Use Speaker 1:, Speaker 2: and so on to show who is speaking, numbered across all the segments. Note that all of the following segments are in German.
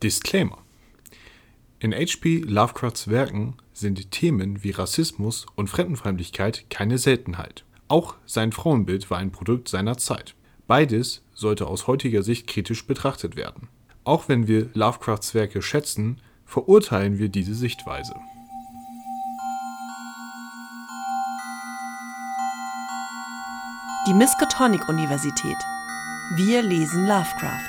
Speaker 1: Disclaimer: In H.P. Lovecrafts Werken sind Themen wie Rassismus und Fremdenfeindlichkeit keine Seltenheit. Auch sein Frauenbild war ein Produkt seiner Zeit. Beides sollte aus heutiger Sicht kritisch betrachtet werden. Auch wenn wir Lovecrafts Werke schätzen, verurteilen wir diese Sichtweise.
Speaker 2: Die Miskatonic-Universität. Wir lesen Lovecraft.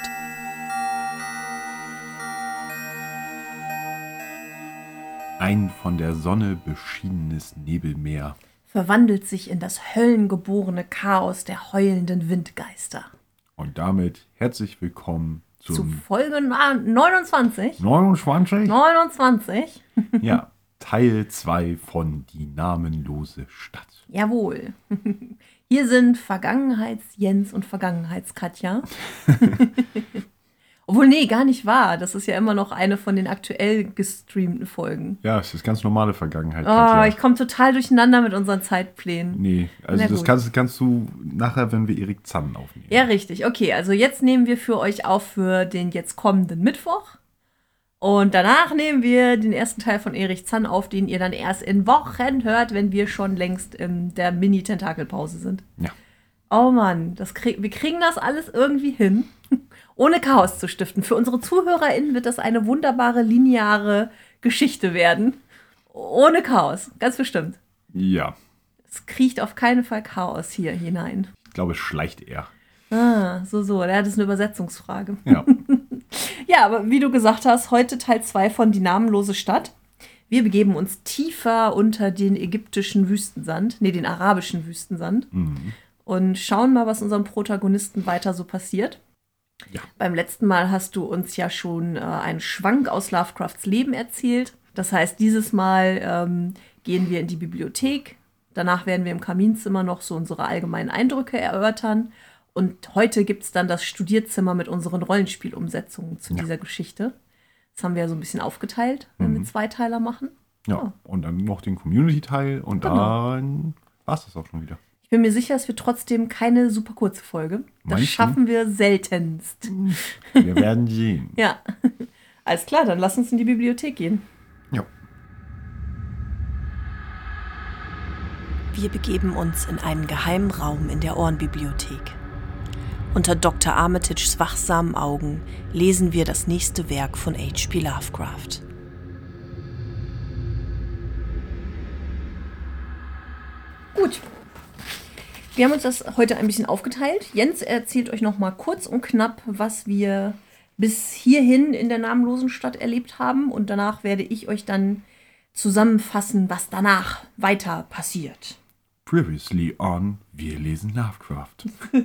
Speaker 3: Ein von der Sonne beschienenes Nebelmeer
Speaker 4: verwandelt sich in das höllengeborene Chaos der heulenden Windgeister.
Speaker 3: Und damit herzlich willkommen
Speaker 4: Zu Folge 29.
Speaker 3: 29?
Speaker 4: 29.
Speaker 3: Ja, Teil 2 von Die namenlose Stadt.
Speaker 4: Jawohl. Hier sind Vergangenheits-Jens und Vergangenheits-Katja. Obwohl, nee, gar nicht wahr. Das ist ja immer noch eine von den aktuell gestreamten Folgen.
Speaker 3: Ja, es ist ganz normale Vergangenheit.
Speaker 4: Oh,
Speaker 3: Katja.
Speaker 4: ich komme total durcheinander mit unseren Zeitplänen.
Speaker 3: Nee, also
Speaker 4: Na
Speaker 3: das
Speaker 4: gut.
Speaker 3: kannst du nachher, wenn wir Erik Zann aufnehmen.
Speaker 4: Ja, richtig. Okay, also jetzt nehmen wir für euch auf für den jetzt kommenden Mittwoch. Und danach nehmen wir den ersten Teil von Erich Zann auf, den ihr dann erst in Wochen hört, wenn wir schon längst in der Mini-Tentakelpause sind.
Speaker 3: Ja.
Speaker 4: Oh Mann, wir kriegen das alles irgendwie hin, ohne Chaos zu stiften. Für unsere ZuhörerInnen wird das eine wunderbare, lineare Geschichte werden. Ohne Chaos, ganz bestimmt.
Speaker 3: Ja,
Speaker 4: Es kriecht auf keinen Fall Chaos hier hinein.
Speaker 3: ich glaube, es schleicht eher.
Speaker 4: Ah, so. Das ist eine Übersetzungsfrage.
Speaker 3: Ja.
Speaker 4: Ja, aber wie du gesagt hast, heute Teil 2 von Die namenlose Stadt. Wir begeben uns tiefer unter den ägyptischen Wüstensand, den arabischen Wüstensand. Und schauen mal, was unserem Protagonisten weiter so passiert.
Speaker 3: Ja.
Speaker 4: Beim letzten Mal hast du uns ja schon einen Schwank aus Lovecrafts Leben erzählt. Das heißt, dieses Mal gehen wir in die Bibliothek. Danach werden wir im Kaminzimmer noch so unsere allgemeinen Eindrücke erörtern. Und heute gibt es dann das Studierzimmer mit unseren Rollenspielumsetzungen zu dieser Geschichte. Das haben wir ja so ein bisschen aufgeteilt, wenn wir Zweiteiler machen.
Speaker 3: Ja, und dann noch den Community-Teil und
Speaker 4: Genau.
Speaker 3: dann war es das auch schon wieder.
Speaker 4: Ich bin mir sicher, es wird trotzdem keine super kurze Folge. Das
Speaker 3: Meinst du?
Speaker 4: schaffen wir seltenst.
Speaker 3: Wir werden sehen.
Speaker 4: Ja, alles klar, dann lass uns in die Bibliothek gehen.
Speaker 3: Ja.
Speaker 2: Wir begeben uns in einen geheimen Raum in der Ohrenbibliothek. Unter Dr. Armitages wachsamen Augen lesen wir das nächste Werk von H.P. Lovecraft.
Speaker 4: Gut. Wir haben uns das heute ein bisschen aufgeteilt. Jens erzählt euch noch mal kurz und knapp, was wir bis hierhin in der namenlosen Stadt erlebt haben. Und danach werde ich euch dann zusammenfassen, was danach weiter passiert.
Speaker 3: Previously on Wir lesen Lovecraft.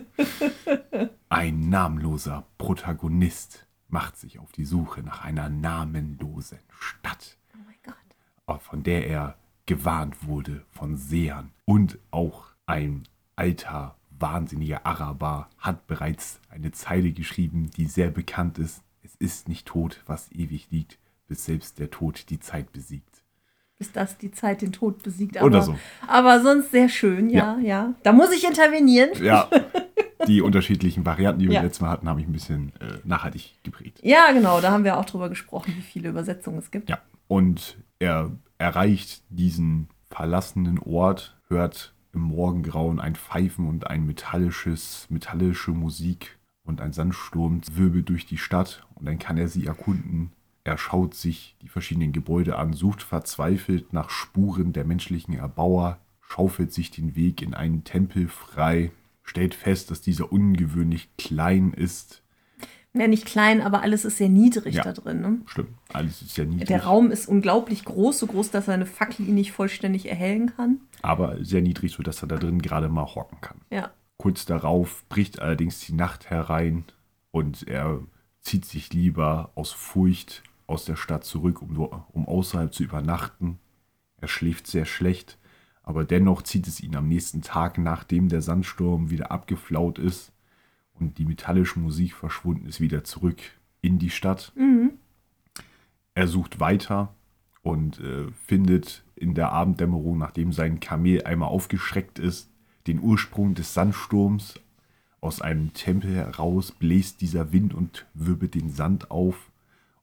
Speaker 3: Ein namenloser Protagonist macht sich auf die Suche nach einer namenlosen Stadt,
Speaker 4: Oh mein Gott.
Speaker 3: von der er gewarnt wurde von Sehern. Und auch ein alter, wahnsinniger Araber hat bereits eine Zeile geschrieben, die sehr bekannt ist. Es ist nicht tot, was ewig liegt, bis selbst der Tod die Zeit besiegt.
Speaker 4: Bis das die Zeit den Tod besiegt.
Speaker 3: Oder so.
Speaker 4: Aber sonst sehr schön, ja. Da muss ich intervenieren.
Speaker 3: Ja, die unterschiedlichen Varianten, die wir
Speaker 4: Ja.
Speaker 3: letztes Mal hatten, habe ich ein bisschen nachhaltig geprägt.
Speaker 4: Ja, genau, da haben wir auch drüber gesprochen, wie viele Übersetzungen es gibt.
Speaker 3: Ja, und er erreicht diesen verlassenen Ort, hört im Morgengrauen ein Pfeifen und ein metallische Musik und ein Sandsturm wirbelt durch die Stadt und dann kann er sie erkunden. Er schaut sich die verschiedenen Gebäude an, sucht verzweifelt nach Spuren der menschlichen Erbauer, schaufelt sich den Weg in einen Tempel frei, stellt fest, dass dieser ungewöhnlich klein ist.
Speaker 4: Ja, nicht klein, aber alles ist sehr niedrig
Speaker 3: Ja.
Speaker 4: da drin. Ne?
Speaker 3: Schlimm, alles ist ja niedrig,
Speaker 4: Der Raum ist unglaublich groß, so groß, dass seine Fackel ihn nicht vollständig erhellen kann.
Speaker 3: aber sehr niedrig, sodass er da drin gerade mal hocken kann.
Speaker 4: Ja.
Speaker 3: Kurz darauf bricht allerdings die Nacht herein und er zieht sich lieber aus Furcht aus der Stadt zurück, um außerhalb zu übernachten. Er schläft sehr schlecht, aber dennoch zieht es ihn am nächsten Tag, nachdem der Sandsturm wieder abgeflaut ist und die metallische Musik verschwunden ist, wieder zurück in die Stadt. Er sucht weiter und findet in der Abenddämmerung, nachdem sein Kamel einmal aufgeschreckt ist, den Ursprung des Sandsturms. Aus einem Tempel heraus bläst dieser Wind und wirbelt den Sand auf.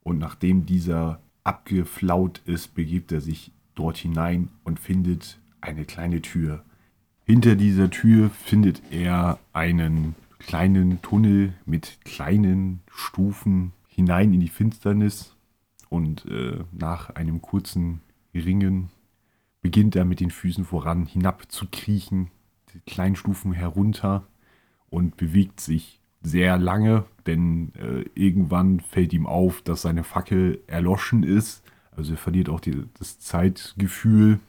Speaker 3: Und nachdem dieser abgeflaut ist, begibt er sich dort hinein und findet eine kleine Tür. Hinter dieser Tür findet er einen kleinen Tunnel mit kleinen Stufen hinein in die Finsternis. Und nach einem kurzen Ringen beginnt er mit den Füßen voran hinab zu kriechen, die kleinen Stufen herunter und bewegt sich sehr lange, denn irgendwann fällt ihm auf, dass seine Fackel erloschen ist. Also er verliert auch das Zeitgefühl,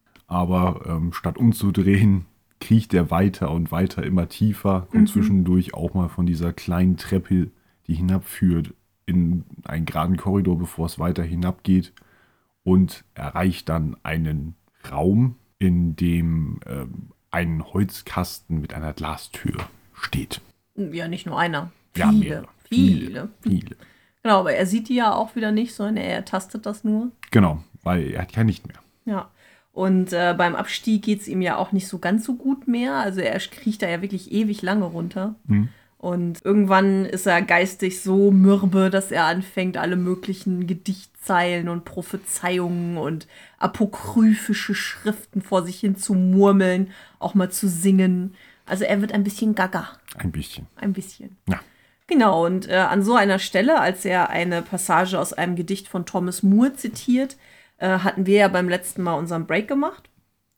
Speaker 3: aber statt umzudrehen, kriecht er weiter und weiter, immer tiefer, kommt zwischendurch auch mal von dieser kleinen Treppe, die hinabführt, in einen geraden Korridor, bevor es weiter hinabgeht, und erreicht dann einen Raum, in dem ein Holzkasten mit einer Glastür steht.
Speaker 4: Ja, nicht nur einer.
Speaker 3: Ja,
Speaker 4: Viele.
Speaker 3: Viele.
Speaker 4: Genau, aber er sieht die ja auch wieder nicht, sondern er tastet das nur.
Speaker 3: Genau, weil er hat kein Licht mehr.
Speaker 4: Ja. Und beim Abstieg geht es ihm ja auch nicht so ganz so gut mehr. Also er kriecht da ja wirklich ewig lange runter. Und irgendwann ist er geistig so mürbe, dass er anfängt, alle möglichen Gedichtzeilen und Prophezeiungen und apokryphische Schriften vor sich hin zu murmeln, auch mal zu singen. Also er wird ein bisschen gaga.
Speaker 3: Ein bisschen.
Speaker 4: Ein bisschen.
Speaker 3: Ja.
Speaker 4: Genau, und an so einer Stelle, als er eine Passage aus einem Gedicht von Thomas Moore zitiert, hatten wir ja beim letzten Mal unseren Break gemacht.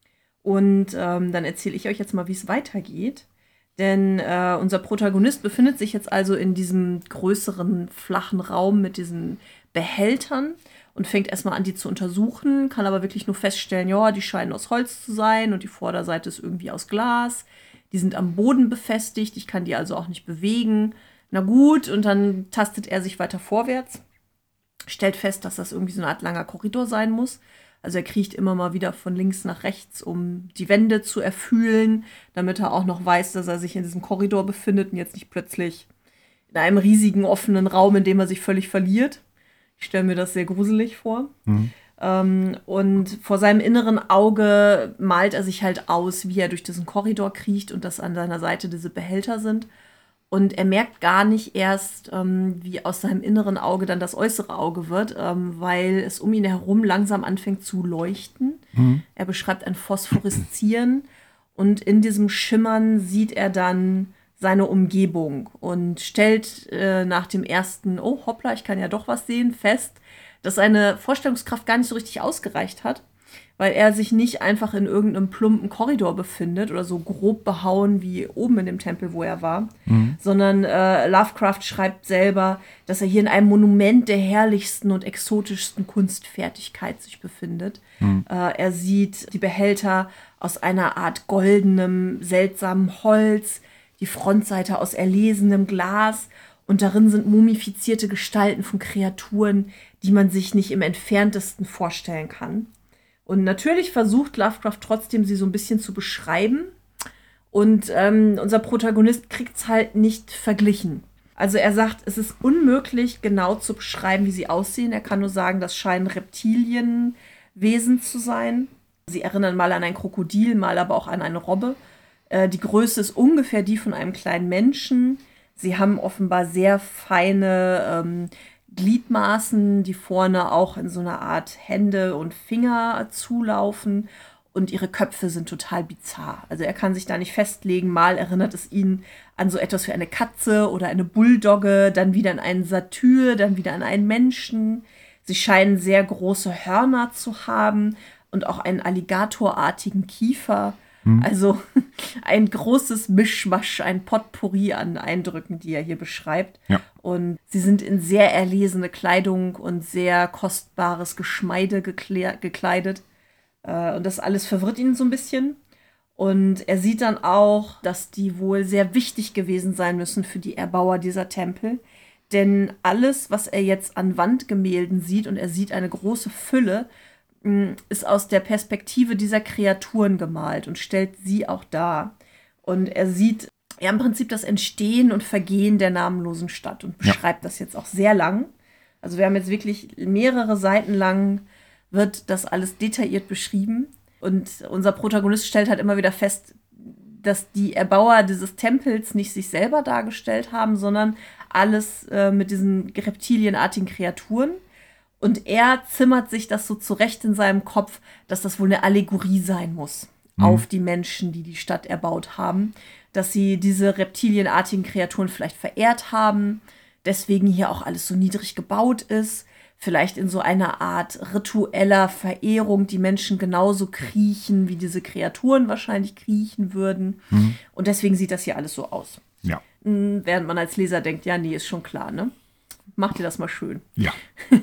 Speaker 4: Und dann erzähle ich euch jetzt mal, wie es weitergeht. Denn unser Protagonist befindet sich jetzt also in diesem größeren, flachen Raum mit diesen Behältern und fängt erstmal an, die zu untersuchen, kann aber wirklich nur feststellen, ja, die scheinen aus Holz zu sein und die Vorderseite ist irgendwie aus Glas. Die sind am Boden befestigt, ich kann die also auch nicht bewegen. Na gut, und dann tastet er sich weiter vorwärts, stellt fest, dass das irgendwie so eine Art langer Korridor sein muss. Also er kriecht immer mal wieder von links nach rechts, um die Wände zu erfühlen, damit er auch noch weiß, dass er sich in diesem Korridor befindet und jetzt nicht plötzlich in einem riesigen offenen Raum, in dem er sich völlig verliert. Ich stelle mir das sehr gruselig vor. Und vor seinem inneren Auge malt er sich halt aus, wie er durch diesen Korridor kriecht und dass an seiner Seite diese Behälter sind. Und er merkt gar nicht erst, wie aus seinem inneren Auge dann das äußere Auge wird, weil es um ihn herum langsam anfängt zu leuchten. Er beschreibt ein Phosphoreszieren und in diesem Schimmern sieht er dann seine Umgebung und stellt nach dem ersten, oh hoppla, ich kann ja doch was sehen, fest, dass seine Vorstellungskraft gar nicht so richtig ausgereicht hat, weil er sich nicht einfach in irgendeinem plumpen Korridor befindet oder so grob behauen wie oben in dem Tempel, wo er war, sondern Lovecraft schreibt selber, dass er hier in einem Monument der herrlichsten und exotischsten Kunstfertigkeit sich befindet. Er sieht die Behälter aus einer Art goldenem, seltsamen Holz, die Frontseite aus erlesenem Glas und darin sind mumifizierte Gestalten von Kreaturen, die man sich nicht im Entferntesten vorstellen kann. Und natürlich versucht Lovecraft trotzdem, sie so ein bisschen zu beschreiben. Und unser Protagonist kriegt es halt nicht verglichen. Also er sagt, es ist unmöglich, genau zu beschreiben, wie sie aussehen. Er kann nur sagen, das scheinen Reptilienwesen zu sein. Sie erinnern mal an ein Krokodil, mal aber auch an eine Robbe. Die Größe ist ungefähr die von einem kleinen Menschen. Sie haben offenbar sehr feine Gliedmaßen, die vorne auch in so einer Art Hände und Finger zulaufen. Und ihre Köpfe sind total bizarr. Also er kann sich da nicht festlegen. Mal erinnert es ihn an so etwas wie eine Katze oder eine Bulldogge, dann wieder an einen Satyr, dann wieder an einen Menschen. Sie scheinen sehr große Hörner zu haben und auch einen alligatorartigen Kiefer. Also ein großes Mischmasch, ein Potpourri an Eindrücken, die er hier beschreibt.
Speaker 3: Ja.
Speaker 4: Und sie sind in sehr erlesene Kleidung und sehr kostbares Geschmeide gekleidet. Und das alles verwirrt ihn so ein bisschen. Und er sieht dann auch, dass die wohl sehr wichtig gewesen sein müssen für die Erbauer dieser Tempel. Denn alles, was er jetzt an Wandgemälden sieht, und er sieht eine große Fülle, ist aus der Perspektive dieser Kreaturen gemalt und stellt sie auch dar. Und er sieht ja im Prinzip das Entstehen und Vergehen der namenlosen Stadt und beschreibt das jetzt auch sehr lang. Also wir haben jetzt wirklich mehrere Seiten lang wird das alles detailliert beschrieben. Und unser Protagonist stellt halt immer wieder fest, dass die Erbauer dieses Tempels nicht sich selber dargestellt haben, sondern alles mit diesen reptilienartigen Kreaturen. Und er zimmert sich das so zurecht in seinem Kopf, dass das wohl eine Allegorie sein muss auf die Menschen, die die Stadt erbaut haben. Dass sie diese reptilienartigen Kreaturen vielleicht verehrt haben, deswegen hier auch alles so niedrig gebaut ist. Vielleicht in so einer Art ritueller Verehrung die Menschen genauso kriechen, wie diese Kreaturen wahrscheinlich kriechen würden. Und deswegen sieht das hier alles so aus.
Speaker 3: Ja.
Speaker 4: Während man als Leser denkt, ja, nee, ist schon klar, ne? Mach dir das mal schön.
Speaker 3: Ja.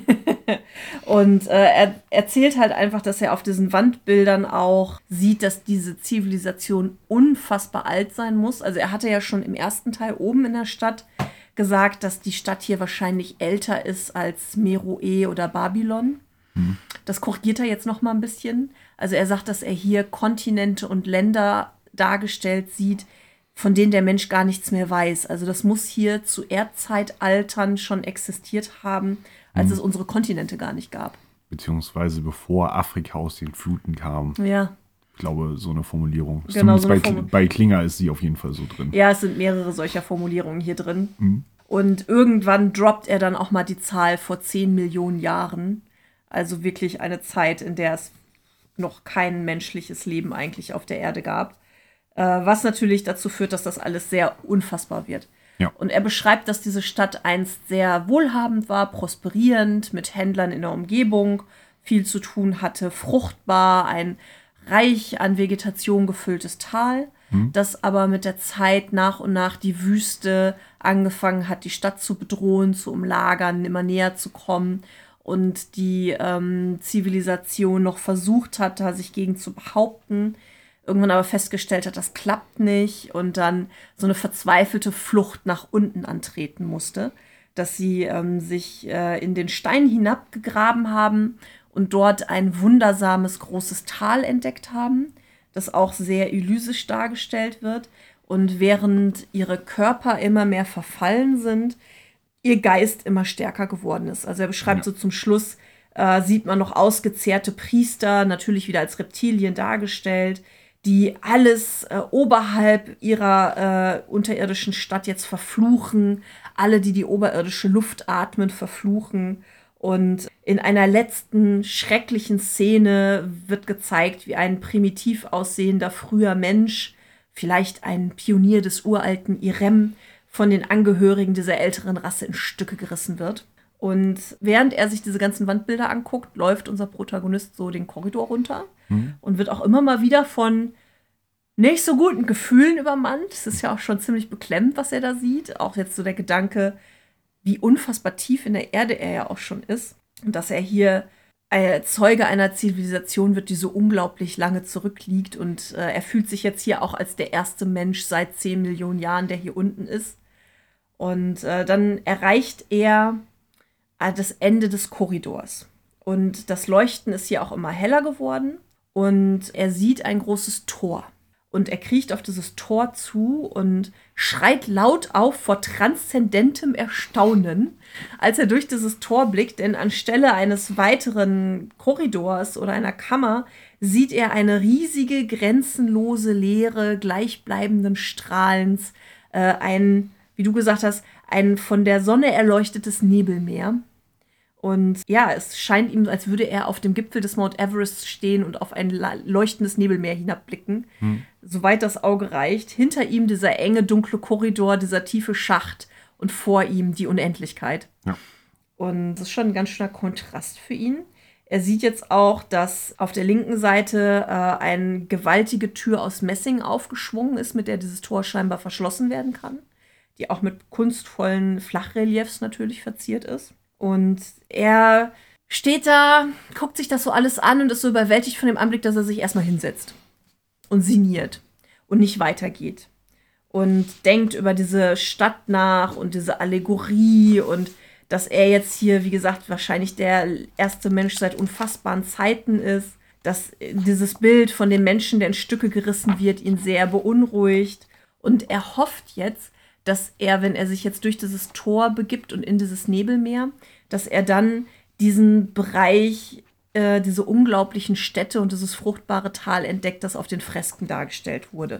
Speaker 4: Und er erzählt halt einfach, dass er auf diesen Wandbildern auch sieht, dass diese Zivilisation unfassbar alt sein muss. Also er hatte ja schon im ersten Teil oben in der Stadt gesagt, dass die Stadt hier wahrscheinlich älter ist als Meroe oder Babylon. Das korrigiert er jetzt noch mal ein bisschen. Also er sagt, dass er hier Kontinente und Länder dargestellt sieht, von denen der Mensch gar nichts mehr weiß. Also das muss hier zu Erdzeitaltern schon existiert haben, als es unsere Kontinente gar nicht gab.
Speaker 3: Beziehungsweise bevor Afrika aus den Fluten kam.
Speaker 4: Ja.
Speaker 3: Ich glaube, so eine Formulierung.
Speaker 4: Genau,
Speaker 3: Zumindest bei Klinger ist sie auf jeden Fall so drin.
Speaker 4: Ja, es sind mehrere solcher Formulierungen hier drin. Und irgendwann droppt er dann auch mal die Zahl vor 10 Millionen Jahren. Also wirklich eine Zeit, in der es noch kein menschliches Leben eigentlich auf der Erde gab. Was natürlich dazu führt, dass das alles sehr unfassbar wird.
Speaker 3: Ja.
Speaker 4: Und er beschreibt, dass diese Stadt einst sehr wohlhabend war, prosperierend, mit Händlern in der Umgebung, viel zu tun hatte, fruchtbar, ein reich an Vegetation gefülltes Tal, das aber mit der Zeit nach und nach die Wüste angefangen hat, die Stadt zu bedrohen, zu umlagern, immer näher zu kommen und die Zivilisation noch versucht hat, da sich gegen zu behaupten, irgendwann aber festgestellt hat, das klappt nicht und dann so eine verzweifelte Flucht nach unten antreten musste, dass sie sich in den Stein hinabgegraben haben und dort ein wundersames großes Tal entdeckt haben, das auch sehr elysisch dargestellt wird. Und während ihre Körper immer mehr verfallen sind, ihr Geist immer stärker geworden ist. Also er beschreibt so zum Schluss, sieht man noch ausgezehrte Priester, natürlich wieder als Reptilien dargestellt, die alles oberhalb ihrer unterirdischen Stadt jetzt verfluchen, alle, die die oberirdische Luft atmen, verfluchen. Und in einer letzten schrecklichen Szene wird gezeigt, wie ein primitiv aussehender früher Mensch, vielleicht ein Pionier des uralten Irem, von den Angehörigen dieser älteren Rasse in Stücke gerissen wird. Und während er sich diese ganzen Wandbilder anguckt, läuft unser Protagonist so den Korridor runter und wird auch immer mal wieder von nicht so guten Gefühlen übermannt. Es ist ja auch schon ziemlich beklemmend, was er da sieht. Auch jetzt so der Gedanke, wie unfassbar tief in der Erde er ja auch schon ist. Und dass er hier Zeuge einer Zivilisation wird, die so unglaublich lange zurückliegt. Und er fühlt sich jetzt hier auch als der erste Mensch seit 10 Millionen Jahren, der hier unten ist. Und dann erreicht er das Ende des Korridors. Und das Leuchten ist hier auch immer heller geworden. Und er sieht ein großes Tor. Und er kriecht auf dieses Tor zu und schreit laut auf vor transzendentem Erstaunen, als er durch dieses Tor blickt. Denn anstelle eines weiteren Korridors oder einer Kammer sieht er eine riesige, grenzenlose Leere gleichbleibenden Strahlens. Ein, wie du gesagt hast, ein von der Sonne erleuchtetes Nebelmeer. Und ja, es scheint ihm, als würde er auf dem Gipfel des Mount Everest stehen und auf ein leuchtendes Nebelmeer hinabblicken, soweit das Auge reicht. Hinter ihm dieser enge, dunkle Korridor, dieser tiefe Schacht und vor ihm die Unendlichkeit. Ja. Und das ist schon ein ganz schöner Kontrast für ihn. Er sieht jetzt auch, dass auf der linken Seite eine gewaltige Tür aus Messing aufgeschwungen ist, mit der dieses Tor scheinbar verschlossen werden kann, die auch mit kunstvollen Flachreliefs natürlich verziert ist. Und er steht da, guckt sich das so alles an und ist so überwältigt von dem Anblick, dass er sich erstmal hinsetzt und sinniert und nicht weitergeht. Und denkt über diese Stadt nach und diese Allegorie und dass er jetzt hier, wie gesagt, wahrscheinlich der erste Mensch seit unfassbaren Zeiten ist. Dass dieses Bild von dem Menschen, der in Stücke gerissen wird, ihn sehr beunruhigt. Und er hofft jetzt, dass er, wenn er sich jetzt durch dieses Tor begibt und in dieses Nebelmeer, dass er dann diesen Bereich, diese unglaublichen Städte und dieses fruchtbare Tal entdeckt, das auf den Fresken dargestellt wurde.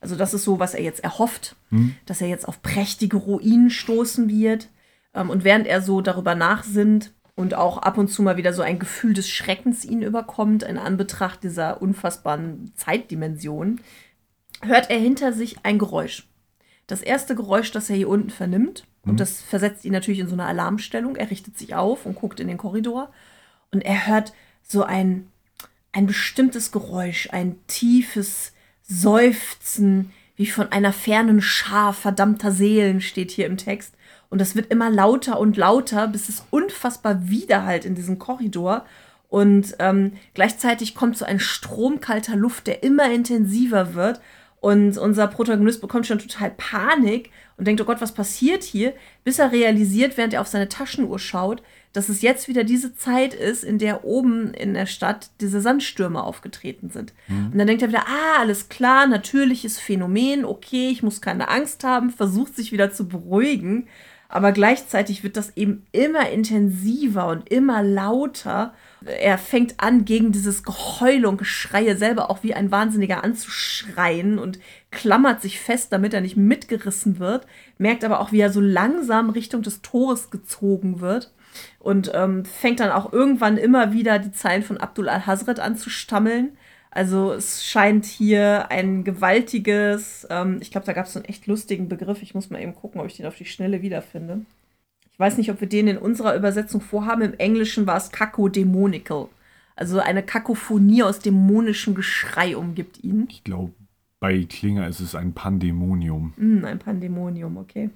Speaker 4: Also das ist so, was er jetzt erhofft, dass er jetzt auf prächtige Ruinen stoßen wird. Und während er so darüber nachsinnt und auch ab und zu mal wieder so ein Gefühl des Schreckens ihn überkommt, in Anbetracht dieser unfassbaren Zeitdimension, hört er hinter sich ein Geräusch. Das erste Geräusch, das er hier unten vernimmt, und das versetzt ihn natürlich in so eine Alarmstellung. Er richtet sich auf und guckt in den Korridor und er hört so ein bestimmtes Geräusch, ein tiefes Seufzen, wie von einer fernen Schar verdammter Seelen, steht hier im Text. Und das wird immer lauter und lauter, bis es unfassbar widerhallt in diesem Korridor. Und gleichzeitig kommt so ein Strom kalter Luft, der immer intensiver wird. Und unser Protagonist bekommt schon total Panik und denkt, oh Gott, was passiert hier? Bis er realisiert, während er auf seine Taschenuhr schaut, dass es jetzt wieder diese Zeit ist, in der oben in der Stadt diese Sandstürme aufgetreten sind. Und dann denkt er wieder, alles klar, natürliches Phänomen, okay, ich muss keine Angst haben, versucht sich wieder zu beruhigen. Aber gleichzeitig wird das eben immer intensiver und immer lauter. Er fängt an, gegen dieses Geheul und Geschreie selber auch wie ein Wahnsinniger anzuschreien und klammert sich fest, damit er nicht mitgerissen wird. Merkt aber auch, wie er so langsam Richtung des Tores gezogen wird. Und fängt dann auch irgendwann immer wieder die Zeilen von Abdul al-Hazred an zu stammeln. Also es scheint hier ein gewaltiges, ich glaube, da gab es so einen echt lustigen Begriff. Ich muss mal eben gucken, ob ich den auf die Schnelle wiederfinde. Ich weiß nicht, ob wir den in unserer Übersetzung vorhaben. Im Englischen war es kakodämonical. Also eine Kakophonie aus dämonischem Geschrei umgibt ihn.
Speaker 3: Ich glaube, bei Klinger ist es ein Pandemonium.
Speaker 4: Ein Pandemonium, okay.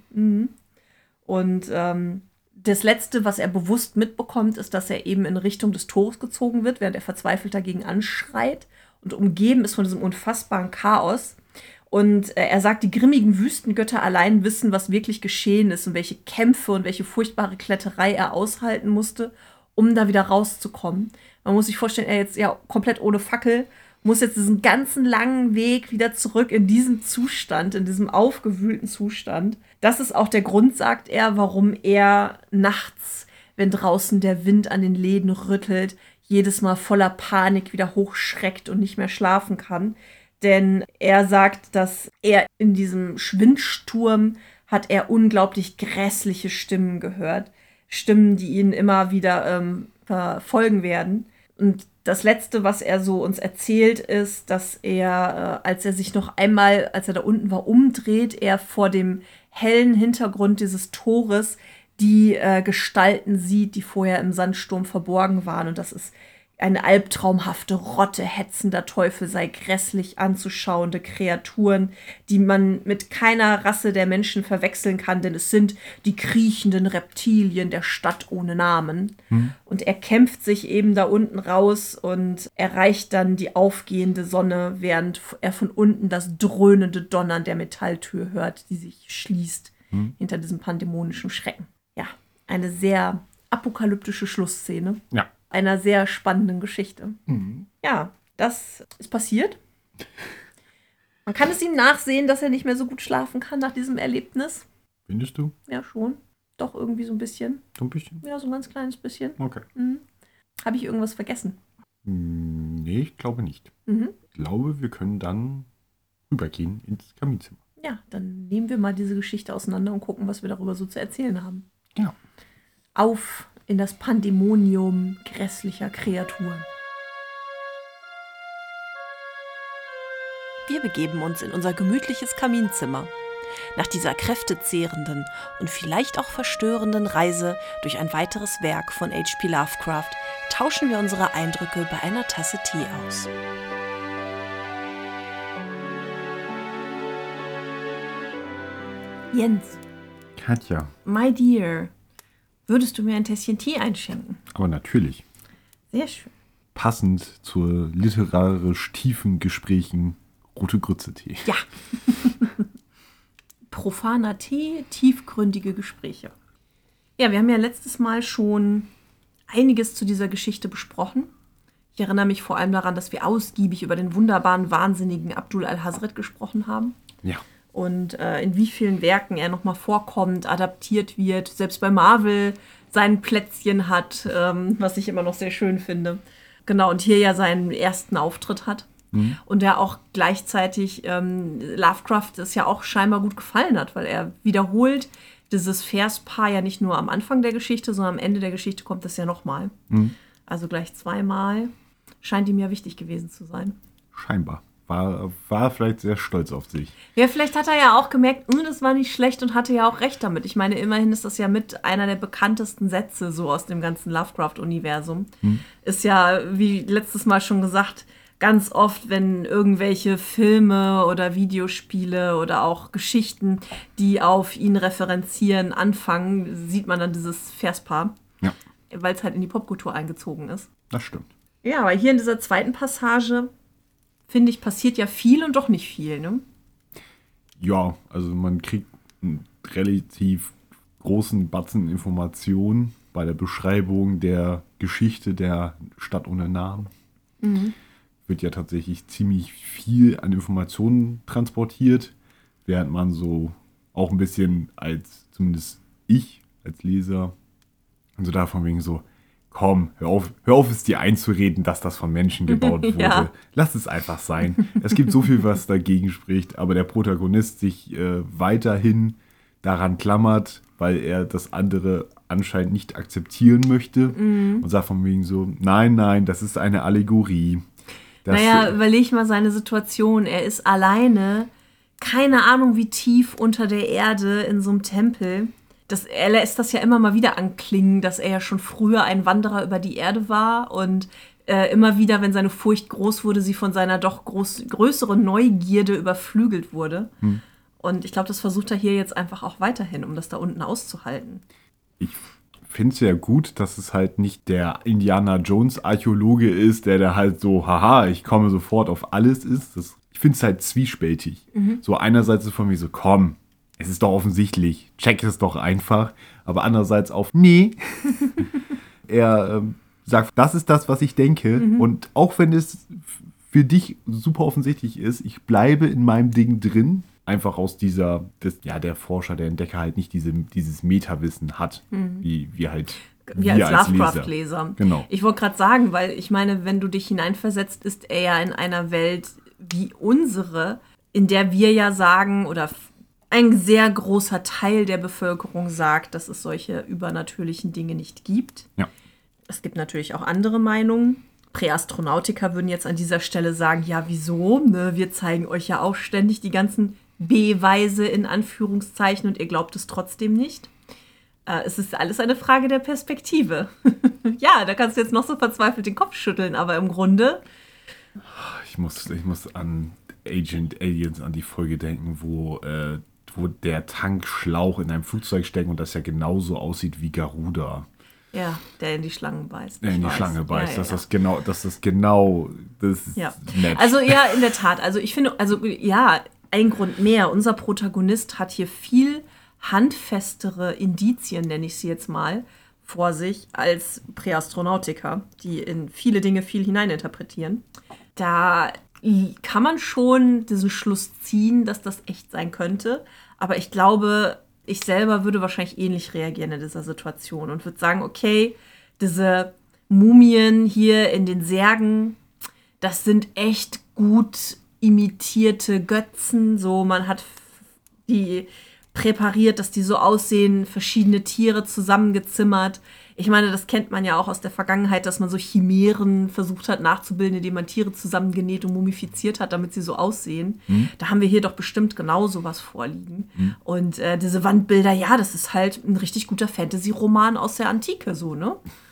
Speaker 4: Und das Letzte, was er bewusst mitbekommt, ist, dass er eben in Richtung des Tores gezogen wird, während er verzweifelt dagegen anschreit und umgeben ist von diesem unfassbaren Chaos. Und er sagt, die grimmigen Wüstengötter allein wissen, was wirklich geschehen ist und welche Kämpfe und welche furchtbare Kletterei er aushalten musste, um da wieder rauszukommen. Man muss sich vorstellen, er jetzt ja komplett ohne Fackel, muss jetzt diesen ganzen langen Weg wieder zurück in diesen Zustand, in diesem aufgewühlten Zustand. Das ist auch der Grund, sagt er, warum er nachts, wenn draußen der Wind an den Läden rüttelt, jedes Mal voller Panik wieder hochschreckt und nicht mehr schlafen kann. Denn er sagt, dass er in diesem Windsturm hat er unglaublich grässliche Stimmen gehört. Stimmen, die ihn immer wieder verfolgen werden. Und das Letzte, was er so uns erzählt, ist, dass er, als er sich noch einmal, als er da unten war, umdreht, er vor dem hellen Hintergrund dieses Tores die Gestalten sieht, die vorher im Sandsturm verborgen waren. Und das ist eine albtraumhafte Rotte, hetzender Teufel, sei grässlich anzuschauende Kreaturen, die man mit keiner Rasse der Menschen verwechseln kann, denn es sind die kriechenden Reptilien der Stadt ohne Namen. Und er kämpft sich eben da unten raus und erreicht dann die aufgehende Sonne, während er von unten das dröhnende Donnern der Metalltür hört, die sich schließt hinter diesem pandemonischen Schrecken. Ja, eine sehr apokalyptische Schlussszene.
Speaker 3: Ja.
Speaker 4: Einer sehr spannenden Geschichte. Ja, das ist passiert. Man kann es ihm nachsehen, dass er nicht mehr so gut schlafen kann nach diesem Erlebnis.
Speaker 3: Findest du?
Speaker 4: Ja, schon. Doch, irgendwie so ein bisschen.
Speaker 3: So ein bisschen?
Speaker 4: Ja, so ein ganz kleines bisschen.
Speaker 3: Okay.
Speaker 4: Habe ich irgendwas vergessen?
Speaker 3: Nee, ich glaube nicht. Ich glaube, wir können dann rübergehen ins Kaminzimmer.
Speaker 4: Ja, dann nehmen wir mal diese Geschichte auseinander und gucken, was wir darüber so zu erzählen haben.
Speaker 3: Ja.
Speaker 4: Auf in das Pandemonium grässlicher Kreaturen.
Speaker 2: Wir begeben uns in unser gemütliches Kaminzimmer. Nach dieser kräftezehrenden und vielleicht auch verstörenden Reise durch ein weiteres Werk von H.P. Lovecraft tauschen wir unsere Eindrücke bei einer Tasse Tee aus.
Speaker 4: Jens.
Speaker 3: Katja.
Speaker 4: My dear. Würdest du mir ein Tässchen Tee einschenken?
Speaker 3: Aber natürlich.
Speaker 4: Sehr schön.
Speaker 3: Passend zur literarisch tiefen Gesprächen rote Grütze-Tee.
Speaker 4: Ja. Profaner Tee, tiefgründige Gespräche. Ja, wir haben ja letztes Mal schon einiges zu dieser Geschichte besprochen. Ich erinnere mich vor allem daran, dass wir ausgiebig über den wunderbaren, wahnsinnigen Abdul al-Hazred gesprochen haben.
Speaker 3: Ja.
Speaker 4: Und in wie vielen Werken er nochmal vorkommt, adaptiert wird, selbst bei Marvel sein Plätzchen hat, was ich immer noch sehr schön finde. Genau, und hier ja seinen ersten Auftritt hat. Und der auch gleichzeitig Lovecraft es ja auch scheinbar gut gefallen hat, weil er wiederholt dieses Verspaar ja nicht nur am Anfang der Geschichte, sondern am Ende der Geschichte kommt es ja nochmal. Also gleich zweimal. Scheint ihm ja wichtig gewesen zu sein.
Speaker 3: Scheinbar. War vielleicht sehr stolz auf sich.
Speaker 4: Ja, vielleicht hat er ja auch gemerkt, das war nicht schlecht und hatte ja auch recht damit. Ich meine, immerhin ist das ja mit einer der bekanntesten Sätze so aus dem ganzen Lovecraft-Universum. Ist ja, wie letztes Mal schon gesagt, ganz oft, wenn irgendwelche Filme oder Videospiele oder auch Geschichten, die auf ihn referenzieren, anfangen, sieht man dann dieses Verspaar.
Speaker 3: Ja.
Speaker 4: Weil es halt in die Popkultur eingezogen ist.
Speaker 3: Das stimmt.
Speaker 4: Ja, aber hier in dieser zweiten Passage, finde ich, passiert ja viel und doch nicht viel, ne?
Speaker 3: Ja, also man kriegt einen relativ großen Batzen Informationen bei der Beschreibung der Geschichte der Stadt ohne Namen. Wird ja tatsächlich ziemlich viel an Informationen transportiert, während man so auch ein bisschen zumindest ich als Leser, also davon wegen so, komm, hör auf es dir einzureden, dass das von Menschen gebaut wurde.
Speaker 4: Ja.
Speaker 3: Lass es einfach sein. Es gibt so viel, was dagegen spricht, aber der Protagonist sich weiterhin daran klammert, weil er das andere anscheinend nicht akzeptieren möchte und sagt von wegen so, nein, das ist eine Allegorie.
Speaker 4: Überleg mal seine Situation. Er ist alleine, keine Ahnung wie tief unter der Erde in so einem Tempel. Er lässt das ja immer mal wieder anklingen, dass er ja schon früher ein Wanderer über die Erde war und immer wieder, wenn seine Furcht groß wurde, sie von seiner doch größeren Neugierde überflügelt wurde. Und ich glaube, das versucht er hier jetzt einfach auch weiterhin, um das da unten auszuhalten.
Speaker 3: Ich finde es ja gut, dass es halt nicht der Indiana Jones Archäologe ist, der da halt so, haha, ich komme sofort auf alles ist. Ich finde es halt zwiespältig. So einerseits ist von mir so, komm, es ist doch offensichtlich, check es doch einfach. Aber andererseits auf, nee. Er sagt, das ist das, was ich denke. Und auch wenn es für dich super offensichtlich ist, ich bleibe in meinem Ding drin. Einfach aus der Forscher, der Entdecker halt nicht dieses Meta-Wissen hat, wie wir halt
Speaker 4: wir als Lovecraft-Leser.
Speaker 3: Genau.
Speaker 4: Ich wollte gerade sagen, weil ich meine, wenn du dich hineinversetzt, ist er ja in einer Welt wie unsere, in der wir ja sagen, oder ein sehr großer Teil der Bevölkerung sagt, dass es solche übernatürlichen Dinge nicht gibt.
Speaker 3: Ja.
Speaker 4: Es gibt natürlich auch andere Meinungen. Präastronautiker würden jetzt an dieser Stelle sagen, ja, wieso? Ne? Wir zeigen euch ja auch ständig die ganzen Beweise in Anführungszeichen und ihr glaubt es trotzdem nicht. Es ist alles eine Frage der Perspektive. Ja, da kannst du jetzt noch so verzweifelt den Kopf schütteln, aber im Grunde...
Speaker 3: Ich muss an Agent Aliens, an die Folge denken, wo der Tankschlauch in einem Flugzeug steckt und das ja genauso aussieht wie Garuda.
Speaker 4: Ja, der in die Schlange beißt.
Speaker 3: Der in die Schlange beißt,
Speaker 4: ja.
Speaker 3: das ist genau das
Speaker 4: ja.
Speaker 3: Match.
Speaker 4: Also ja, in der Tat. Also ich finde, ein Grund mehr. Unser Protagonist hat hier viel handfestere Indizien, nenne ich sie jetzt mal, vor sich als Präastronautiker, die in viele Dinge viel hineininterpretieren. Da kann man schon diesen Schluss ziehen, dass das echt sein könnte. Aber ich glaube, ich selber würde wahrscheinlich ähnlich reagieren in dieser Situation und würde sagen, okay, diese Mumien hier in den Särgen, das sind echt gut imitierte Götzen. So, man hat die präpariert, dass die so aussehen, verschiedene Tiere zusammengezimmert. Ich meine, das kennt man ja auch aus der Vergangenheit, dass man so Chimären versucht hat nachzubilden, indem man Tiere zusammengenäht und mumifiziert hat, damit sie so aussehen. Da haben wir hier doch bestimmt genau sowas vorliegen. Und diese Wandbilder, ja, das ist halt ein richtig guter Fantasy-Roman aus der Antike, so, ne?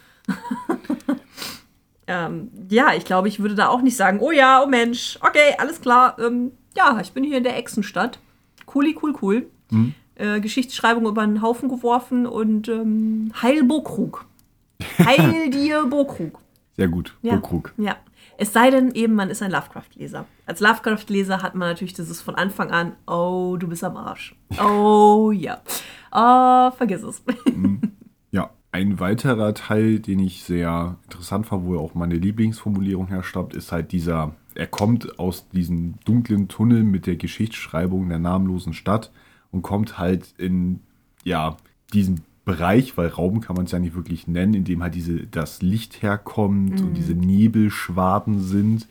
Speaker 4: Ja, ich glaube, ich würde da auch nicht sagen, oh ja, oh Mensch, okay, alles klar, ja, ich bin hier in der Echsenstadt. Cool. Geschichtsschreibung über einen Haufen geworfen und Heil Bokrug. Heil dir Bokrug.
Speaker 3: Sehr gut,
Speaker 4: ja.
Speaker 3: Bokrug.
Speaker 4: Ja, es sei denn eben, man ist ein Lovecraft-Leser. Als Lovecraft-Leser hat man natürlich dieses von Anfang an, oh, du bist am Arsch. Oh, ja. Oh, vergiss es.
Speaker 3: Ja, ein weiterer Teil, den ich sehr interessant fand, wo auch meine Lieblingsformulierung herstammt, ist halt er kommt aus diesem dunklen Tunnel mit der Geschichtsschreibung der namenlosen Stadt und kommt halt in, diesen Bereich, weil Raum kann man es ja nicht wirklich nennen, in dem halt das Licht herkommt und diese Nebelschwaden sind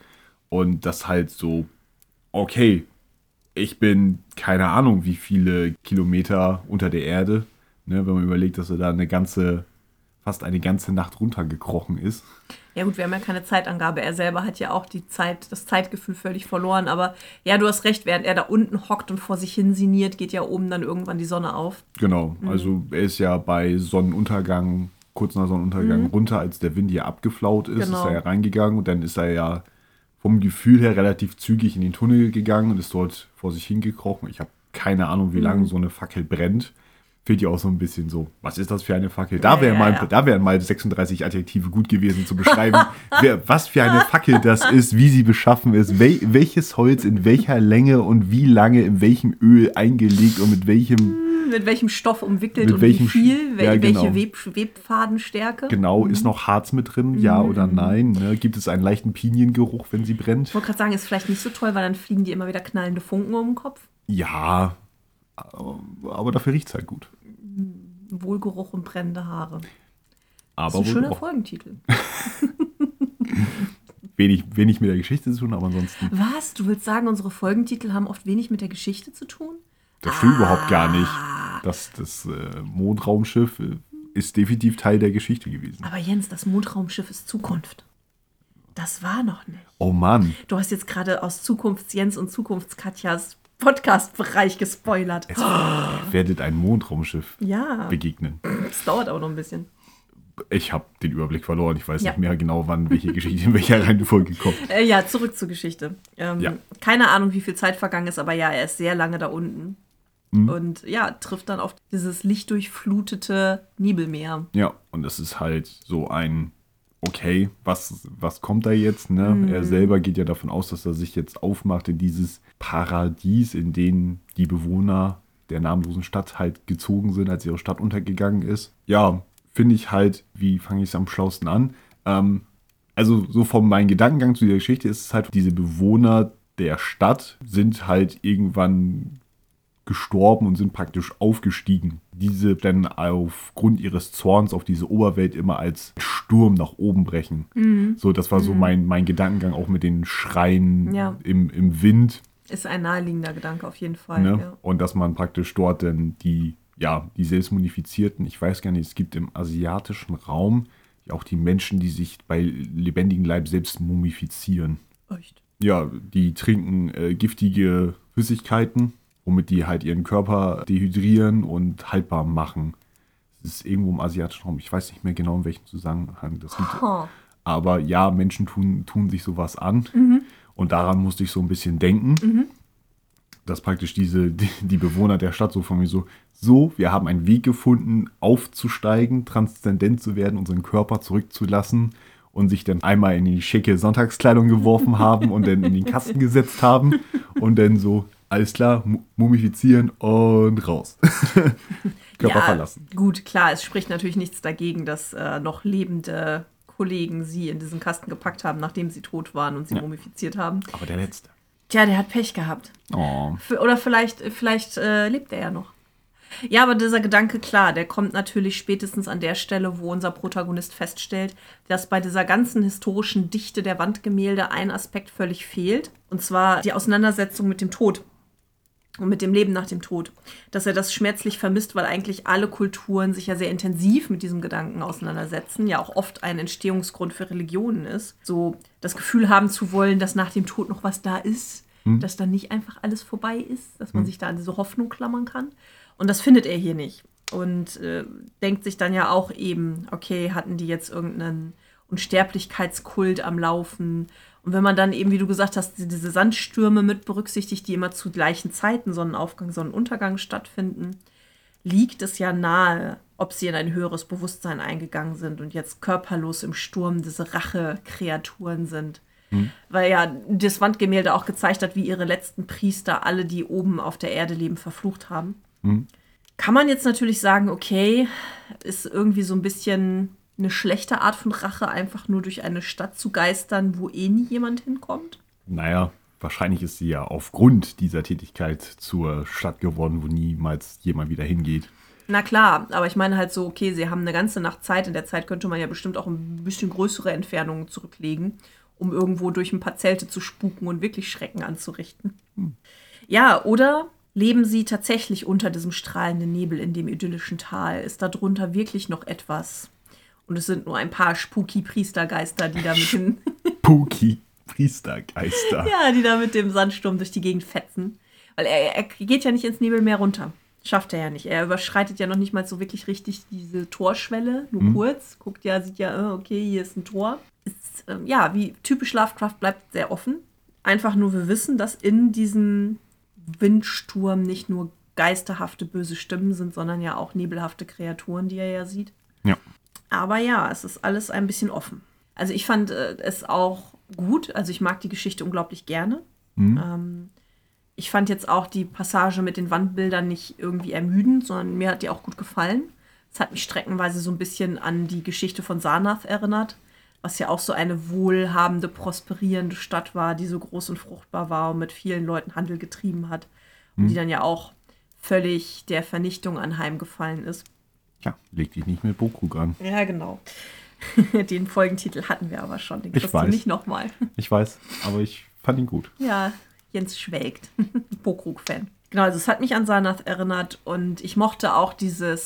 Speaker 3: Und das halt so, okay, ich bin keine Ahnung, wie viele Kilometer unter der Erde, ne, wenn man überlegt, dass er da fast eine ganze Nacht runtergekrochen ist.
Speaker 4: Ja gut, wir haben ja keine Zeitangabe. Er selber hat ja auch das Zeitgefühl völlig verloren. Aber ja, du hast recht, während er da unten hockt und vor sich hin sinniert, geht ja oben dann irgendwann die Sonne auf.
Speaker 3: Genau, also er ist ja bei Sonnenuntergang, kurz nach Sonnenuntergang runter, als der Wind hier abgeflaut ist,
Speaker 4: Genau.
Speaker 3: ist er ja reingegangen und dann ist er ja vom Gefühl her relativ zügig in den Tunnel gegangen und ist dort vor sich hingekrochen. Ich habe keine Ahnung, wie lange so eine Fackel brennt. Fehlt ja auch so ein bisschen so, was ist das für eine Fackel? Da wären mal 36 Adjektive gut gewesen zu beschreiben, was für eine Fackel das ist, wie sie beschaffen ist, welches Holz in welcher Länge und wie lange in welchem Öl eingelegt und mit welchem
Speaker 4: Stoff umwickelt
Speaker 3: mit
Speaker 4: und
Speaker 3: welchem
Speaker 4: wie viel,
Speaker 3: ja, genau.
Speaker 4: welche Webfadenstärke.
Speaker 3: Genau, ist noch Harz mit drin, ja oder nein? Ne? Gibt es einen leichten Piniengeruch, wenn sie brennt?
Speaker 4: Ich wollte gerade sagen, ist vielleicht nicht so toll, weil dann fliegen die immer wieder knallende Funken um den Kopf.
Speaker 3: Ja, aber dafür riecht es halt gut.
Speaker 4: Wohlgeruch und brennende Haare.
Speaker 3: Aber
Speaker 4: Das ist ein schöner
Speaker 3: auch
Speaker 4: Folgentitel.
Speaker 3: wenig mit der Geschichte zu tun, aber ansonsten.
Speaker 4: Was? Du willst sagen, unsere Folgentitel haben oft wenig mit der Geschichte zu tun?
Speaker 3: Das stimmt überhaupt gar nicht. Das Mondraumschiff ist definitiv Teil der Geschichte gewesen.
Speaker 4: Aber Jens, das Mondraumschiff ist Zukunft. Das war noch nicht.
Speaker 3: Oh Mann.
Speaker 4: Du hast jetzt gerade aus Zukunfts-Jens und Zukunfts-Katjas Podcast-Bereich gespoilert.
Speaker 3: Ihr werdet ein Mondraumschiff
Speaker 4: Ja,
Speaker 3: begegnen.
Speaker 4: das dauert auch noch ein bisschen.
Speaker 3: Ich habe den Überblick verloren. Ich weiß
Speaker 4: Ja.
Speaker 3: nicht mehr genau, wann welche Geschichte in welcher Reihenfolge kommt.
Speaker 4: Ja, zurück zur Geschichte.
Speaker 3: Ja.
Speaker 4: Keine Ahnung, wie viel Zeit vergangen ist, aber ja, er ist sehr lange da unten. Und ja, trifft dann auf dieses lichtdurchflutete Nibelmeer.
Speaker 3: Ja, und das ist halt so ein, okay, was kommt da jetzt? Ne? Er selber geht ja davon aus, dass er sich jetzt aufmacht in dieses Paradies, in dem die Bewohner der namenlosen Stadt halt gezogen sind, als ihre Stadt untergegangen ist. Ja, finde ich halt, wie fange ich es am schlausten an? Also so von meinem Gedankengang zu der Geschichte ist es halt, diese Bewohner der Stadt sind halt irgendwann gestorben und sind praktisch aufgestiegen. Diese dann aufgrund ihres Zorns auf diese Oberwelt immer als Sturm nach oben brechen. So, das war so mein Gedankengang auch mit den Schreien
Speaker 4: Ja.
Speaker 3: im Wind.
Speaker 4: Ist ein naheliegender Gedanke auf jeden Fall.
Speaker 3: Ne?
Speaker 4: Ja.
Speaker 3: Und dass man praktisch dort dann die selbstmumifizierten, ich weiß gar nicht, es gibt im asiatischen Raum ja auch die Menschen, die sich bei lebendigem Leib selbst mumifizieren.
Speaker 4: Echt?
Speaker 3: Ja, die trinken giftige Flüssigkeiten, womit die halt ihren Körper dehydrieren und haltbar machen. Das ist irgendwo im asiatischen Raum. Ich weiß nicht mehr genau, in welchem Zusammenhang das liegt.
Speaker 4: Huh.
Speaker 3: Aber ja, Menschen tun sich sowas an. Und daran musste ich so ein bisschen denken, dass praktisch die Bewohner der Stadt so von mir so, wir haben einen Weg gefunden, aufzusteigen, transzendent zu werden, unseren Körper zurückzulassen und sich dann einmal in die schicke Sonntagskleidung geworfen haben und dann in den Kasten gesetzt haben und dann so, alles klar, mumifizieren und raus. Körper verlassen.
Speaker 4: Gut, klar, es spricht natürlich nichts dagegen, dass noch lebende Kollegen sie in diesen Kasten gepackt haben, nachdem sie tot waren und sie mumifiziert haben.
Speaker 3: Aber der Letzte.
Speaker 4: Tja, der hat Pech gehabt.
Speaker 3: Oh.
Speaker 4: Oder vielleicht lebt er ja noch. Ja, aber dieser Gedanke, klar, der kommt natürlich spätestens an der Stelle, wo unser Protagonist feststellt, dass bei dieser ganzen historischen Dichte der Wandgemälde ein Aspekt völlig fehlt. Und zwar die Auseinandersetzung mit dem Tod und mit dem Leben nach dem Tod. Dass er das schmerzlich vermisst, weil eigentlich alle Kulturen sich ja sehr intensiv mit diesem Gedanken auseinandersetzen, ja auch oft ein Entstehungsgrund für Religionen ist. So das Gefühl haben zu wollen, dass nach dem Tod noch was da ist, dass dann nicht einfach alles vorbei ist, dass man sich da an diese Hoffnung klammern kann. Und das findet er hier nicht. Und denkt sich dann ja auch eben, okay, hatten die jetzt irgendeinen Unsterblichkeitskult am Laufen? Und wenn man dann eben, wie du gesagt hast, diese Sandstürme mit berücksichtigt, die immer zu gleichen Zeiten, Sonnenaufgang, Sonnenuntergang stattfinden, liegt es ja nahe, ob sie in ein höheres Bewusstsein eingegangen sind und jetzt körperlos im Sturm diese Rache-Kreaturen sind. Weil ja das Wandgemälde auch gezeigt hat, wie ihre letzten Priester alle, die oben auf der Erde leben, verflucht haben. Kann man jetzt natürlich sagen, okay, ist irgendwie so ein bisschen eine schlechte Art von Rache, einfach nur durch eine Stadt zu geistern, wo eh nie jemand hinkommt?
Speaker 3: Naja, wahrscheinlich ist sie ja aufgrund dieser Tätigkeit zur Stadt geworden, wo niemals jemand wieder hingeht.
Speaker 4: Na klar, aber ich meine halt so, okay, sie haben eine ganze Nacht Zeit. In der Zeit könnte man ja bestimmt auch ein bisschen größere Entfernungen zurücklegen, um irgendwo durch ein paar Zelte zu spuken und wirklich Schrecken anzurichten. Ja, oder leben sie tatsächlich unter diesem strahlenden Nebel in dem idyllischen Tal? Ist da drunter wirklich noch etwas? Und es sind nur ein paar spooky Priestergeister, die da mit dem
Speaker 3: Spooky Priestergeister.
Speaker 4: ja, die da mit dem Sandsturm durch die Gegend fetzen. Weil er geht ja nicht ins Nebelmeer runter. Schafft er ja nicht. Er überschreitet ja noch nicht mal so wirklich richtig diese Torschwelle. Nur kurz. Guckt ja, sieht ja, okay, hier ist ein Tor. Ist, ja, wie typisch Lovecraft, bleibt sehr offen. Einfach nur, wir wissen, dass in diesem Windsturm nicht nur geisterhafte böse Stimmen sind, sondern ja auch nebelhafte Kreaturen, die er ja sieht.
Speaker 3: Ja.
Speaker 4: Aber ja, es ist alles ein bisschen offen. Also ich fand es auch gut. Also ich mag die Geschichte unglaublich gerne. Ich fand jetzt auch die Passage mit den Wandbildern nicht irgendwie ermüdend, sondern mir hat die auch gut gefallen. Es hat mich streckenweise so ein bisschen an die Geschichte von Sarnath erinnert, was ja auch so eine wohlhabende, prosperierende Stadt war, die so groß und fruchtbar war und mit vielen Leuten Handel getrieben hat. Und die dann ja auch völlig der Vernichtung anheimgefallen ist.
Speaker 3: Ja, leg dich nicht mit Bokrug an.
Speaker 4: Ja, genau. Den Folgentitel hatten wir aber schon. Den
Speaker 3: Ich
Speaker 4: kriegst du
Speaker 3: weiß.
Speaker 4: nicht nochmal.
Speaker 3: Ich weiß, aber ich fand ihn gut.
Speaker 4: Ja, Jens schwelgt. Bokrug-Fan. Genau, also es hat mich an Sarnath erinnert und ich mochte auch diese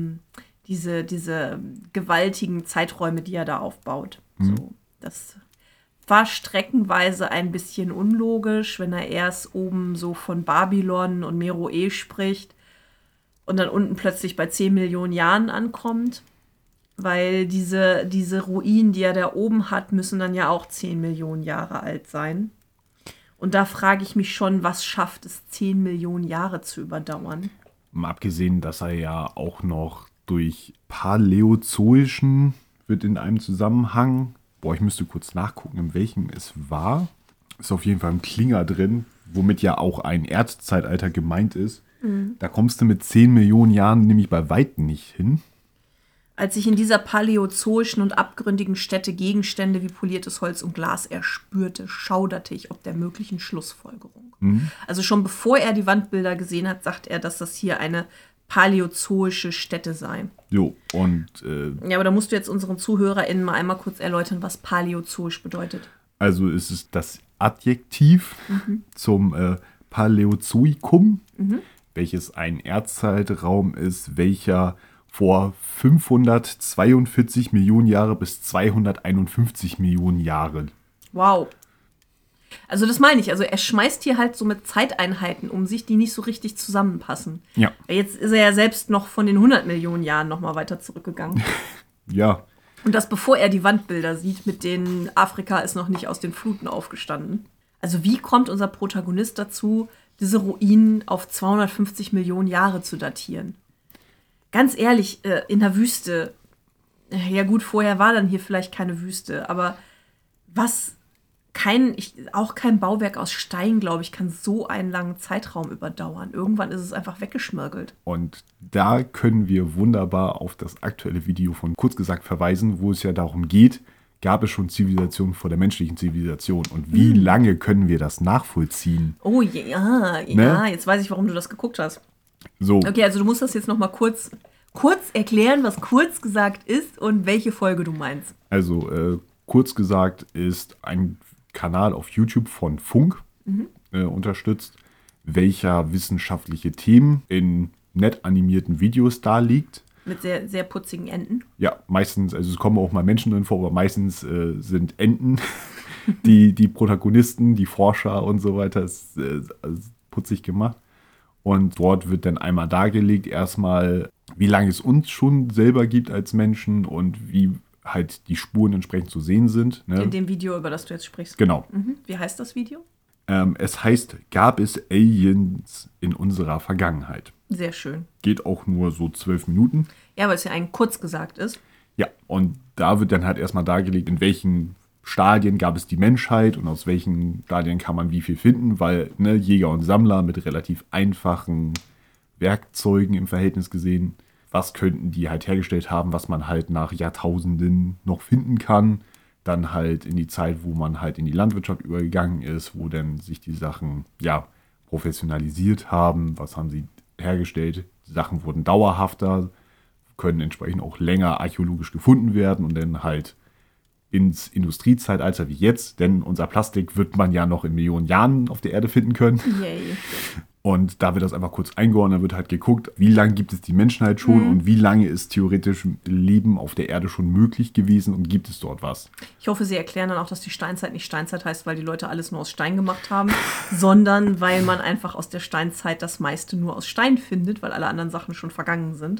Speaker 4: gewaltigen Zeiträume, die er da aufbaut. So, das war streckenweise ein bisschen unlogisch, wenn er erst oben so von Babylon und Meroe spricht und dann unten plötzlich bei 10 Millionen Jahren ankommt. Weil diese Ruinen, die er da oben hat, müssen dann ja auch 10 Millionen Jahre alt sein. Und da frage ich mich schon, was schafft es, 10 Millionen Jahre zu überdauern?
Speaker 3: Mal abgesehen, dass er ja auch noch durch paläozoischen wird in einem Zusammenhang, ich müsste kurz nachgucken, in welchem es war. Ist auf jeden Fall ein Klinger drin, womit ja auch ein Erdzeitalter gemeint ist. Da kommst du mit 10 Millionen Jahren nämlich bei Weitem nicht hin.
Speaker 4: Als ich in dieser paläozoischen und abgründigen Stätte Gegenstände wie poliertes Holz und Glas erspürte, schauderte ich ob der möglichen Schlussfolgerung. Also schon bevor er die Wandbilder gesehen hat, sagt er, dass das hier eine paläozoische Stätte sei.
Speaker 3: Jo, und
Speaker 4: Ja, aber da musst du jetzt unseren ZuhörerInnen mal einmal kurz erläutern, was paläozoisch bedeutet.
Speaker 3: also ist es das Adjektiv zum Paläozoikum, welches ein Erdzeitraum ist, welcher vor 542 Millionen Jahre bis 251 Millionen Jahre.
Speaker 4: Wow. Also das meine ich. Also er schmeißt hier halt so mit Zeiteinheiten um sich, die nicht so richtig zusammenpassen.
Speaker 3: Ja.
Speaker 4: Jetzt ist er ja selbst noch von den 100 Millionen Jahren noch mal weiter zurückgegangen.
Speaker 3: Ja,
Speaker 4: Und das bevor er die Wandbilder sieht, mit denen Afrika ist noch nicht aus den Fluten aufgestanden. Also wie kommt unser Protagonist dazu, diese Ruinen auf 250 Millionen Jahre zu datieren? Ganz ehrlich, in der Wüste, ja gut, vorher war dann hier vielleicht keine Wüste, aber auch kein Bauwerk aus Stein, glaube ich, kann so einen langen Zeitraum überdauern. Irgendwann ist es einfach weggeschmirgelt.
Speaker 3: und da können wir wunderbar auf das aktuelle Video von Kurz gesagt verweisen, wo es ja darum geht, gab es schon Zivilisation vor der menschlichen Zivilisation und wie lange können wir das nachvollziehen?
Speaker 4: Oh ja,
Speaker 3: Ne?
Speaker 4: jetzt weiß ich, warum du das geguckt hast.
Speaker 3: So,
Speaker 4: Okay, also du musst das jetzt noch mal kurz erklären, was kurz gesagt ist und welche Folge du meinst.
Speaker 3: also Kurz gesagt ist ein Kanal auf YouTube von Funk unterstützt, welcher wissenschaftliche Themen in nett animierten Videos darlegt.
Speaker 4: Mit sehr, sehr putzigen Enden.
Speaker 3: Ja, meistens, also es kommen auch mal Menschen drin vor, aber meistens sind Enten die Protagonisten, die Forscher und so weiter. Ist putzig gemacht. Und dort wird dann einmal dargelegt, erstmal, wie lange es uns schon selber gibt als Menschen und wie halt die Spuren entsprechend zu sehen sind. Ne?
Speaker 4: In dem Video, über das du jetzt sprichst.
Speaker 3: Genau.
Speaker 4: Wie heißt das Video?
Speaker 3: Es heißt, gab es Aliens in unserer Vergangenheit?
Speaker 4: Sehr schön.
Speaker 3: Geht auch nur so 12 Minuten.
Speaker 4: Ja, weil es ja ein kurz gesagt ist.
Speaker 3: Ja, und da wird dann halt erstmal dargelegt, in welchen Stadien gab es die Menschheit und aus welchen Stadien kann man wie viel finden, weil Jäger und Sammler mit relativ einfachen Werkzeugen im Verhältnis gesehen, was könnten die halt hergestellt haben, was man halt nach Jahrtausenden noch finden kann. Dann halt in die Zeit, wo man halt in die Landwirtschaft übergegangen ist, wo dann sich die Sachen professionalisiert haben. Was haben sie hergestellt? Die Sachen wurden dauerhafter, können entsprechend auch länger archäologisch gefunden werden und dann halt ins Industriezeitalter wie jetzt, denn unser Plastik wird man ja noch in Millionen Jahren auf der Erde finden können.
Speaker 4: Yay.
Speaker 3: Und da wird das einfach kurz eingeordnet, da wird halt geguckt, wie lange gibt es die Menschheit schon und wie lange ist theoretisch Leben auf der Erde schon möglich gewesen und gibt es dort was.
Speaker 4: Ich hoffe, Sie erklären dann auch, dass die Steinzeit nicht Steinzeit heißt, weil die Leute alles nur aus Stein gemacht haben, sondern weil man einfach aus der Steinzeit das meiste nur aus Stein findet, weil alle anderen Sachen schon vergangen sind.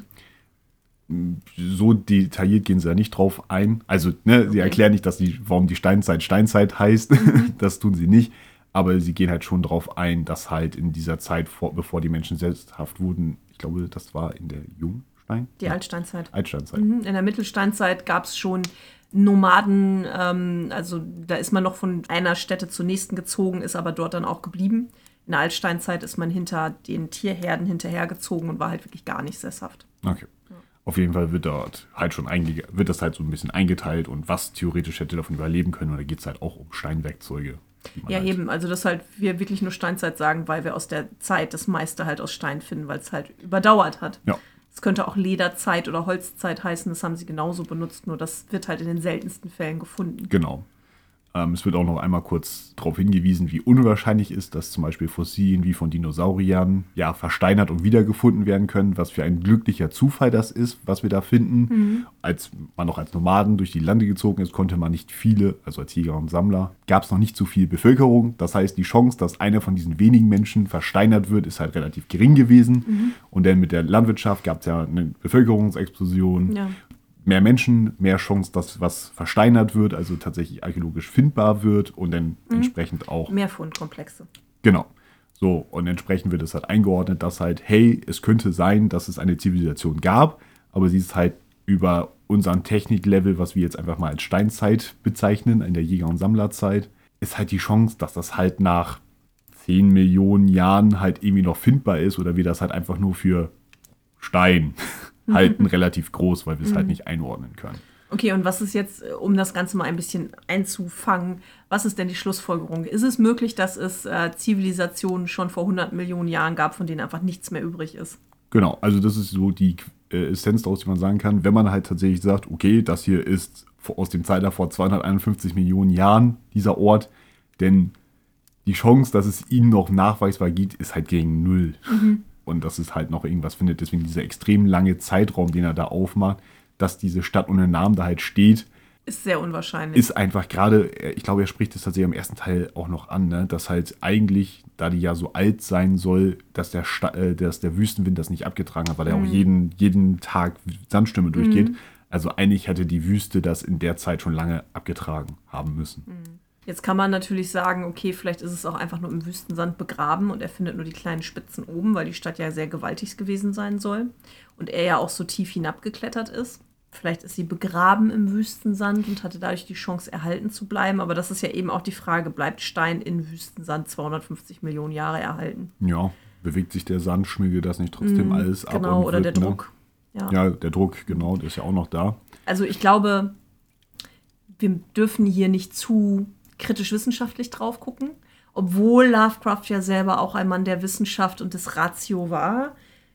Speaker 3: So detailliert gehen sie da nicht drauf ein. Also, ne, sie erklären nicht, warum die Steinzeit Steinzeit heißt. Das tun sie nicht. Aber sie gehen halt schon drauf ein, dass halt in dieser Zeit, bevor die Menschen sesshaft wurden, ich glaube, das war in der Jungstein?
Speaker 4: Die Altsteinzeit.
Speaker 3: Altsteinzeit.
Speaker 4: In der Mittelsteinzeit gab es schon Nomaden, also da ist man noch von einer Stätte zur nächsten gezogen, ist aber dort dann auch geblieben. In der Altsteinzeit ist man hinter den Tierherden hinterhergezogen und war halt wirklich gar nicht sesshaft.
Speaker 3: Okay. Auf jeden Fall wird dort halt wird das halt so ein bisschen eingeteilt und was theoretisch hätte davon überleben können. Und da geht es halt auch um Steinwerkzeuge.
Speaker 4: Ja, eben. Also, dass halt wir wirklich nur Steinzeit sagen, weil wir aus der Zeit das meiste halt aus Stein finden, weil es halt überdauert hat.
Speaker 3: Ja.
Speaker 4: Es könnte auch Lederzeit oder Holzzeit heißen, das haben sie genauso benutzt, nur das wird halt in den seltensten Fällen gefunden.
Speaker 3: Genau. Es wird auch noch einmal kurz darauf hingewiesen, wie unwahrscheinlich ist, dass zum Beispiel Fossilien wie von Dinosauriern ja versteinert und wiedergefunden werden können, was für ein glücklicher Zufall das ist, was wir da finden. Als man noch als Nomaden durch die Lande gezogen ist, konnte man nicht viele, also als Jäger und Sammler, gab es noch nicht so viel Bevölkerung. Das heißt, die Chance, dass einer von diesen wenigen Menschen versteinert wird, ist halt relativ gering gewesen. Und dann mit der Landwirtschaft gab es ja eine Bevölkerungsexplosion.
Speaker 4: Ja.
Speaker 3: Mehr Menschen, mehr Chance, dass was versteinert wird, also tatsächlich archäologisch findbar wird und dann entsprechend auch...
Speaker 4: Mehr Fundkomplexe.
Speaker 3: Genau. So, und entsprechend wird es halt eingeordnet, dass halt, hey, es könnte sein, dass es eine Zivilisation gab, aber sie ist halt über unseren Techniklevel, was wir jetzt einfach mal als Steinzeit bezeichnen, in der Jäger- und Sammlerzeit, ist halt die Chance, dass das halt nach 10 Millionen Jahren halt irgendwie noch findbar ist oder wir das halt einfach nur für Stein halten, relativ groß, weil wir es halt nicht einordnen können.
Speaker 4: Okay, und was ist jetzt, um das Ganze mal ein bisschen einzufangen, was ist denn die Schlussfolgerung? Ist es möglich, dass es Zivilisationen schon vor 100 Millionen Jahren gab, von denen einfach nichts mehr übrig ist?
Speaker 3: Genau, also das ist so die Essenz daraus, die man sagen kann, wenn man halt tatsächlich sagt, okay, das hier ist aus dem Zeitalter vor 251 Millionen Jahren, dieser Ort, denn die Chance, dass es ihnen noch nachweisbar gibt, ist halt gegen 0. Und dass es halt noch irgendwas findet. Deswegen dieser extrem lange Zeitraum, den er da aufmacht, dass diese Stadt ohne Namen da halt steht.
Speaker 4: Ist sehr unwahrscheinlich.
Speaker 3: Ist einfach gerade, ich glaube, er spricht es tatsächlich im ersten Teil auch noch an, ne, dass halt eigentlich, da die ja so alt sein soll, dass der Wüstenwind das nicht abgetragen hat, weil er auch jeden Tag Sandstürme durchgeht. Also eigentlich hätte die Wüste das in der Zeit schon lange abgetragen haben müssen.
Speaker 4: Jetzt kann man natürlich sagen, okay, vielleicht ist es auch einfach nur im Wüstensand begraben und er findet nur die kleinen Spitzen oben, weil die Stadt ja sehr gewaltig gewesen sein soll und er ja auch so tief hinabgeklettert ist. Vielleicht ist sie begraben im Wüstensand und hatte dadurch die Chance, erhalten zu bleiben. Aber das ist ja eben auch die Frage, bleibt Stein in Wüstensand 250 Millionen Jahre erhalten?
Speaker 3: Ja, bewegt sich der Sand, schmilge das nicht trotzdem alles ab?
Speaker 4: Genau,
Speaker 3: und
Speaker 4: oder
Speaker 3: wird,
Speaker 4: der Druck.
Speaker 3: Ja, der Druck, genau, der ist ja auch noch da.
Speaker 4: Also ich glaube, wir dürfen hier nicht zu kritisch wissenschaftlich drauf gucken, obwohl Lovecraft ja selber auch ein Mann der Wissenschaft und des Ratio war,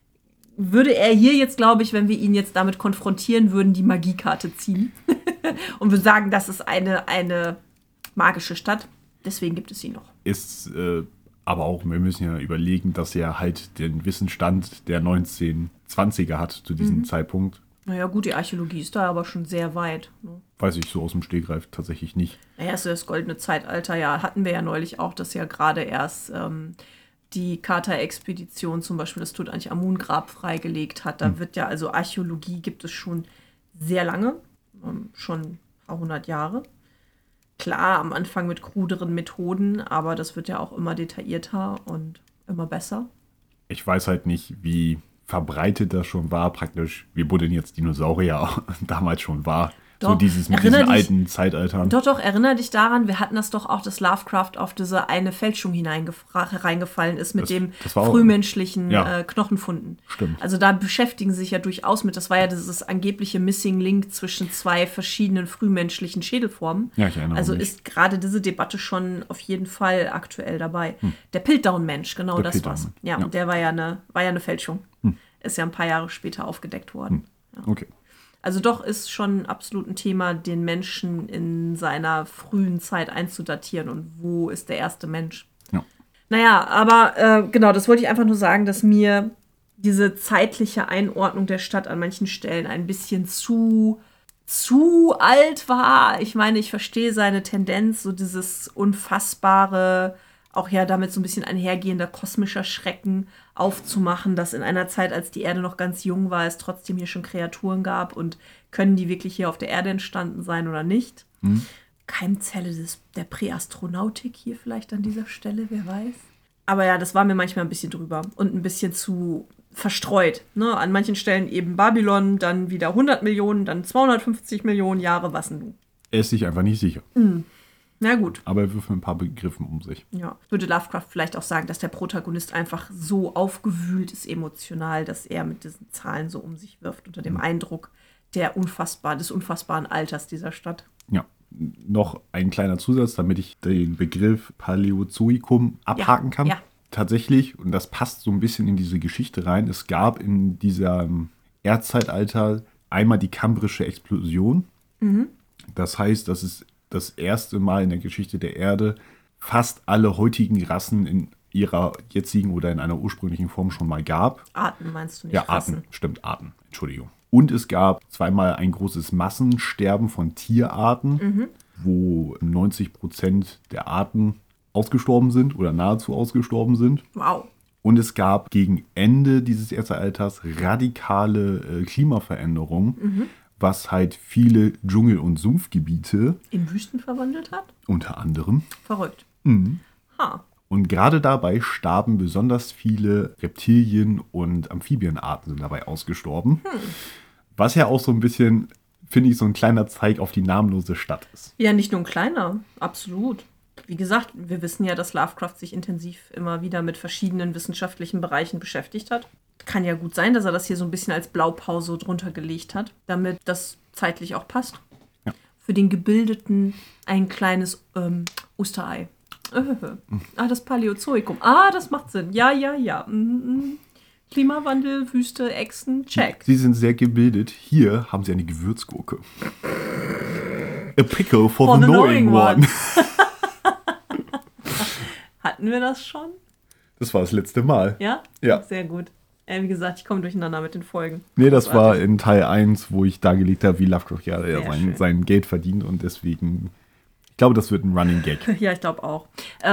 Speaker 4: würde er hier jetzt, glaube ich, wenn wir ihn jetzt damit konfrontieren würden, die Magiekarte ziehen und wir sagen, das ist eine magische Stadt, deswegen gibt es sie noch.
Speaker 3: Ist aber auch, wir müssen ja überlegen, dass er halt den Wissensstand der 1920er hat zu diesem Zeitpunkt.
Speaker 4: Naja gut, die Archäologie ist da aber schon sehr weit. Ne?
Speaker 3: Weiß ich so aus dem Stegreif tatsächlich nicht.
Speaker 4: Naja, so das goldene Zeitalter, ja, hatten wir ja neulich auch, dass ja gerade erst die Carter-Expedition zum Beispiel das Tutanchamun-Grab freigelegt hat. Da wird ja, also Archäologie gibt es schon sehr lange, schon ein paar hundert Jahre. Klar, am Anfang mit kruderen Methoden, aber das wird ja auch immer detaillierter und immer besser.
Speaker 3: Ich weiß halt nicht, wie verbreitet das schon war, praktisch, wie buddeln jetzt Dinosaurier damals schon war.
Speaker 4: Doch,
Speaker 3: so dieses mit diesen alten Zeitaltern.
Speaker 4: Doch, erinnere dich daran, wir hatten das doch auch, dass Lovecraft auf diese eine Fälschung reingefallen ist mit dem frühmenschlichen Knochenfunden.
Speaker 3: Stimmt.
Speaker 4: Also da beschäftigen sie sich ja durchaus mit, das war ja dieses angebliche Missing Link zwischen zwei verschiedenen frühmenschlichen Schädelformen.
Speaker 3: Ja, ich erinnere
Speaker 4: also
Speaker 3: mich.
Speaker 4: ist gerade diese Debatte schon auf jeden Fall aktuell dabei. Der Piltdown-Mensch, genau
Speaker 3: Der
Speaker 4: das war's. Ja,
Speaker 3: ja.
Speaker 4: und der war ja eine Fälschung. Ist ja ein paar Jahre später aufgedeckt worden.
Speaker 3: Okay.
Speaker 4: Also doch ist schon absolut ein Thema, den Menschen in seiner frühen Zeit einzudatieren und wo ist der erste Mensch.
Speaker 3: Ja.
Speaker 4: Naja, aber genau, das wollte ich einfach nur sagen, dass mir diese zeitliche Einordnung der Stadt an manchen Stellen ein bisschen zu alt war. Ich meine, ich verstehe seine Tendenz, so dieses unfassbare, auch ja damit so ein bisschen einhergehender kosmischer Schrecken aufzumachen, dass in einer Zeit, als die Erde noch ganz jung war, es trotzdem hier schon Kreaturen gab und können die wirklich hier auf der Erde entstanden sein oder nicht. Keimzelle der Präastronautik hier vielleicht an dieser Stelle, wer weiß. Aber ja, das war mir manchmal ein bisschen drüber und ein bisschen zu verstreut. Ne? An manchen Stellen eben Babylon, dann wieder 100 Millionen, dann 250 Millionen Jahre, was denn du?
Speaker 3: Er ist sich einfach nicht sicher.
Speaker 4: Na gut.
Speaker 3: Aber er wirft mit ein paar Begriffen um sich.
Speaker 4: Ja, würde Lovecraft vielleicht auch sagen, dass der Protagonist einfach so aufgewühlt ist emotional, dass er mit diesen Zahlen so um sich wirft, unter dem Eindruck des unfassbaren Alters dieser Stadt.
Speaker 3: Ja, noch ein kleiner Zusatz, damit ich den Begriff Paläozoikum abhaken kann.
Speaker 4: Ja.
Speaker 3: Tatsächlich, und das passt so ein bisschen in diese Geschichte rein, es gab in diesem Erdzeitalter einmal die kambrische Explosion. Das heißt, das ist das erste Mal in der Geschichte der Erde fast alle heutigen Rassen in ihrer jetzigen oder in einer ursprünglichen Form schon mal gab.
Speaker 4: Arten meinst du nicht?
Speaker 3: Ja,
Speaker 4: Rassen.
Speaker 3: Arten, stimmt, Arten, Entschuldigung. Und es gab zweimal ein großes Massensterben von Tierarten, wo 90% der Arten ausgestorben sind oder nahezu ausgestorben sind.
Speaker 4: Wow.
Speaker 3: Und es gab gegen Ende dieses Erdzeitalters radikale Klimaveränderungen, was halt viele Dschungel- und Sumpfgebiete
Speaker 4: In Wüsten verwandelt hat?
Speaker 3: unter anderem.
Speaker 4: Verrückt. Ha.
Speaker 3: Und gerade dabei starben besonders viele Reptilien- und Amphibienarten sind dabei ausgestorben. Was ja auch so ein bisschen, finde ich, so ein kleiner Zeig auf die namenlose Stadt ist.
Speaker 4: Ja, nicht nur ein kleiner, absolut. Wie gesagt, wir wissen ja, dass Lovecraft sich intensiv immer wieder mit verschiedenen wissenschaftlichen Bereichen beschäftigt hat. Kann ja gut sein, dass er das hier so ein bisschen als Blaupause drunter gelegt hat, damit das zeitlich auch passt.
Speaker 3: Ja.
Speaker 4: Für den Gebildeten ein kleines Osterei. Das Paläozoikum. Das macht Sinn. Ja. Klimawandel, Wüste, Echsen, check.
Speaker 3: Sie sind sehr gebildet. Hier haben sie eine Gewürzgurke. A pickle for the knowing one.
Speaker 4: Hatten wir das schon?
Speaker 3: Das war das letzte Mal.
Speaker 4: Ja?
Speaker 3: Ja.
Speaker 4: Sehr gut. Wie gesagt, ich komme durcheinander mit den Folgen.
Speaker 3: Nee, das war
Speaker 4: Großartig.
Speaker 3: in Teil 1, wo ich dargelegt habe, wie Lovecraft ja
Speaker 4: schön.
Speaker 3: sein Geld verdient und deswegen, ich glaube, das wird ein Running Gag.
Speaker 4: Ja, ich glaube auch.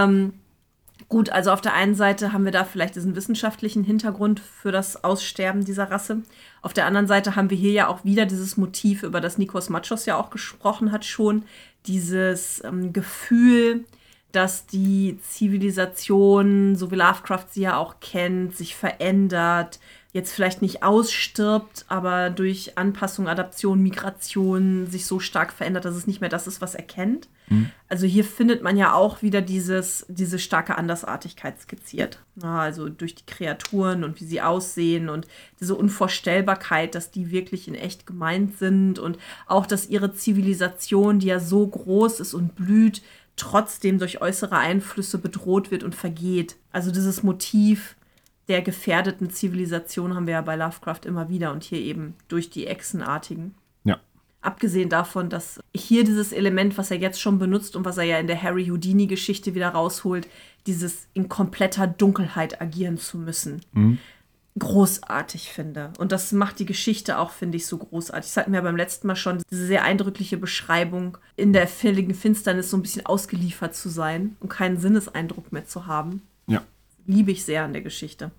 Speaker 4: Gut, also auf der einen Seite haben wir da vielleicht diesen wissenschaftlichen Hintergrund für das Aussterben dieser Rasse. Auf der anderen Seite haben wir hier ja auch wieder dieses Motiv, über das Nikos Machos ja auch gesprochen hat schon. Dieses Gefühl, dass die Zivilisation, so wie Lovecraft sie ja auch kennt, sich verändert, jetzt vielleicht nicht ausstirbt, aber durch Anpassung, Adaption, Migration sich so stark verändert, dass es nicht mehr das ist, was er kennt. Also hier findet man ja auch wieder diese starke Andersartigkeit skizziert. Also durch die Kreaturen und wie sie aussehen und diese Unvorstellbarkeit, dass die wirklich in echt gemeint sind und auch, dass ihre Zivilisation, die ja so groß ist und blüht, trotzdem durch äußere Einflüsse bedroht wird und vergeht. Also dieses Motiv der gefährdeten Zivilisation haben wir ja bei Lovecraft immer wieder und hier eben durch die Echsenartigen.
Speaker 3: Ja.
Speaker 4: Abgesehen davon, dass hier dieses Element, was er jetzt schon benutzt und was er ja in der Harry Houdini-Geschichte wieder rausholt, dieses in kompletter Dunkelheit agieren zu müssen, großartig finde. Und das macht die Geschichte auch, finde ich, so großartig. Das hatten wir beim letzten Mal schon, diese sehr eindrückliche Beschreibung, in der völligen Finsternis so ein bisschen ausgeliefert zu sein und keinen Sinneseindruck mehr zu haben.
Speaker 3: Ja.
Speaker 4: Liebe ich sehr an der Geschichte.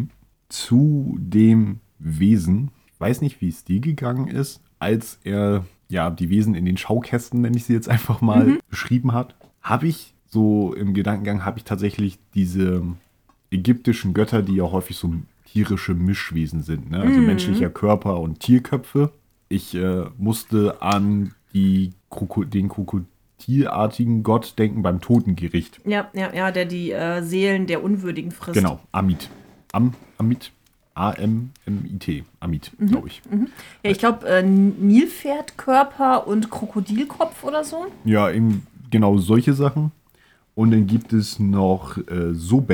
Speaker 3: Zu dem Wesen, ich weiß nicht, wie es dir gegangen ist, als er ja die Wesen in den Schaukästen, nenne ich sie jetzt einfach mal, beschrieben hat, habe ich so im Gedankengang, tatsächlich diese ägyptischen Götter, die ja häufig so tierische Mischwesen sind, ne? Also menschlicher Körper und Tierköpfe. Ich musste an den krokodilartigen Gott denken beim Totengericht.
Speaker 4: Ja, der die Seelen der Unwürdigen frisst.
Speaker 3: Genau, Amit. Amit. A-M-M-I-T. Amit, glaube ich.
Speaker 4: Ja, ich glaube, Nilpferdkörper und Krokodilkopf oder so.
Speaker 3: Ja, eben genau solche Sachen. Und dann gibt es noch Sobek,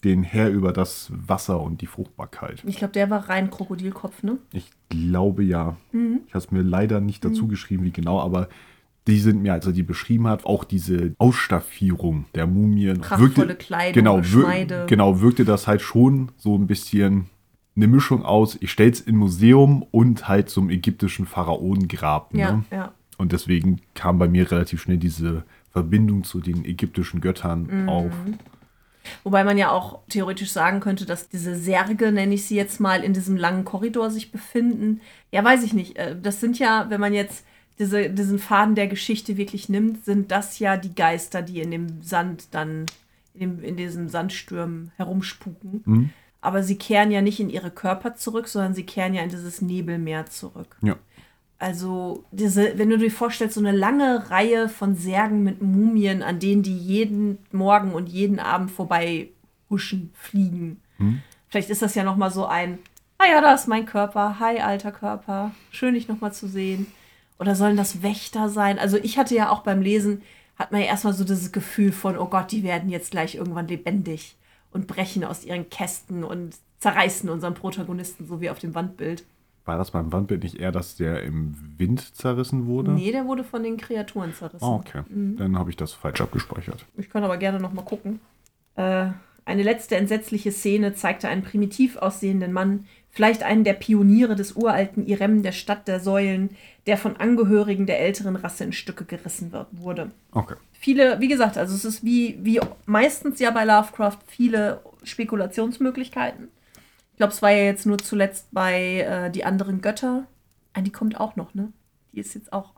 Speaker 3: den Herr über das Wasser und die Fruchtbarkeit.
Speaker 4: Ich glaube, der war rein Krokodilkopf, ne?
Speaker 3: Ich glaube ja. Ich habe es mir leider nicht dazu geschrieben, wie genau, aber die sind mir, als er die beschrieben hat, auch diese Ausstaffierung der Mumien.
Speaker 4: Kraftvolle Kleidung, Geschmeide.
Speaker 3: Genau, wirkte das halt schon so ein bisschen eine Mischung aus, ich stell's in Museum und halt zum ägyptischen Pharaonengrab.
Speaker 4: Ja,
Speaker 3: Ne?
Speaker 4: ja.
Speaker 3: Und deswegen kam bei mir relativ schnell diese Verbindung zu den ägyptischen Göttern auf.
Speaker 4: Wobei man ja auch theoretisch sagen könnte, dass diese Särge, nenne ich sie jetzt mal, in diesem langen Korridor sich befinden. Ja, weiß ich nicht. Das sind ja, wenn man jetzt diesen Faden der Geschichte wirklich nimmt, sind das ja die Geister, die in dem Sand dann, in diesen Sandstürmen herumspuken. Aber sie kehren ja nicht in ihre Körper zurück, sondern sie kehren ja in dieses Nebelmeer zurück.
Speaker 3: Ja.
Speaker 4: Also, wenn du dir vorstellst, so eine lange Reihe von Särgen mit Mumien, an denen die jeden Morgen und jeden Abend vorbei huschen, fliegen. Vielleicht ist das ja nochmal so ein, ja, da ist mein Körper, hi, alter Körper, schön, dich nochmal zu sehen. Oder sollen das Wächter sein? Also, ich hatte ja auch beim Lesen, hat man ja erstmal so dieses Gefühl von, oh Gott, die werden jetzt gleich irgendwann lebendig und brechen aus ihren Kästen und zerreißen unseren Protagonisten, so wie auf dem Wandbild.
Speaker 3: War das beim Wandbild nicht eher, dass der im Wind zerrissen wurde?
Speaker 4: Nee, der wurde von den Kreaturen zerrissen.
Speaker 3: Oh, okay. Dann habe ich das falsch abgespeichert.
Speaker 4: Ich kann aber gerne noch mal gucken. Eine letzte entsetzliche Szene zeigte einen primitiv aussehenden Mann, vielleicht einen der Pioniere des uralten Irem, der Stadt der Säulen, der von Angehörigen der älteren Rasse in Stücke gerissen wurde.
Speaker 3: Okay.
Speaker 4: Viele, wie gesagt, also es ist wie meistens ja bei Lovecraft viele Spekulationsmöglichkeiten. Ich glaube, es war ja jetzt nur zuletzt bei Die anderen Götter. Die kommt auch noch, ne? Die ist jetzt auch...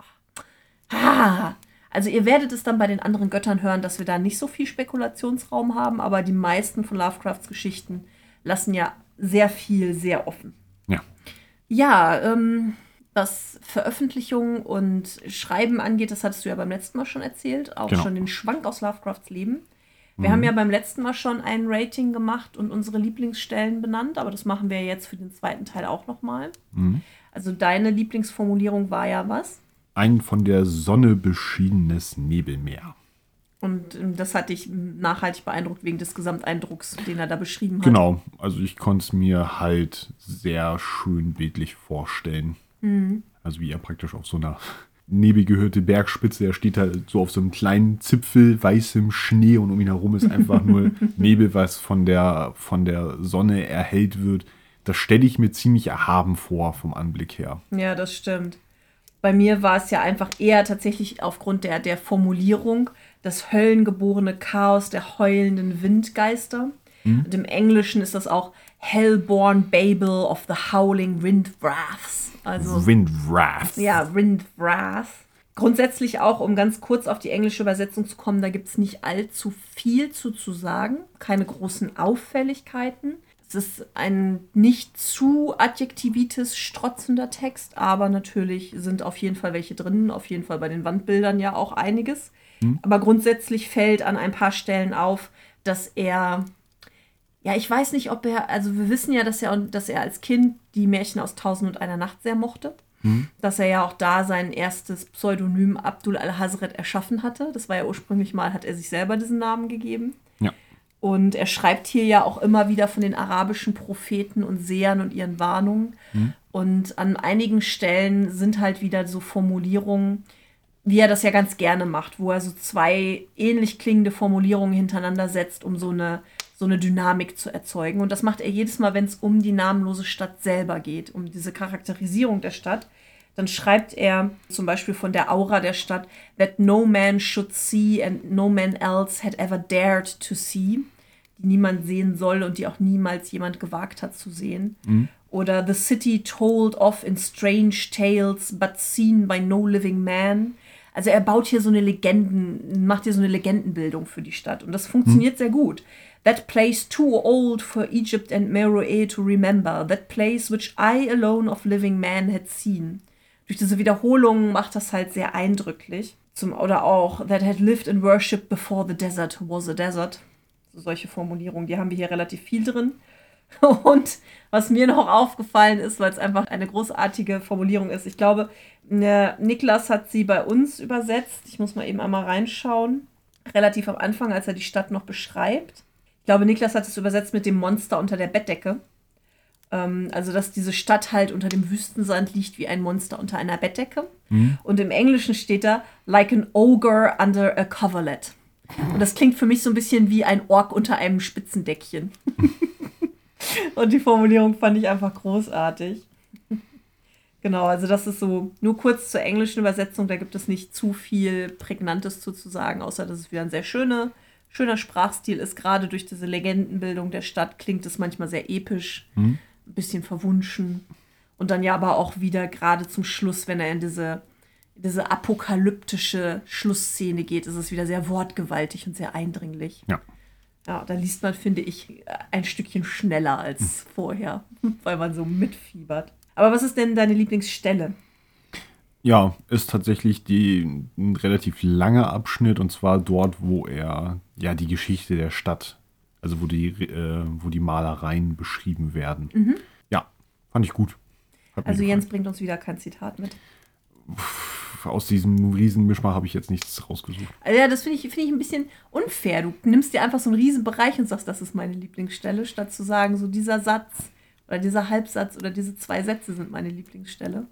Speaker 4: Also ihr werdet es dann bei den anderen Göttern hören, dass wir da nicht so viel Spekulationsraum haben, aber die meisten von Lovecrafts Geschichten lassen ja sehr viel sehr offen.
Speaker 3: Ja.
Speaker 4: Ja, was Veröffentlichung und Schreiben angeht, das hattest du ja beim letzten Mal schon erzählt, auch schon den Schwank aus Lovecrafts Leben. Wir haben ja beim letzten Mal schon ein Rating gemacht und unsere Lieblingsstellen benannt, aber das machen wir jetzt für den zweiten Teil auch nochmal. Also deine Lieblingsformulierung war ja was?
Speaker 3: Ein von der Sonne beschiedenes Nebelmeer.
Speaker 4: Und das hat dich nachhaltig beeindruckt wegen des Gesamteindrucks, den er da beschrieben hat.
Speaker 3: Genau, also ich konnte es mir halt sehr schön bildlich vorstellen. Also wie er praktisch auf so einer nebelgehörte Bergspitze, er steht halt so auf so einem kleinen Zipfel weißem Schnee und um ihn herum ist einfach nur Nebel, was von der Sonne erhellt wird. Das stelle ich mir ziemlich erhaben vor vom Anblick her. Ja,
Speaker 4: das stimmt. Bei mir war es ja einfach eher tatsächlich aufgrund der Formulierung das höllengeborene Chaos der heulenden Windgeister. Und im Englischen ist das auch Hellborn Babel of the Howling Windwraths. Also,
Speaker 3: Windwrath.
Speaker 4: Ja, Windwrath. Grundsätzlich auch, um ganz kurz auf die englische Übersetzung zu kommen, da gibt es nicht allzu viel zu sagen. Keine großen Auffälligkeiten. Es ist ein nicht zu adjektivitis strotzender Text, aber natürlich sind auf jeden Fall welche drin, auf jeden Fall bei den Wandbildern ja auch einiges. Aber grundsätzlich fällt an ein paar Stellen auf, dass er, ja, ich weiß nicht, ob er, also wir wissen ja, dass er als Kind die Märchen aus 1001 Nacht sehr mochte. Dass er ja auch da sein erstes Pseudonym Abdul al-Hazret erschaffen hatte. Das war ja ursprünglich mal, hat er sich selber diesen Namen gegeben.
Speaker 3: Ja.
Speaker 4: Und er schreibt hier ja auch immer wieder von den arabischen Propheten und Sehern und ihren Warnungen. Und an einigen Stellen sind halt wieder so Formulierungen, wie er das ja ganz gerne macht, wo er so zwei ähnlich klingende Formulierungen hintereinander setzt, um so eine Dynamik zu erzeugen. Und das macht er jedes Mal, wenn es um die namenlose Stadt selber geht, um diese Charakterisierung der Stadt. Dann schreibt er zum Beispiel von der Aura der Stadt, that no man should see and no man else had ever dared to see, die niemand sehen soll und die auch niemals jemand gewagt hat zu sehen. Oder the city told of in strange tales, but seen by no living man. Also er baut hier macht hier so eine Legendenbildung für die Stadt. Und das funktioniert sehr gut. That place too old for Egypt and Meroe to remember. That place which I alone of living man had seen. Durch diese Wiederholungen macht das halt sehr eindrücklich. Oder auch, that had lived and worshipped before the desert was a desert. So solche Formulierungen, die haben wir hier relativ viel drin. Und was mir noch aufgefallen ist, weil es einfach eine großartige Formulierung ist, ich glaube, Niklas hat sie bei uns übersetzt. Ich muss mal eben einmal reinschauen. Relativ am Anfang, als er die Stadt noch beschreibt. Ich glaube, Niklas hat es übersetzt mit dem Monster unter der Bettdecke. Also, dass diese Stadt halt unter dem Wüstensand liegt wie ein Monster unter einer Bettdecke. Und im Englischen steht da, like an ogre under a coverlet. Und das klingt für mich so ein bisschen wie ein Ork unter einem Spitzendeckchen. Und die Formulierung fand ich einfach großartig. Genau, also das ist so, nur kurz zur englischen Übersetzung, da gibt es nicht zu viel Prägnantes zu sagen, außer dass es wieder ein sehr schöner Sprachstil ist. Gerade durch diese Legendenbildung der Stadt klingt es manchmal sehr episch, ein bisschen verwunschen. Und dann ja aber auch wieder gerade zum Schluss, wenn er in diese apokalyptische Schlussszene geht, ist es wieder sehr wortgewaltig und sehr eindringlich.
Speaker 3: Ja.
Speaker 4: Ja, da liest man, finde ich, ein Stückchen schneller als vorher, weil man so mitfiebert. Aber was ist denn deine Lieblingsstelle?
Speaker 3: Ja, ist tatsächlich ein relativ langer Abschnitt, und zwar dort, wo er ja die Geschichte der Stadt, also wo die Malereien beschrieben werden. Ja, fand ich gut.
Speaker 4: Also Jens bringt uns wieder kein Zitat mit.
Speaker 3: Aus diesem Riesenmischmasch habe ich jetzt nichts rausgesucht.
Speaker 4: Ja, das finde ich ein bisschen unfair. Du nimmst dir einfach so einen Riesenbereich und sagst, das ist meine Lieblingsstelle, statt zu sagen, so dieser Satz oder dieser Halbsatz oder diese 2 Sätze sind meine Lieblingsstelle.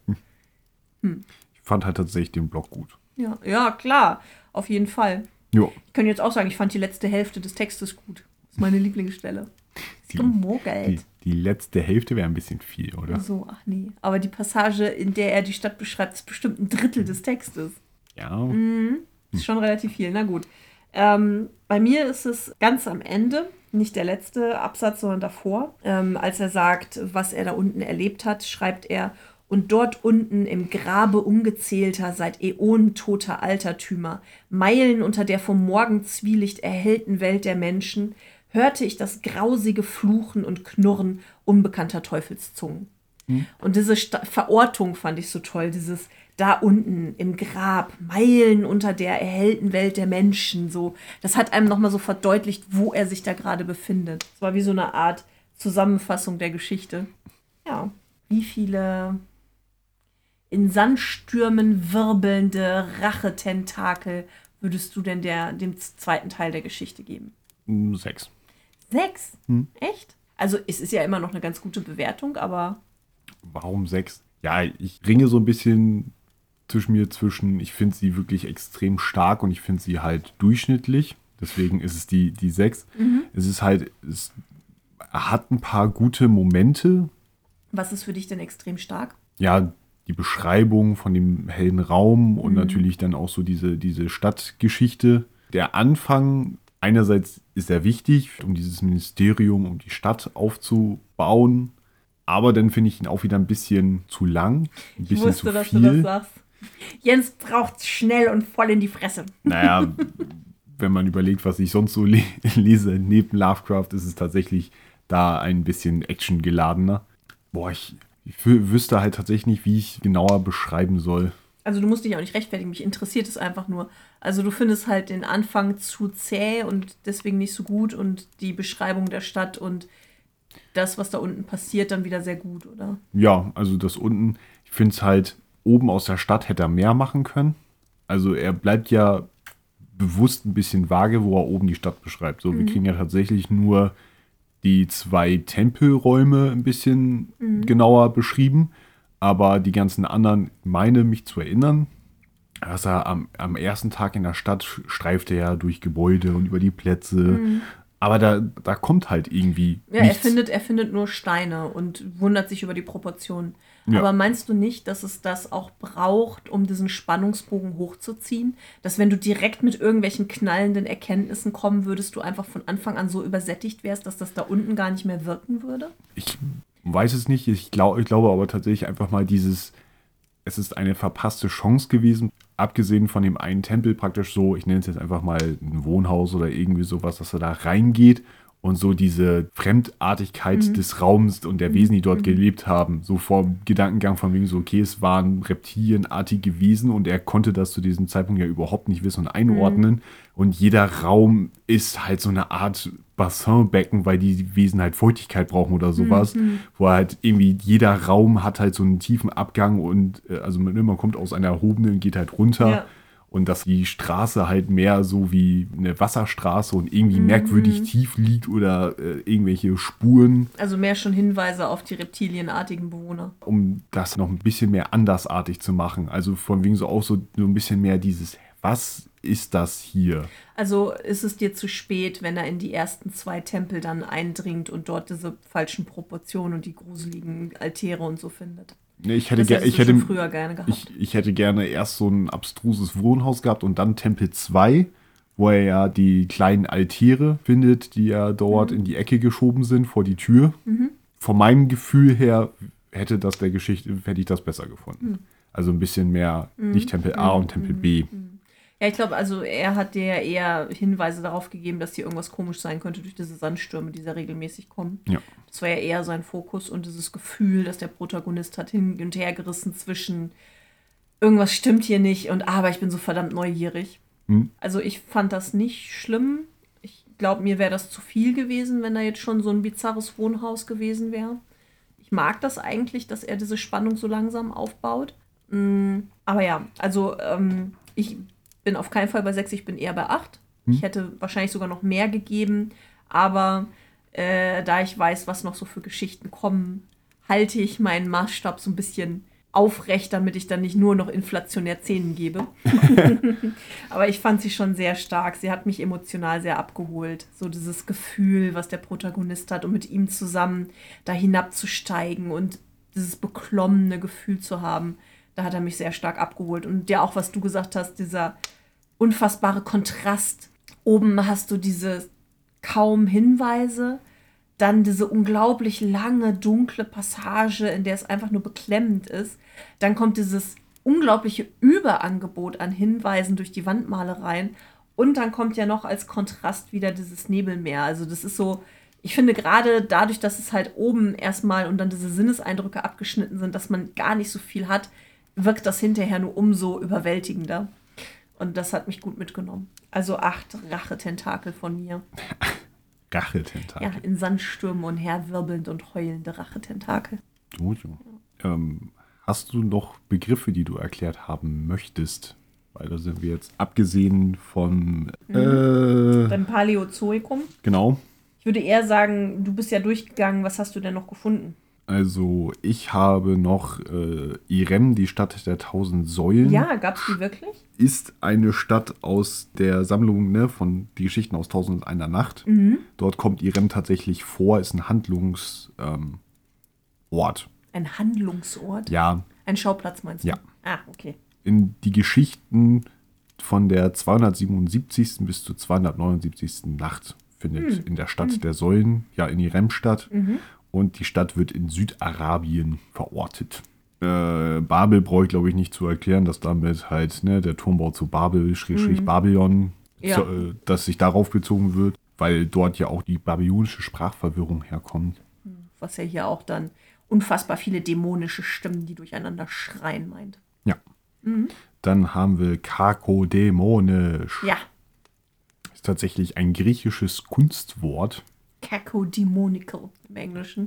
Speaker 3: Ich fand halt tatsächlich den Blog gut.
Speaker 4: Ja, klar, auf jeden Fall.
Speaker 3: Jo.
Speaker 4: Ich kann jetzt auch sagen, ich fand die letzte Hälfte des Textes gut. Das ist meine Lieblingsstelle. Ist gemogelt.
Speaker 3: Die letzte Hälfte wäre ein bisschen viel, oder?
Speaker 4: So, ach nee. Aber die Passage, in der er die Stadt beschreibt, ist bestimmt ein Drittel des Textes.
Speaker 3: Ja.
Speaker 4: Ist schon relativ viel. Na gut. Bei mir ist es ganz am Ende, nicht der letzte Absatz, sondern davor. Als er sagt, was er da unten erlebt hat, schreibt er: Und dort unten im Grabe ungezählter, seit Äonen toter Altertümer, Meilen unter der vom Morgenzwielicht erhellten Welt der Menschen, hörte ich das grausige Fluchen und Knurren unbekannter Teufelszungen. Und diese Verortung fand ich so toll, dieses da unten im Grab, Meilen unter der erhellten Welt der Menschen, so. Das hat einem nochmal so verdeutlicht, wo er sich da gerade befindet. Es war wie so eine Art Zusammenfassung der Geschichte. Ja, wie viele in Sandstürmen wirbelnde Rachetentakel würdest du denn dem zweiten Teil der Geschichte geben?
Speaker 3: 6.
Speaker 4: 6? Echt? Also es ist ja immer noch eine ganz gute Bewertung, aber...
Speaker 3: Warum 6? Ja, ich ringe so ein bisschen zwischen, ich finde sie wirklich extrem stark und ich finde sie halt durchschnittlich. Deswegen ist es die 6. Es ist halt, es hat ein paar gute Momente.
Speaker 4: Was ist für dich denn extrem stark?
Speaker 3: Ja, die Beschreibung von dem hellen Raum und natürlich dann auch so diese Stadtgeschichte. Der Anfang, einerseits ist er wichtig, um dieses Ministerium, um die Stadt aufzubauen. Aber dann finde ich ihn auch wieder ein bisschen zu lang. Ein bisschen
Speaker 4: ich wusste,
Speaker 3: zu
Speaker 4: dass
Speaker 3: viel.
Speaker 4: du das sagst. Jens braucht schnell und voll in die Fresse.
Speaker 3: Naja, wenn man überlegt, was ich sonst so lese neben Lovecraft, ist es tatsächlich da ein bisschen actiongeladener. Boah, ich wüsste halt tatsächlich nicht, wie ich genauer beschreiben soll.
Speaker 4: Also du musst dich auch nicht rechtfertigen, mich interessiert es einfach nur. Also du findest halt den Anfang zu zäh und deswegen nicht so gut und die Beschreibung der Stadt und das, was da unten passiert, dann wieder sehr gut, oder?
Speaker 3: Ja, also das unten, ich finde es halt, oben aus der Stadt hätte er mehr machen können. Also er bleibt ja bewusst ein bisschen vage, wo er oben die Stadt beschreibt. So, wir kriegen ja tatsächlich nur die 2 Tempelräume ein bisschen genauer beschrieben, aber die ganzen anderen, meine mich zu erinnern, dass er am ersten Tag in der Stadt streift er ja durch Gebäude und über die Plätze. Aber da kommt halt irgendwie nichts.
Speaker 4: Er findet nur Steine und wundert sich über die Proportionen.
Speaker 3: Ja.
Speaker 4: Aber meinst du nicht, dass es das auch braucht, um diesen Spannungsbogen hochzuziehen? Dass wenn du direkt mit irgendwelchen knallenden Erkenntnissen kommen würdest, du einfach von Anfang an so übersättigt wärst, dass das da unten gar nicht mehr wirken würde?
Speaker 3: Ich weiß es nicht. Ich glaube aber tatsächlich einfach mal es ist eine verpasste Chance gewesen, abgesehen von dem einen Tempel praktisch so, ich nenne es jetzt einfach mal ein Wohnhaus oder irgendwie sowas, dass er da reingeht und so diese Fremdartigkeit des Raums und der Wesen, die dort gelebt haben, so vor dem Gedankengang von wegen so, okay, es waren reptilienartige Wesen und er konnte das zu diesem Zeitpunkt ja überhaupt nicht wissen und einordnen und jeder Raum ist halt so eine Art Bassinbecken, weil die Wesen halt Feuchtigkeit brauchen oder sowas, wo halt irgendwie jeder Raum hat halt so einen tiefen Abgang und also man kommt aus einer erhobenen und geht halt runter Und dass die Straße halt mehr so wie eine Wasserstraße und irgendwie merkwürdig tief liegt oder irgendwelche Spuren.
Speaker 4: Also mehr schon Hinweise auf die reptilienartigen Bewohner.
Speaker 3: Um das noch ein bisschen mehr andersartig zu machen. Also von wegen so auch so ein bisschen mehr dieses, was ist das hier?
Speaker 4: Also ist es dir zu spät, wenn er in die ersten 2 Tempel dann eindringt und dort diese falschen Proportionen und die gruseligen Altäre und so findet?
Speaker 3: Nee, ich
Speaker 4: Das hättest du schon früher gerne gehabt.
Speaker 3: Ich hätte gerne erst so ein abstruses Wohnhaus gehabt und dann Tempel 2, wo er ja die kleinen Altäre findet, die ja dort in die Ecke geschoben sind, vor die Tür. Von meinem Gefühl her hätte ich das besser gefunden. Also ein bisschen mehr, nicht Tempel A und Tempel B.
Speaker 4: Ja, ich glaube, also er hat dir ja eher Hinweise darauf gegeben, dass hier irgendwas komisch sein könnte durch diese Sandstürme, die sehr regelmäßig kommen.
Speaker 3: Ja.
Speaker 4: Das war ja eher sein Fokus und dieses Gefühl, dass der Protagonist hat hin und her gerissen zwischen irgendwas stimmt hier nicht und aber ich bin so verdammt neugierig. Also ich fand das nicht schlimm. Ich glaube, mir wäre das zu viel gewesen, wenn da jetzt schon so ein bizarres Wohnhaus gewesen wäre. Ich mag das eigentlich, dass er diese Spannung so langsam aufbaut. Aber ja, also ich bin auf keinen Fall bei 6, ich bin eher bei 8. Ich hätte wahrscheinlich sogar noch mehr gegeben, aber da ich weiß, was noch so für Geschichten kommen, halte ich meinen Maßstab so ein bisschen aufrecht, damit ich dann nicht nur noch inflationär 10 gebe. Aber ich fand sie schon sehr stark. Sie hat mich emotional sehr abgeholt. So dieses Gefühl, was der Protagonist hat, um mit ihm zusammen da hinabzusteigen und dieses beklommene Gefühl zu haben, da hat er mich sehr stark abgeholt. Und ja, auch was du gesagt hast, dieser unfassbare Kontrast. Oben hast du diese kaum Hinweise, dann diese unglaublich lange, dunkle Passage, in der es einfach nur beklemmend ist. Dann kommt dieses unglaubliche Überangebot an Hinweisen durch die Wandmalereien. Und dann kommt ja noch als Kontrast wieder dieses Nebelmeer. Also das ist so, ich finde gerade dadurch, dass es halt oben erstmal und dann diese Sinneseindrücke abgeschnitten sind, dass man gar nicht so viel hat, wirkt das hinterher nur umso überwältigender. Und das hat mich gut mitgenommen. Also 8 Rachetentakel von mir.
Speaker 3: Rachetentakel?
Speaker 4: Ja, in Sandstürmen und herwirbelnd und heulende Rachetentakel.
Speaker 3: Hast du noch Begriffe, die du erklärt haben möchtest? Weil da sind wir jetzt abgesehen von...
Speaker 4: Beim Paläozoikum.
Speaker 3: Genau.
Speaker 4: Ich würde eher sagen, du bist ja durchgegangen. Was hast du denn noch gefunden?
Speaker 3: Also ich habe noch Irem, die Stadt der 1000 Säulen.
Speaker 4: Ja, gab es die wirklich?
Speaker 3: Ist eine Stadt aus der Sammlung von die Geschichten aus 1001 Nacht. Dort kommt Irem tatsächlich vor, ist ein Handlungsort.
Speaker 4: Ein Handlungsort?
Speaker 3: Ja.
Speaker 4: Ein Schauplatz meinst du?
Speaker 3: Ja.
Speaker 4: Ah, okay.
Speaker 3: In die Geschichten von der 277. bis zur 279. Nacht findet in der Stadt der Säulen, ja in Irem statt. Und die Stadt wird in Südarabien verortet. Babel brauche ich, glaube ich, nicht zu erklären, dass damit halt der Turmbau zu Babel, Babylon,
Speaker 4: Ja.
Speaker 3: dass sich darauf bezogen wird, weil dort ja auch die babylonische Sprachverwirrung herkommt.
Speaker 4: Was ja hier auch dann unfassbar viele dämonische Stimmen, die durcheinander schreien, meint.
Speaker 3: Ja. Dann haben wir kakodämonisch.
Speaker 4: Ja,
Speaker 3: Ist tatsächlich ein griechisches Kunstwort.
Speaker 4: Kakodämonical im Englischen.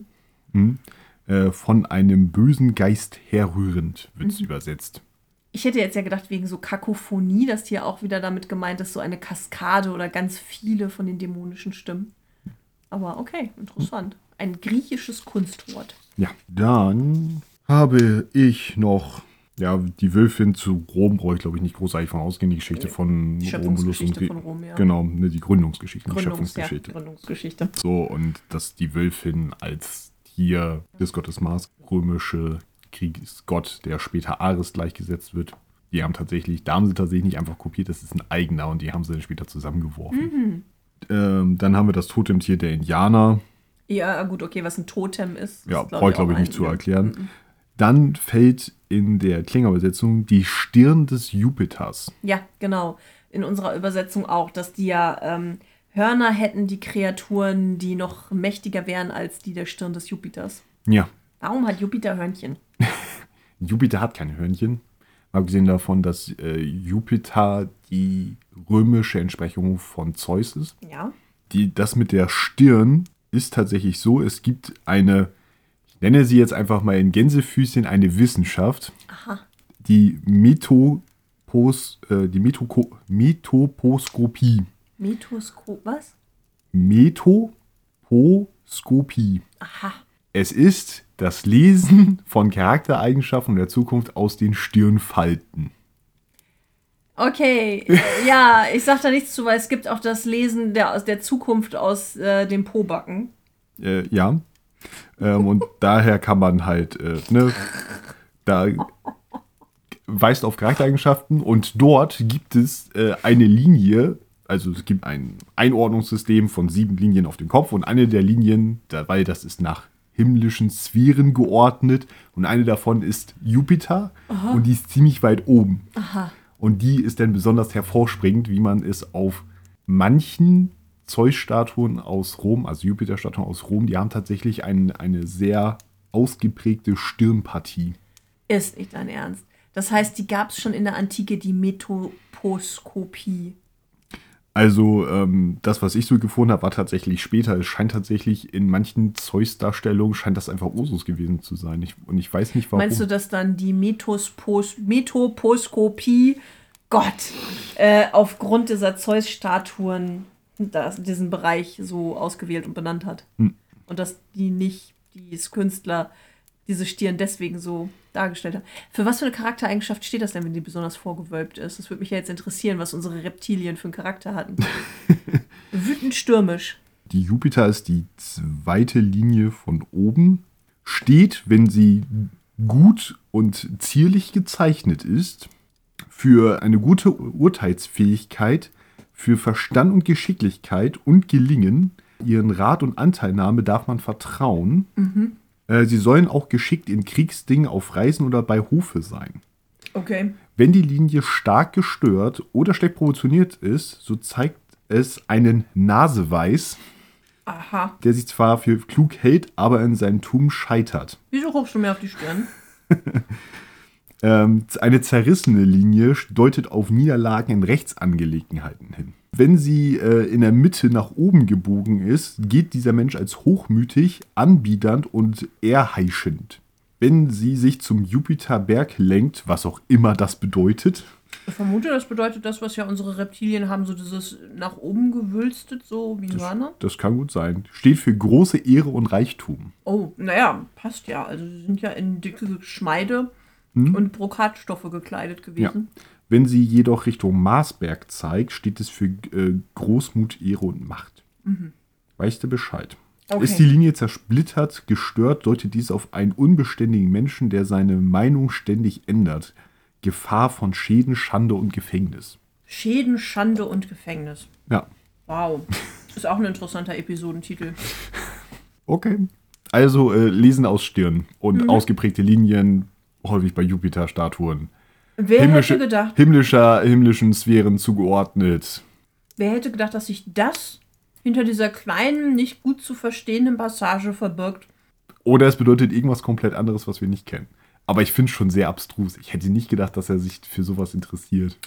Speaker 3: Von einem bösen Geist herrührend wird es übersetzt.
Speaker 4: Ich hätte jetzt ja gedacht, wegen so Kakophonie, dass hier auch wieder damit gemeint ist, so eine Kaskade oder ganz viele von den dämonischen Stimmen. Aber okay, interessant. Ein griechisches Kunstwort.
Speaker 3: Ja, dann habe ich noch, die Wölfin zu Rom brauche ich, glaube ich, nicht großartig von ausgehen. Die Geschichte von
Speaker 4: Die
Speaker 3: Romulus
Speaker 4: Schöpfungsgeschichte
Speaker 3: und
Speaker 4: von Rom, ja.
Speaker 3: Genau, die Gründungsgeschichte, die Schöpfungsgeschichte.
Speaker 4: Gründungsgeschichte.
Speaker 3: So, und dass die Wölfin als Tier des Gottes Mars, römische Kriegsgott, der später Ares gleichgesetzt wird. Da haben sie tatsächlich nicht einfach kopiert, das ist ein eigener und die haben sie dann später zusammengeworfen. Dann haben wir das Totemtier der Indianer.
Speaker 4: Ja, gut, okay, was ein Totem ist.
Speaker 3: Ja,
Speaker 4: ist,
Speaker 3: brauche ich, glaube ich,
Speaker 4: auch
Speaker 3: nicht zu
Speaker 4: ein-
Speaker 3: erklären. Dann fällt in der Klingerübersetzung die Stirn des Jupiters.
Speaker 4: Ja, genau. In unserer Übersetzung auch, dass die ja Hörner hätten, die Kreaturen, die noch mächtiger wären als die der Stirn des Jupiters.
Speaker 3: Ja,
Speaker 4: Warum hat Jupiter Hörnchen?
Speaker 3: Jupiter hat keine Hörnchen. Abgesehen davon, dass Jupiter die römische Entsprechung von Zeus ist.
Speaker 4: Ja.
Speaker 3: Das mit der Stirn ist tatsächlich so, es gibt eine, ich nenne sie jetzt einfach mal in Gänsefüßchen, eine Wissenschaft,
Speaker 4: Aha.
Speaker 3: die Metoposkopie.
Speaker 4: Was?
Speaker 3: Metoposkopie.
Speaker 4: Aha.
Speaker 3: Es ist das Lesen von Charaktereigenschaften der Zukunft aus den Stirnfalten.
Speaker 4: Okay, ja, ich sag da nichts zu, weil es gibt auch das Lesen aus der Zukunft aus dem Pobacken.
Speaker 3: Ja. Und daher kann man halt, da weist auf Charaktereigenschaften und dort gibt es eine Linie, also es gibt ein Einordnungssystem von 7 Linien auf dem Kopf und eine der Linien, weil das ist nach himmlischen Sphären geordnet und eine davon ist Jupiter. Aha. Und die ist ziemlich weit oben.
Speaker 4: Aha.
Speaker 3: Und die ist dann besonders hervorspringend, wie man es auf manchen Zeus-Statuen aus Rom, also Jupiter-Statuen aus Rom, die haben tatsächlich eine sehr ausgeprägte Stirnpartie.
Speaker 4: Ist nicht dein Ernst. Das heißt, die gab es schon in der Antike, die Metoposkopie.
Speaker 3: Also das, was ich so gefunden habe, war tatsächlich später. Es scheint tatsächlich in manchen Zeus-Darstellungen, scheint das einfach Usus gewesen zu sein. Und ich weiß nicht, warum.
Speaker 4: Meinst du, dass dann die Metoposkopie, aufgrund dieser Zeus-Statuen diesen Bereich so ausgewählt und benannt hat? Und dass die Künstler diese Stirn deswegen so dargestellt haben. Für was für eine Charaktereigenschaft steht das denn, wenn die besonders vorgewölbt ist? Das würde mich ja jetzt interessieren, was unsere Reptilien für einen Charakter hatten. Wütend stürmisch.
Speaker 3: Die Jupiter ist die zweite Linie von oben. Steht, wenn sie gut und zierlich gezeichnet ist, für eine gute Urteilsfähigkeit, für Verstand und Geschicklichkeit und Gelingen. Ihren Rat und Anteilnahme darf man vertrauen. Sie sollen auch geschickt in Kriegsdingen auf Reisen oder bei Hofe sein.
Speaker 4: Okay.
Speaker 3: Wenn die Linie stark gestört oder schlecht proportioniert ist, so zeigt es einen Naseweiß,
Speaker 4: aha,
Speaker 3: der sich zwar für klug hält, aber in seinem Tun scheitert.
Speaker 4: Wieso guckst du mir auf die Stirn?
Speaker 3: Eine zerrissene Linie deutet auf Niederlagen in Rechtsangelegenheiten hin. Wenn sie in der Mitte nach oben gebogen ist, geht dieser Mensch als hochmütig, anbiedernd und ehrheischend. Wenn sie sich zum Jupiterberg lenkt, was auch immer das bedeutet.
Speaker 4: Ich vermute, das bedeutet das, was ja unsere Reptilien haben, so dieses nach oben gewülstet, so wie Hörner.
Speaker 3: Das kann gut sein. Steht für große Ehre und Reichtum.
Speaker 4: Oh, naja, passt ja. Also sie sind ja in dicke Geschmeide und Brokatstoffe gekleidet gewesen.
Speaker 3: Ja. Wenn sie jedoch Richtung Marsberg zeigt, steht es für Großmut, Ehre und Macht. Weißt du Bescheid? Okay. Ist die Linie zersplittert, gestört, deutet dies auf einen unbeständigen Menschen, der seine Meinung ständig ändert. Gefahr von Schäden, Schande und Gefängnis.
Speaker 4: Schäden, Schande und Gefängnis.
Speaker 3: Ja.
Speaker 4: Wow. Ist auch ein interessanter Episodentitel.
Speaker 3: Okay. Also lesen aus Stirn und ausgeprägte Linien, häufig bei Jupiter-Statuen.
Speaker 4: Wer hätte gedacht?
Speaker 3: Himmlischen Sphären zugeordnet.
Speaker 4: Wer hätte gedacht, dass sich das hinter dieser kleinen, nicht gut zu verstehenden Passage verbirgt?
Speaker 3: Oder es bedeutet irgendwas komplett anderes, was wir nicht kennen. Aber ich finde es schon sehr abstrus. Ich hätte nicht gedacht, dass er sich für sowas interessiert.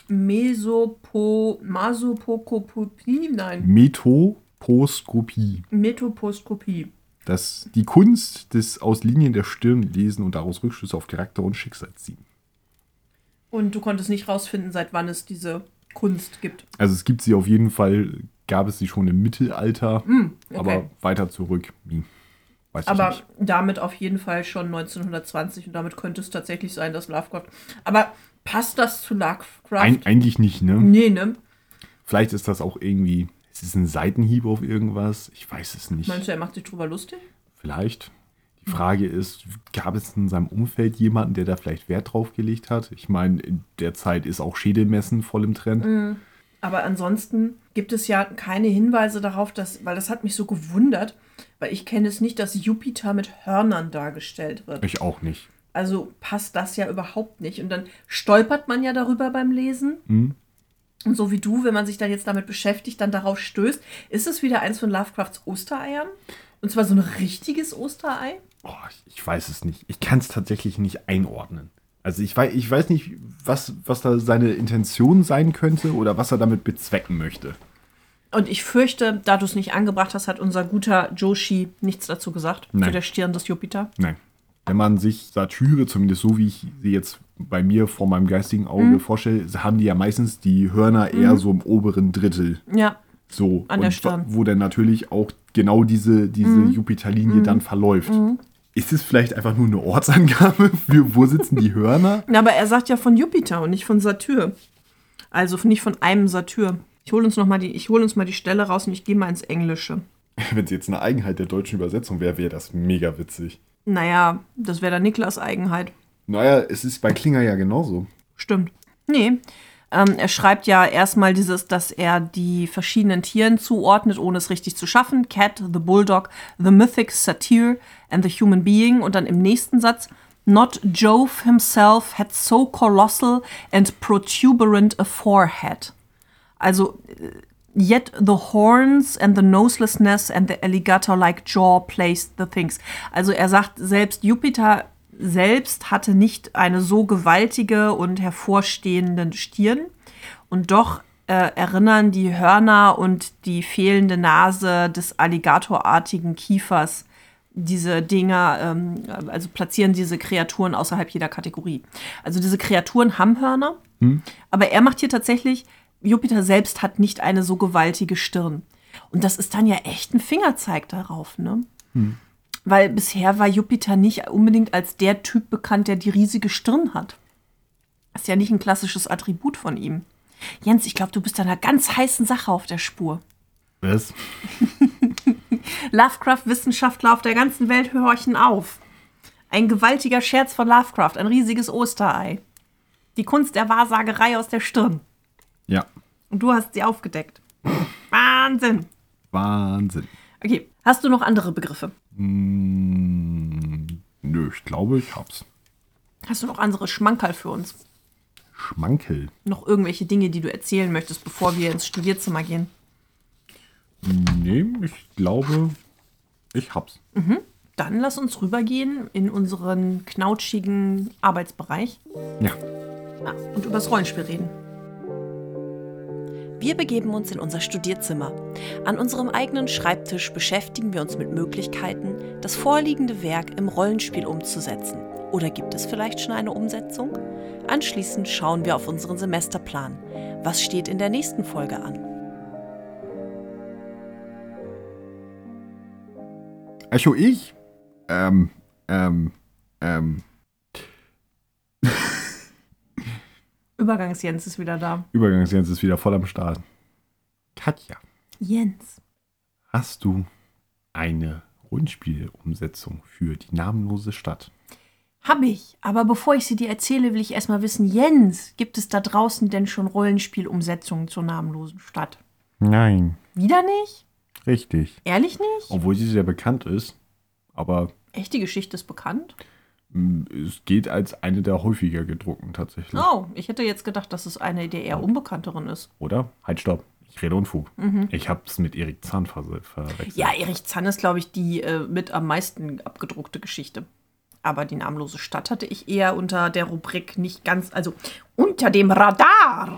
Speaker 4: Mesoposkopie? Nein.
Speaker 3: Metoposkopie.
Speaker 4: Metoposkopie.
Speaker 3: Die Kunst des aus Linien der Stirn lesen und daraus Rückschlüsse auf Charakter und Schicksal ziehen.
Speaker 4: Und du konntest nicht rausfinden, seit wann es diese Kunst gibt?
Speaker 3: Also es gibt sie auf jeden Fall, gab es sie schon im Mittelalter,
Speaker 4: okay.
Speaker 3: Aber weiter zurück. Weiß
Speaker 4: aber
Speaker 3: ich nicht.
Speaker 4: Damit auf jeden Fall schon 1920 und damit könnte es tatsächlich sein, dass Lovecraft... Aber passt das zu Lovecraft?
Speaker 3: Eigentlich nicht, ne?
Speaker 4: Nee, ne?
Speaker 3: Vielleicht ist das auch irgendwie... Ist es ein Seitenhieb auf irgendwas? Ich weiß es nicht.
Speaker 4: Meinst du, er macht sich drüber lustig?
Speaker 3: Vielleicht. Die Frage ist, gab es in seinem Umfeld jemanden, der da vielleicht Wert drauf gelegt hat? Ich meine, in der Zeit ist auch Schädelmessen voll im Trend.
Speaker 4: Aber ansonsten gibt es ja keine Hinweise darauf, weil das hat mich so gewundert, weil ich kenne es nicht, dass Jupiter mit Hörnern dargestellt wird.
Speaker 3: Ich auch nicht.
Speaker 4: Also passt das ja überhaupt nicht. Und dann stolpert man ja darüber beim Lesen. Und so wie du, wenn man sich dann jetzt damit beschäftigt, dann darauf stößt, ist es wieder eins von Lovecrafts Ostereiern? Und zwar so ein richtiges Osterei?
Speaker 3: Oh, ich weiß es nicht. Ich kann es tatsächlich nicht einordnen. Also ich weiß nicht, was da seine Intention sein könnte oder was er damit bezwecken möchte.
Speaker 4: Und ich fürchte, da du es nicht angebracht hast, hat unser guter Joshi nichts dazu gesagt.
Speaker 3: Nein.
Speaker 4: Zu der Stirn des Jupiter.
Speaker 3: Nein. wenn man sich Satyre, zumindest so wie ich sie jetzt bei mir vor meinem geistigen Auge vorstelle, haben die ja meistens die Hörner eher so im oberen Drittel.
Speaker 4: Ja,
Speaker 3: So,
Speaker 4: an der Stirn.
Speaker 3: wo dann natürlich auch genau diese Jupiterlinie dann verläuft. Ist es vielleicht einfach nur eine Ortsangabe für, wo sitzen die Hörner?
Speaker 4: Na, aber er sagt ja von Jupiter und nicht von Satyr. Also nicht von einem Satyr. Ich hole uns mal die Stelle raus und ich gehe mal ins Englische.
Speaker 3: Wenn es jetzt eine Eigenheit der deutschen Übersetzung wäre, wäre das mega witzig.
Speaker 4: Naja, das wäre dann Niklas Eigenheit.
Speaker 3: Naja, es ist bei Klinger ja genauso.
Speaker 4: Stimmt. Nee. Er schreibt ja erstmal dass er die verschiedenen Tieren zuordnet, ohne es richtig zu schaffen. Cat, the Bulldog, the Mythic Satyr and the Human Being. Und dann im nächsten Satz, not Jove himself had so colossal and protuberant a forehead. Also, yet the horns and the noselessness and the alligator-like jaw placed the things. Also er sagt, selbst Jupiter selbst hatte nicht eine so gewaltige und hervorstehende Stirn. Und doch erinnern die Hörner und die fehlende Nase des alligatorartigen Kiefers diese Dinger, also platzieren diese Kreaturen außerhalb jeder Kategorie. Also diese Kreaturen haben Hörner, aber er macht hier tatsächlich, Jupiter selbst hat nicht eine so gewaltige Stirn. Und das ist dann ja echt ein Fingerzeig darauf, ne? Weil bisher war Jupiter nicht unbedingt als der Typ bekannt, der die riesige Stirn hat. Das ist ja nicht ein klassisches Attribut von ihm. Jens, ich glaube, du bist einer ganz heißen Sache auf der Spur.
Speaker 3: Was?
Speaker 4: Lovecraft-Wissenschaftler auf der ganzen Welt horchen auf. Ein gewaltiger Scherz von Lovecraft, ein riesiges Osterei. Die Kunst der Wahrsagerei aus der Stirn.
Speaker 3: Ja.
Speaker 4: Und du hast sie aufgedeckt. Wahnsinn.
Speaker 3: Wahnsinn.
Speaker 4: Okay, hast du noch andere Begriffe?
Speaker 3: Nö, ich glaube, ich hab's.
Speaker 4: Hast du noch andere Schmankerl für uns?
Speaker 3: Schmankel?
Speaker 4: Noch irgendwelche Dinge, die du erzählen möchtest, bevor wir ins Studierzimmer gehen?
Speaker 3: Nee, ich glaube, ich hab's.
Speaker 4: Dann lass uns rübergehen in unseren knautschigen Arbeitsbereich.
Speaker 3: Ja.
Speaker 4: Und über das Rollenspiel reden.
Speaker 2: Wir begeben uns in unser Studierzimmer. An unserem eigenen Schreibtisch beschäftigen wir uns mit Möglichkeiten, das vorliegende Werk im Rollenspiel umzusetzen. Oder gibt es vielleicht schon eine Umsetzung? Anschließend schauen wir auf unseren Semesterplan. Was steht in der nächsten Folge an?
Speaker 3: Also ich?
Speaker 4: Übergangs-Jens ist wieder da.
Speaker 3: Übergangs-Jens ist wieder voll am Start. Katja,
Speaker 4: Jens.
Speaker 3: hast du eine Rollenspielumsetzung für die namenlose Stadt?
Speaker 4: Hab ich. Aber bevor ich sie dir erzähle, will ich erstmal wissen, Jens, gibt es da draußen denn schon Rollenspielumsetzungen zur namenlosen Stadt?
Speaker 3: Nein.
Speaker 4: Wieder nicht?
Speaker 3: Richtig.
Speaker 4: Ehrlich nicht?
Speaker 3: Obwohl sie sehr bekannt ist, aber
Speaker 4: Echt, die Geschichte ist bekannt?
Speaker 3: es geht als eine der häufiger gedruckten tatsächlich.
Speaker 4: Oh, ich hätte jetzt gedacht, dass es eine der eher unbekannteren ist.
Speaker 3: Oder? Halt, stopp. Ich rede Unfug. Ich hab's mit Erik Zahn verwechselt.
Speaker 4: Ja, Erich Zann ist, glaube ich, die mit am meisten abgedruckte Geschichte. Aber die namenlose Stadt hatte ich eher unter der Rubrik nicht ganz, also unter dem Radar.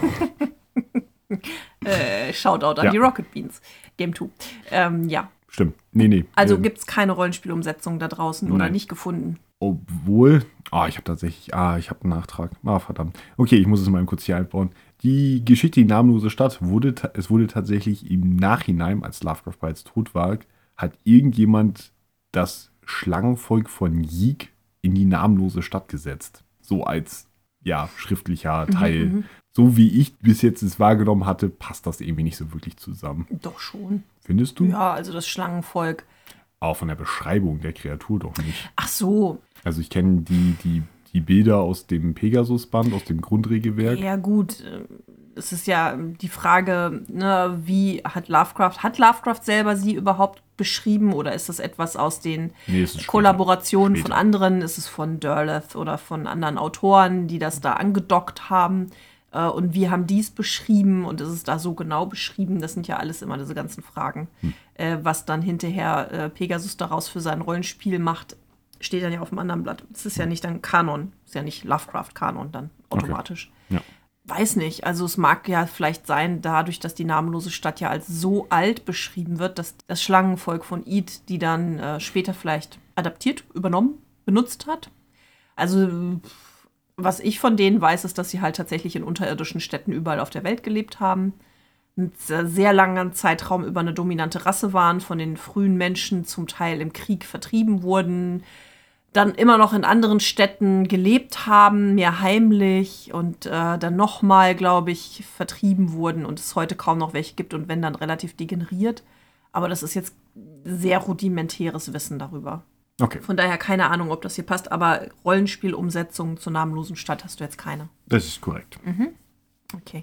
Speaker 4: Shoutout an
Speaker 3: Ja.
Speaker 4: die Rocket Beans. Game 2. Ja.
Speaker 3: Stimmt. Nee.
Speaker 4: Also gibt es keine Rollenspielumsetzung da draußen oder
Speaker 3: Nein.
Speaker 4: nicht gefunden.
Speaker 3: Obwohl, ich habe tatsächlich, ich habe einen Nachtrag. Verdammt. Okay, ich muss es mal kurz hier einbauen. Die Geschichte, die namenlose Stadt, wurde tatsächlich im Nachhinein, als Lovecraft bereits tot war, hat irgendjemand das Schlangenvolk von Yig in die namenlose Stadt gesetzt. So als, schriftlicher Teil. So wie ich bis jetzt es wahrgenommen hatte, passt das irgendwie nicht so wirklich zusammen.
Speaker 4: Doch schon.
Speaker 3: Findest du?
Speaker 4: Ja, also das Schlangenvolk.
Speaker 3: Auch von der Beschreibung der Kreatur doch nicht.
Speaker 4: Ach so.
Speaker 3: Also ich kenne die Bilder aus dem Pegasus-Band, aus dem Grundregelwerk.
Speaker 4: Ja gut, es ist ja die Frage, ne, wie hat Lovecraft selber sie überhaupt beschrieben oder ist das etwas aus den
Speaker 3: Nee, es ist
Speaker 4: Kollaborationen
Speaker 3: später.
Speaker 4: von anderen? Ist es von Derleth oder von anderen Autoren, die das da angedockt haben? Und wie haben die es beschrieben? Und ist es da so genau beschrieben? Das sind ja alles immer diese ganzen Fragen. Was dann hinterher Pegasus daraus für sein Rollenspiel macht, steht dann ja auf dem anderen Blatt. Es ist ja nicht dann Kanon. Ist ja nicht Lovecraft-Kanon dann automatisch.
Speaker 3: Ja.
Speaker 4: Weiß nicht. Also es mag ja vielleicht sein, dadurch, dass die namenlose Stadt ja als so alt beschrieben wird, dass das Schlangenvolk von Id, die dann später vielleicht adaptiert, übernommen benutzt hat. Also was ich von denen weiß, ist, dass sie halt tatsächlich in unterirdischen Städten überall auf der Welt gelebt haben. Einen sehr langen Zeitraum über eine dominante Rasse waren, von den frühen Menschen zum Teil im Krieg vertrieben wurden, dann immer noch in anderen Städten gelebt haben, mehr heimlich und dann nochmal, glaube ich, vertrieben wurden und es heute kaum noch welche gibt und wenn, dann relativ degeneriert. Aber das ist jetzt sehr rudimentäres Wissen darüber.
Speaker 3: Okay.
Speaker 4: Von daher keine Ahnung, ob das hier passt, aber Rollenspielumsetzung zur namenlosen Stadt hast du jetzt keine.
Speaker 3: Das ist korrekt.
Speaker 4: Okay.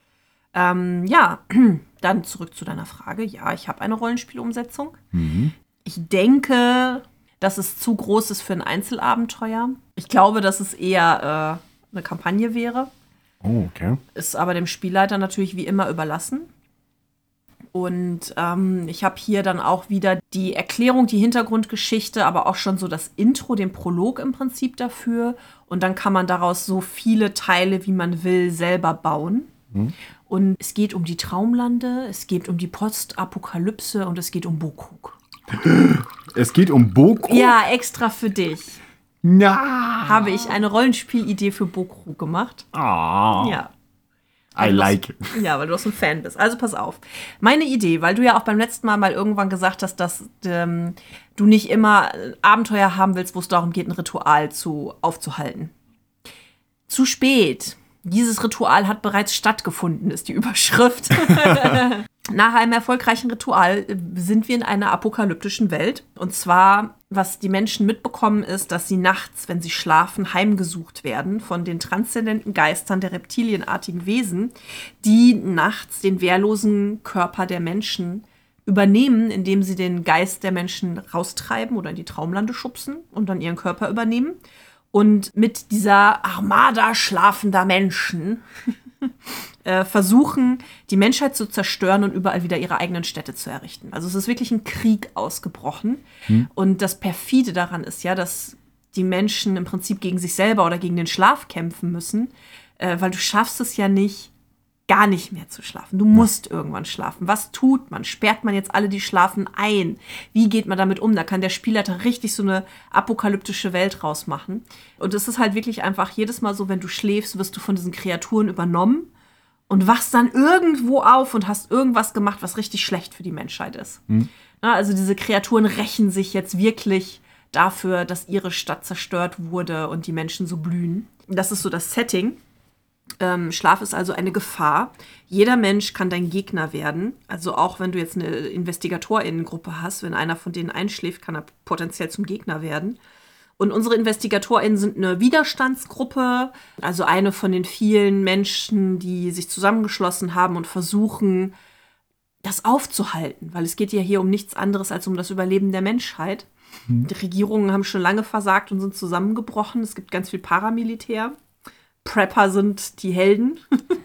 Speaker 4: Ja, dann zurück zu deiner Frage. Ja, ich habe eine Rollenspielumsetzung. Ich denke, dass es zu groß ist für ein Einzelabenteuer. Ich glaube, dass es eher eine Kampagne wäre.
Speaker 3: Oh, okay.
Speaker 4: Ist aber dem Spielleiter natürlich wie immer überlassen. Und ich habe hier dann auch wieder die Erklärung, die Hintergrundgeschichte, aber auch schon so das Intro, den Prolog im Prinzip dafür. Und dann kann man daraus so viele Teile, wie man will, selber bauen. Und es geht um die Traumlande, es geht um die Postapokalypse und es geht um Bokrug.
Speaker 3: Es geht um Bokrug?
Speaker 4: Ja, extra für dich
Speaker 3: Na.
Speaker 4: habe ich eine Rollenspielidee für Bokrug gemacht.
Speaker 3: Ah.
Speaker 4: Ja.
Speaker 3: I like it.
Speaker 4: Ja, weil du auch so ein Fan bist. Also pass auf. Meine Idee, weil du ja auch beim letzten Mal irgendwann gesagt hast, dass du nicht immer Abenteuer haben willst, wo es darum geht, ein Ritual aufzuhalten. Zu spät. Dieses Ritual hat bereits stattgefunden, ist die Überschrift. Nach einem erfolgreichen Ritual sind wir in einer apokalyptischen Welt. Und zwar, was die Menschen mitbekommen, ist, dass sie nachts, wenn sie schlafen, heimgesucht werden von den transzendenten Geistern der reptilienartigen Wesen, die nachts den wehrlosen Körper der Menschen übernehmen, indem sie den Geist der Menschen raustreiben oder in die Traumlande schubsen und dann ihren Körper übernehmen. Und mit dieser Armada schlafender Menschen versuchen, die Menschheit zu zerstören und überall wieder ihre eigenen Städte zu errichten. Also es ist wirklich ein Krieg ausgebrochen. Und das Perfide daran ist ja, dass die Menschen im Prinzip gegen sich selber oder gegen den Schlaf kämpfen müssen, weil du schaffst es ja nicht, gar nicht mehr zu schlafen. Du musst irgendwann schlafen. Was tut man? Sperrt man jetzt alle, die schlafen, ein? Wie geht man damit um? Da kann der Spielleiter richtig so eine apokalyptische Welt rausmachen. Und es ist halt wirklich einfach jedes Mal so, wenn du schläfst, wirst du von diesen Kreaturen übernommen und wachst dann irgendwo auf und hast irgendwas gemacht, was richtig schlecht für die Menschheit ist. Na, also diese Kreaturen rächen sich jetzt wirklich dafür, dass ihre Stadt zerstört wurde und die Menschen so blühen. Das ist so das Setting. Schlaf ist also eine Gefahr. Jeder Mensch kann dein Gegner werden. Also auch wenn du jetzt eine InvestigatorInnen-Gruppe hast, wenn einer von denen einschläft, kann er potenziell zum Gegner werden. Und unsere InvestigatorInnen sind eine Widerstandsgruppe, also eine von den vielen Menschen, die sich zusammengeschlossen haben und versuchen, das aufzuhalten. Weil es geht ja hier um nichts anderes als um das Überleben der Menschheit. Die Regierungen haben schon lange versagt und sind zusammengebrochen. Es gibt ganz viel Paramilitär. Prepper sind die Helden.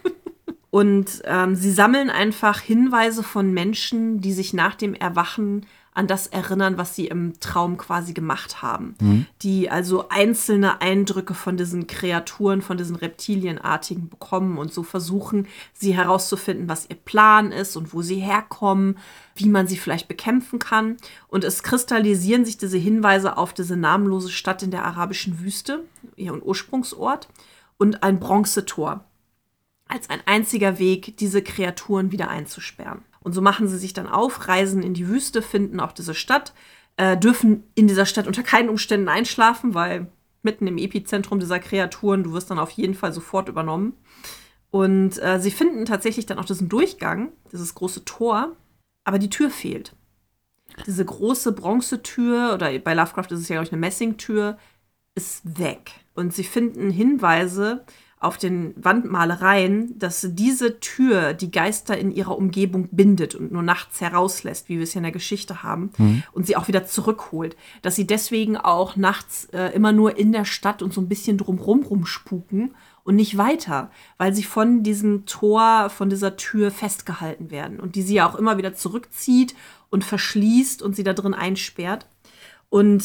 Speaker 4: Und sie sammeln einfach Hinweise von Menschen, die sich nach dem Erwachen an das erinnern, was sie im Traum quasi gemacht haben. Die also einzelne Eindrücke von diesen Kreaturen, von diesen Reptilienartigen bekommen und so versuchen, sie herauszufinden, was ihr Plan ist und wo sie herkommen, wie man sie vielleicht bekämpfen kann. Und es kristallisieren sich diese Hinweise auf diese namenlose Stadt in der arabischen Wüste, ihren Ursprungsort, und ein Bronzetor als ein einziger Weg, diese Kreaturen wieder einzusperren. Und so machen sie sich dann auf, reisen in die Wüste, finden auch diese Stadt, dürfen in dieser Stadt unter keinen Umständen einschlafen, weil mitten im Epizentrum dieser Kreaturen, du wirst dann auf jeden Fall sofort übernommen. Und sie finden tatsächlich dann auch diesen Durchgang, dieses große Tor, aber die Tür fehlt. Diese große Bronzetür, oder bei Lovecraft ist es ja, glaube ich, eine Messingtür, ist weg. Und sie finden Hinweise auf den Wandmalereien, dass diese Tür die Geister in ihrer Umgebung bindet und nur nachts herauslässt, wie wir es ja in der Geschichte haben, und sie auch wieder zurückholt. Dass sie deswegen auch nachts immer nur in der Stadt und so ein bisschen drumrum rumspuken und nicht weiter, weil sie von diesem Tor, von dieser Tür festgehalten werden und die sie ja auch immer wieder zurückzieht und verschließt und sie da drin einsperrt. Und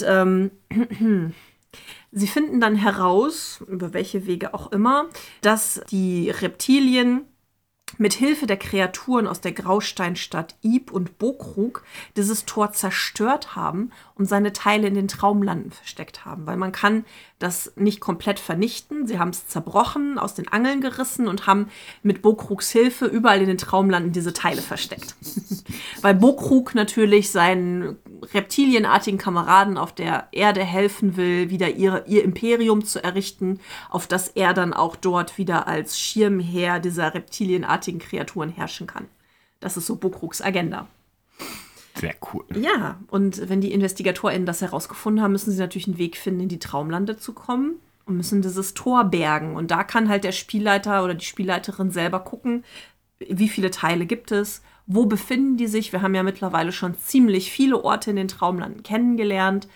Speaker 4: sie finden dann heraus, über welche Wege auch immer, dass die Reptilien
Speaker 2: mit Hilfe der Kreaturen aus der Grausteinstadt Ib und Bokrug dieses Tor zerstört haben und seine Teile in den Traumlanden versteckt haben. Weil man kann das nicht komplett vernichten. Sie haben es zerbrochen, aus den Angeln gerissen und haben mit Bokrugs Hilfe überall in den Traumlanden diese Teile versteckt. Weil Bokrug natürlich seinen reptilienartigen Kameraden auf der Erde helfen will, wieder ihr Imperium zu errichten, auf das er dann auch dort wieder als Schirmherr dieser reptilienartigen Kreaturen herrschen kann. Das ist so Bokrugs Agenda.
Speaker 3: Sehr cool.
Speaker 2: Ja, und wenn die InvestigatorInnen das herausgefunden haben, müssen sie natürlich einen Weg finden, in die Traumlande zu kommen und müssen dieses Tor bergen. Und da kann halt der Spielleiter oder die Spielleiterin selber gucken, wie viele Teile gibt es, wo befinden die sich. Wir haben ja mittlerweile schon ziemlich viele Orte in den Traumlanden kennengelernt.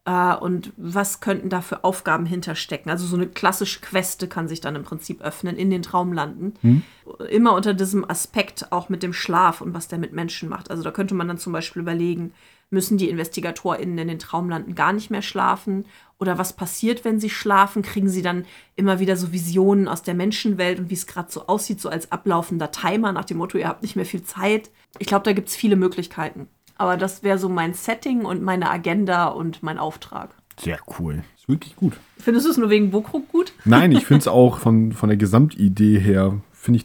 Speaker 2: Und was könnten da für Aufgaben hinterstecken? Also so eine klassische Queste kann sich dann im Prinzip öffnen in den Traumlanden. Immer unter diesem Aspekt auch mit dem Schlaf und was der mit Menschen macht. Also da könnte man dann zum Beispiel überlegen, müssen die InvestigatorInnen in den Traumlanden gar nicht mehr schlafen? Oder was passiert, wenn sie schlafen? Kriegen sie dann immer wieder so Visionen aus der Menschenwelt und wie es gerade so aussieht, so als ablaufender Timer nach dem Motto, ihr habt nicht mehr viel Zeit? Ich glaube, da gibt es viele Möglichkeiten. Aber das wäre so mein Setting und meine Agenda und mein Auftrag.
Speaker 3: Sehr cool. Ist wirklich gut.
Speaker 2: Findest du es nur wegen Bokrug gut?
Speaker 1: Nein, ich finde es auch von der Gesamtidee her, finde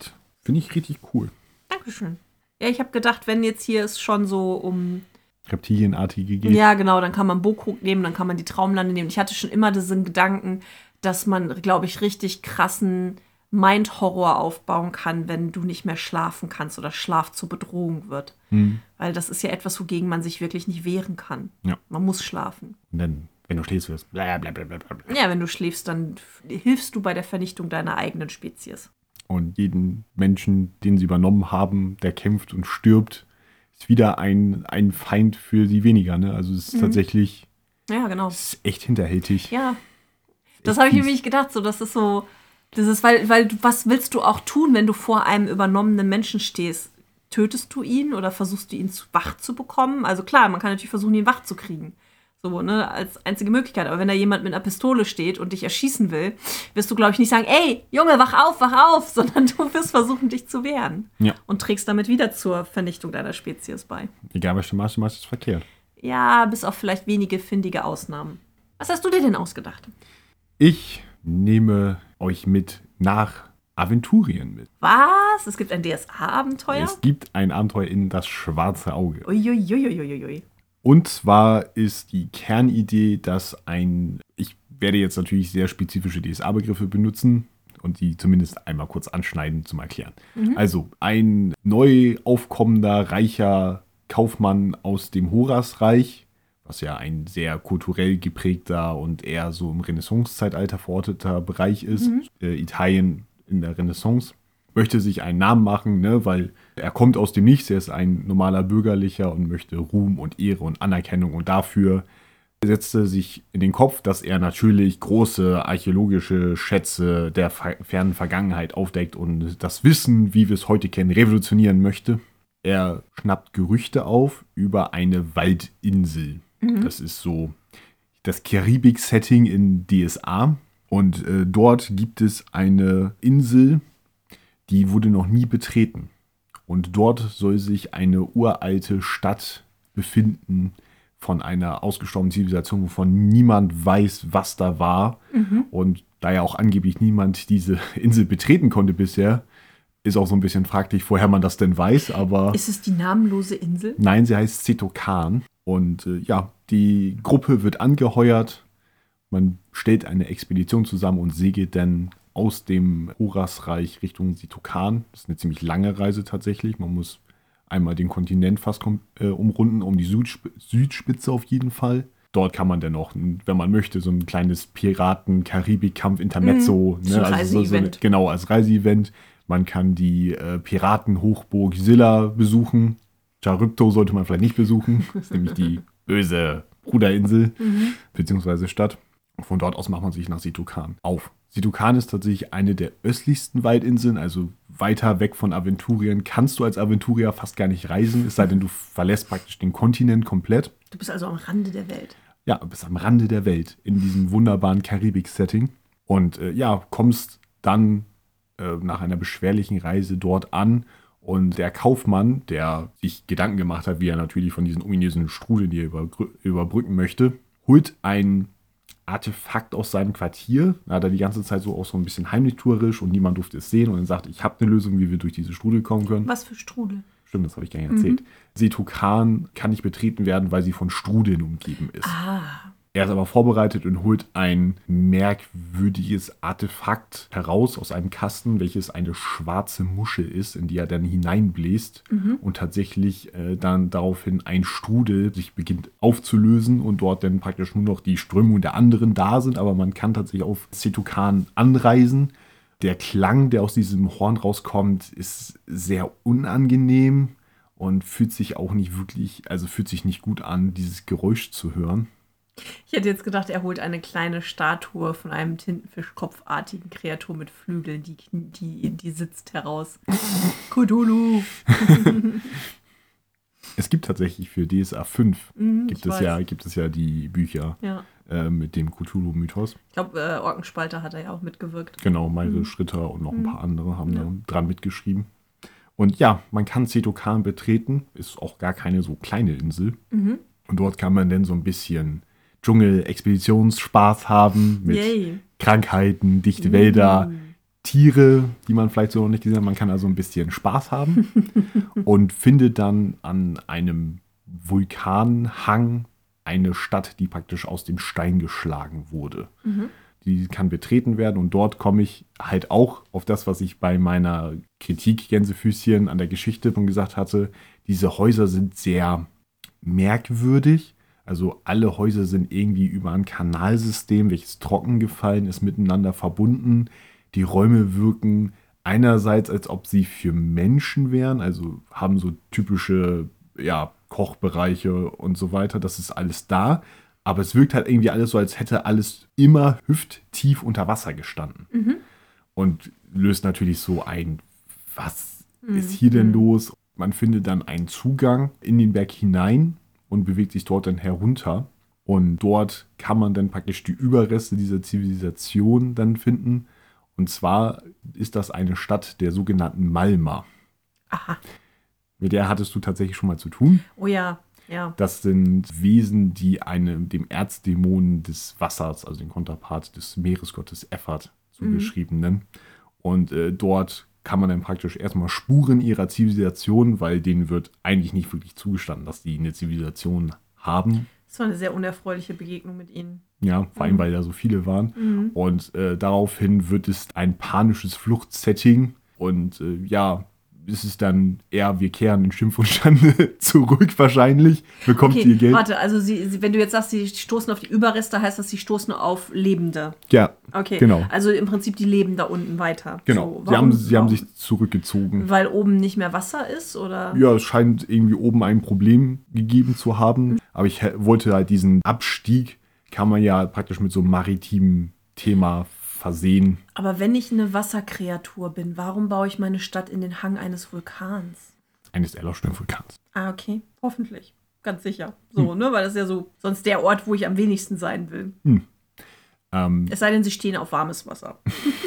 Speaker 1: ich richtig cool.
Speaker 2: Dankeschön. Ja, ich habe gedacht, wenn jetzt hier es schon so um
Speaker 1: Reptilienartige geht.
Speaker 2: Ja, genau, dann kann man Bokrug nehmen, dann kann man die Traumlande nehmen. Ich hatte schon immer diesen Gedanken, dass man, glaube ich, richtig krassen Mind-Horror aufbauen kann, wenn du nicht mehr schlafen kannst oder Schlaf zur Bedrohung wird. Weil das ist ja etwas, wogegen man sich wirklich nicht wehren kann.
Speaker 3: Ja.
Speaker 2: Man muss schlafen.
Speaker 3: Und dann, wenn du schläfst, wirst blablabla.
Speaker 2: Ja, wenn du schläfst, dann hilfst du bei der Vernichtung deiner eigenen Spezies.
Speaker 1: Und jeden Menschen, den sie übernommen haben, der kämpft und stirbt, ist wieder ein Feind für sie weniger. Ne? Also es ist tatsächlich,
Speaker 2: Ja, genau.
Speaker 1: es ist echt hinterhältig.
Speaker 2: Ja. Das habe ich mir nicht gedacht. So, das ist so, weil was willst du auch tun, wenn du vor einem übernommenen Menschen stehst? Tötest du ihn oder versuchst du ihn wach zu bekommen? Also klar, man kann natürlich versuchen, ihn wach zu kriegen. So, ne, als einzige Möglichkeit. Aber wenn da jemand mit einer Pistole steht und dich erschießen will, wirst du, glaube ich, nicht sagen, ey, Junge, wach auf, sondern du wirst versuchen, dich zu wehren.
Speaker 1: Ja.
Speaker 2: Und trägst damit wieder zur Vernichtung deiner Spezies bei.
Speaker 1: Egal, welche Maße ist verkehrt.
Speaker 2: Ja, bis auf vielleicht wenige findige Ausnahmen. Was hast du dir denn ausgedacht?
Speaker 1: Ich nehme euch mit nach Aventurien mit.
Speaker 2: Was? Es gibt ein DSA-Abenteuer?
Speaker 1: Es gibt ein Abenteuer in das Schwarze Auge.
Speaker 2: Uiuiuiuiui.
Speaker 1: Und zwar ist die Kernidee, dass ich werde jetzt natürlich sehr spezifische DSA-Begriffe benutzen und die zumindest einmal kurz anschneiden zum Erklären. Also ein neu aufkommender, reicher Kaufmann aus dem Horasreich, was ja ein sehr kulturell geprägter und eher so im Renaissance-Zeitalter verorteter Bereich ist, Italien in der Renaissance, möchte sich einen Namen machen, ne, weil er kommt aus dem Nichts, er ist ein normaler Bürgerlicher und möchte Ruhm und Ehre und Anerkennung und dafür setzte sich in den Kopf, dass er natürlich große archäologische Schätze der fernen Vergangenheit aufdeckt und das Wissen, wie wir es heute kennen, revolutionieren möchte. Er schnappt Gerüchte auf über eine Waldinsel. Das ist so das Karibik-Setting in DSA. Und dort gibt es eine Insel, die wurde noch nie betreten. Und dort soll sich eine uralte Stadt befinden von einer ausgestorbenen Zivilisation, wovon niemand weiß, was da war. Und da ja auch angeblich niemand diese Insel betreten konnte bisher, ist auch so ein bisschen fraglich, woher man das denn weiß. Aber
Speaker 2: Ist es die namenlose Insel?
Speaker 1: nein, sie heißt Setokan. Und die Gruppe wird angeheuert. Man stellt eine Expedition zusammen und segelt dann aus dem Horasreich Richtung Setokan. Das ist eine ziemlich lange Reise tatsächlich. Man muss einmal den Kontinent fast umrunden, um die Südspitze auf jeden Fall. Dort kann man dann auch, wenn man möchte, so ein kleines Piraten-Karibik-Kampf-Intermezzo.
Speaker 2: So ein Reiseevent.
Speaker 1: Genau, als Reiseevent. Man kann die Piratenhochburg Silla besuchen. Charybdo sollte man vielleicht nicht besuchen. Das ist nämlich die böse Bruderinsel beziehungsweise Stadt. Von dort aus macht man sich nach Setokan auf. Setokan ist tatsächlich eine der östlichsten Waldinseln, also weiter weg von Aventurien kannst du als Aventurier fast gar nicht reisen, es sei denn, du verlässt praktisch den Kontinent komplett.
Speaker 2: Du bist also am Rande der Welt.
Speaker 1: Ja, du bist am Rande der Welt in diesem wunderbaren Karibik-Setting und kommst dann
Speaker 3: nach einer beschwerlichen Reise dort an. Und der Kaufmann, der sich Gedanken gemacht hat, wie er natürlich von diesen ominösen Strudel hier überbrücken möchte, holt ein Artefakt aus seinem Quartier. Da hat er die ganze Zeit so auch so ein bisschen heimlichtuerisch und niemand durfte es sehen. Und dann sagt, ich habe eine Lösung, wie wir durch diese Strudel kommen können.
Speaker 4: Was für Strudel?
Speaker 3: Stimmt, das habe ich gar nicht erzählt. Setukan kann nicht betreten werden, weil sie von Strudeln umgeben ist. Er ist aber vorbereitet und holt ein merkwürdiges Artefakt heraus aus einem Kasten, welches eine schwarze Muschel ist, in die er dann hineinbläst und tatsächlich dann daraufhin ein Strudel sich beginnt aufzulösen und dort dann praktisch nur noch die Strömungen der anderen da sind, aber man kann tatsächlich auf Setukan anreisen. Der Klang, der aus diesem Horn rauskommt, ist sehr unangenehm und fühlt sich auch nicht wirklich, also fühlt sich nicht gut an, dieses Geräusch zu hören.
Speaker 4: Ich hätte jetzt gedacht, er holt eine kleine Statue von einem Tintenfischkopfartigen Kreatur mit Flügeln, die sitzt heraus. Cthulhu!
Speaker 3: Es gibt tatsächlich für DSA 5 gibt es ja die Bücher mit dem Cthulhu-Mythos.
Speaker 4: Ich glaube, Orkenspalter hat er ja auch mitgewirkt.
Speaker 3: Genau, Maire Schritter und noch ein paar andere haben da dran mitgeschrieben. Und ja, man kann Setukan betreten, ist auch gar keine so kleine Insel. Und dort kann man dann so ein bisschen Dschungel-Expeditionsspaß haben mit Krankheiten, dichte Wälder, Tiere, die man vielleicht so noch nicht gesehen hat. Man kann also ein bisschen Spaß haben und findet dann an einem Vulkanhang eine Stadt, die praktisch aus dem Stein geschlagen wurde. Die kann betreten werden und dort komme ich halt auch auf das, was ich bei meiner Kritik Gänsefüßchen an der Geschichte schon gesagt hatte. Diese Häuser sind sehr merkwürdig. Also alle Häuser sind irgendwie über ein Kanalsystem, welches trocken gefallen ist, miteinander verbunden. Die Räume wirken einerseits, als ob sie für Menschen wären, also haben so typische Kochbereiche und so weiter. Das ist alles da. Aber es wirkt halt irgendwie alles so, als hätte alles immer hüfttief unter Wasser gestanden. Und löst natürlich so ein, was ist hier denn los? Man findet dann einen Zugang in den Berg hinein und bewegt sich dort dann herunter. Und dort kann man dann praktisch die Überreste dieser Zivilisation dann finden. Und zwar ist das eine Stadt der sogenannten Malma.
Speaker 4: Aha.
Speaker 3: Mit der hattest du tatsächlich schon mal zu tun.
Speaker 4: Oh ja, ja.
Speaker 3: Das sind Wesen, die dem Erzdämonen des Wassers, also den Konterpart des Meeresgottes Effat, zugeschrieben nennen. Und dort kann man dann praktisch erstmal Spuren ihrer Zivilisation, weil denen wird eigentlich nicht wirklich zugestanden, dass die eine Zivilisation haben.
Speaker 4: Das war eine sehr unerfreuliche Begegnung mit ihnen.
Speaker 3: Ja, vor allem, weil da so viele waren. Und daraufhin wird es ein panisches Fluchtsetting. Und ist es dann eher, wir kehren in Schimpf und Schande zurück wahrscheinlich, bekommt ihr Geld.
Speaker 4: Warte, also wenn du jetzt sagst, sie stoßen auf die Überreste, heißt das, sie stoßen auf Lebende.
Speaker 3: Ja,
Speaker 4: okay.
Speaker 3: Genau.
Speaker 4: Also im Prinzip, die leben da unten weiter.
Speaker 3: Genau,
Speaker 4: So,
Speaker 3: sie haben sich zurückgezogen.
Speaker 4: Weil oben nicht mehr Wasser ist, oder?
Speaker 3: Ja, es scheint irgendwie oben ein Problem gegeben zu haben. Aber ich wollte halt diesen Abstieg, kann man ja praktisch mit so einem maritimen Thema versehen.
Speaker 4: Aber wenn ich eine Wasserkreatur bin, warum baue ich meine Stadt in den Hang eines Vulkans?
Speaker 3: Eines erloschenen Vulkans.
Speaker 4: Ah, okay. Hoffentlich. Ganz sicher. So, ne? Weil das ist ja so sonst der Ort, wo ich am wenigsten sein will. Es sei denn, sie stehen auf warmes Wasser.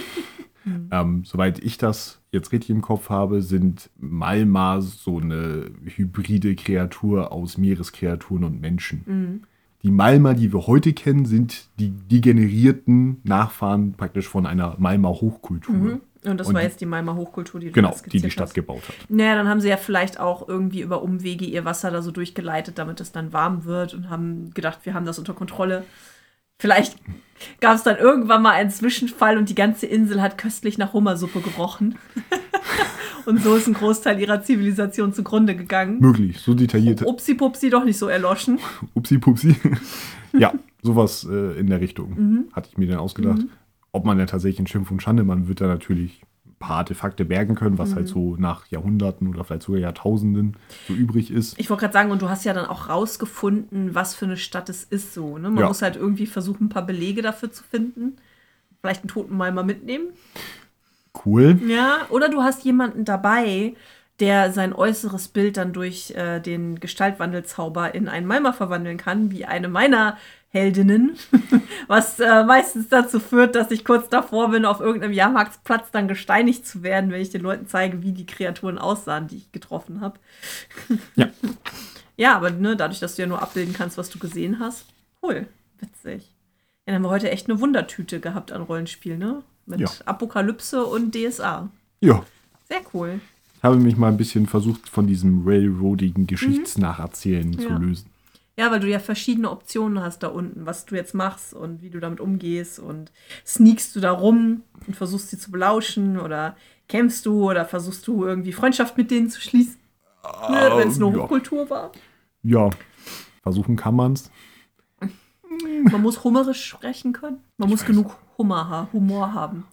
Speaker 3: Soweit ich das jetzt richtig im Kopf habe, sind Malma so eine hybride Kreatur aus Meereskreaturen und Menschen. Die Malma, die wir heute kennen, sind die degenerierten Nachfahren praktisch von einer Malma Hochkultur.
Speaker 4: Und das war jetzt die Malma Hochkultur, die du
Speaker 3: genau,
Speaker 4: skizziert
Speaker 3: die Stadt
Speaker 4: hast.
Speaker 3: gebaut hat.
Speaker 4: Naja, dann haben sie ja vielleicht auch irgendwie über Umwege ihr Wasser da so durchgeleitet, damit es dann warm wird und haben gedacht, wir haben das unter Kontrolle. Vielleicht gab es dann irgendwann mal einen Zwischenfall und die ganze Insel hat köstlich nach Hummersuppe gerochen. Und so ist ein Großteil ihrer Zivilisation zugrunde gegangen.
Speaker 3: Möglich, so detailliert.
Speaker 4: Upsi-Pupsi, doch nicht so erloschen.
Speaker 3: Upsi-Pupsi. Ja, sowas in der Richtung hatte ich mir dann ausgedacht. Ob man dann tatsächlich in Schimpf und Schande, man wird da natürlich ein paar Artefakte bergen können, was halt so nach Jahrhunderten oder vielleicht sogar Jahrtausenden so übrig ist.
Speaker 4: Ich wollte gerade sagen, und du hast ja dann auch rausgefunden, was für eine Stadt es ist so. Ne? Man muss halt irgendwie versuchen, ein paar Belege dafür zu finden. Vielleicht einen Totenmalmer mitnehmen.
Speaker 3: Cool.
Speaker 4: Ja, oder du hast jemanden dabei, der sein äußeres Bild dann durch den Gestaltwandelzauber in einen Malma verwandeln kann, wie eine meiner Heldinnen, was meistens dazu führt, dass ich kurz davor bin, auf irgendeinem Jahrmarktsplatz dann gesteinigt zu werden, wenn ich den Leuten zeige, wie die Kreaturen aussahen, die ich getroffen habe.
Speaker 3: Ja.
Speaker 4: Ja, aber ne, dadurch, dass du ja nur abbilden kannst, was du gesehen hast. Cool, witzig. Ja, dann haben wir heute echt eine Wundertüte gehabt an Rollenspiel, ne? Mit Apokalypse und DSA.
Speaker 3: Ja.
Speaker 4: Sehr cool.
Speaker 3: Ich habe mich mal ein bisschen versucht, von diesem railroadigen Geschichtsnacherzählen zu lösen.
Speaker 4: Ja, weil du ja verschiedene Optionen hast da unten, was du jetzt machst und wie du damit umgehst und sneakst du da rum und versuchst sie zu belauschen oder kämpfst du oder versuchst du irgendwie Freundschaft mit denen zu schließen, wenn es eine Hochkultur war.
Speaker 3: Ja, versuchen kann man's.
Speaker 4: Man muss hummerisch sprechen können. Man muss genug Humor haben.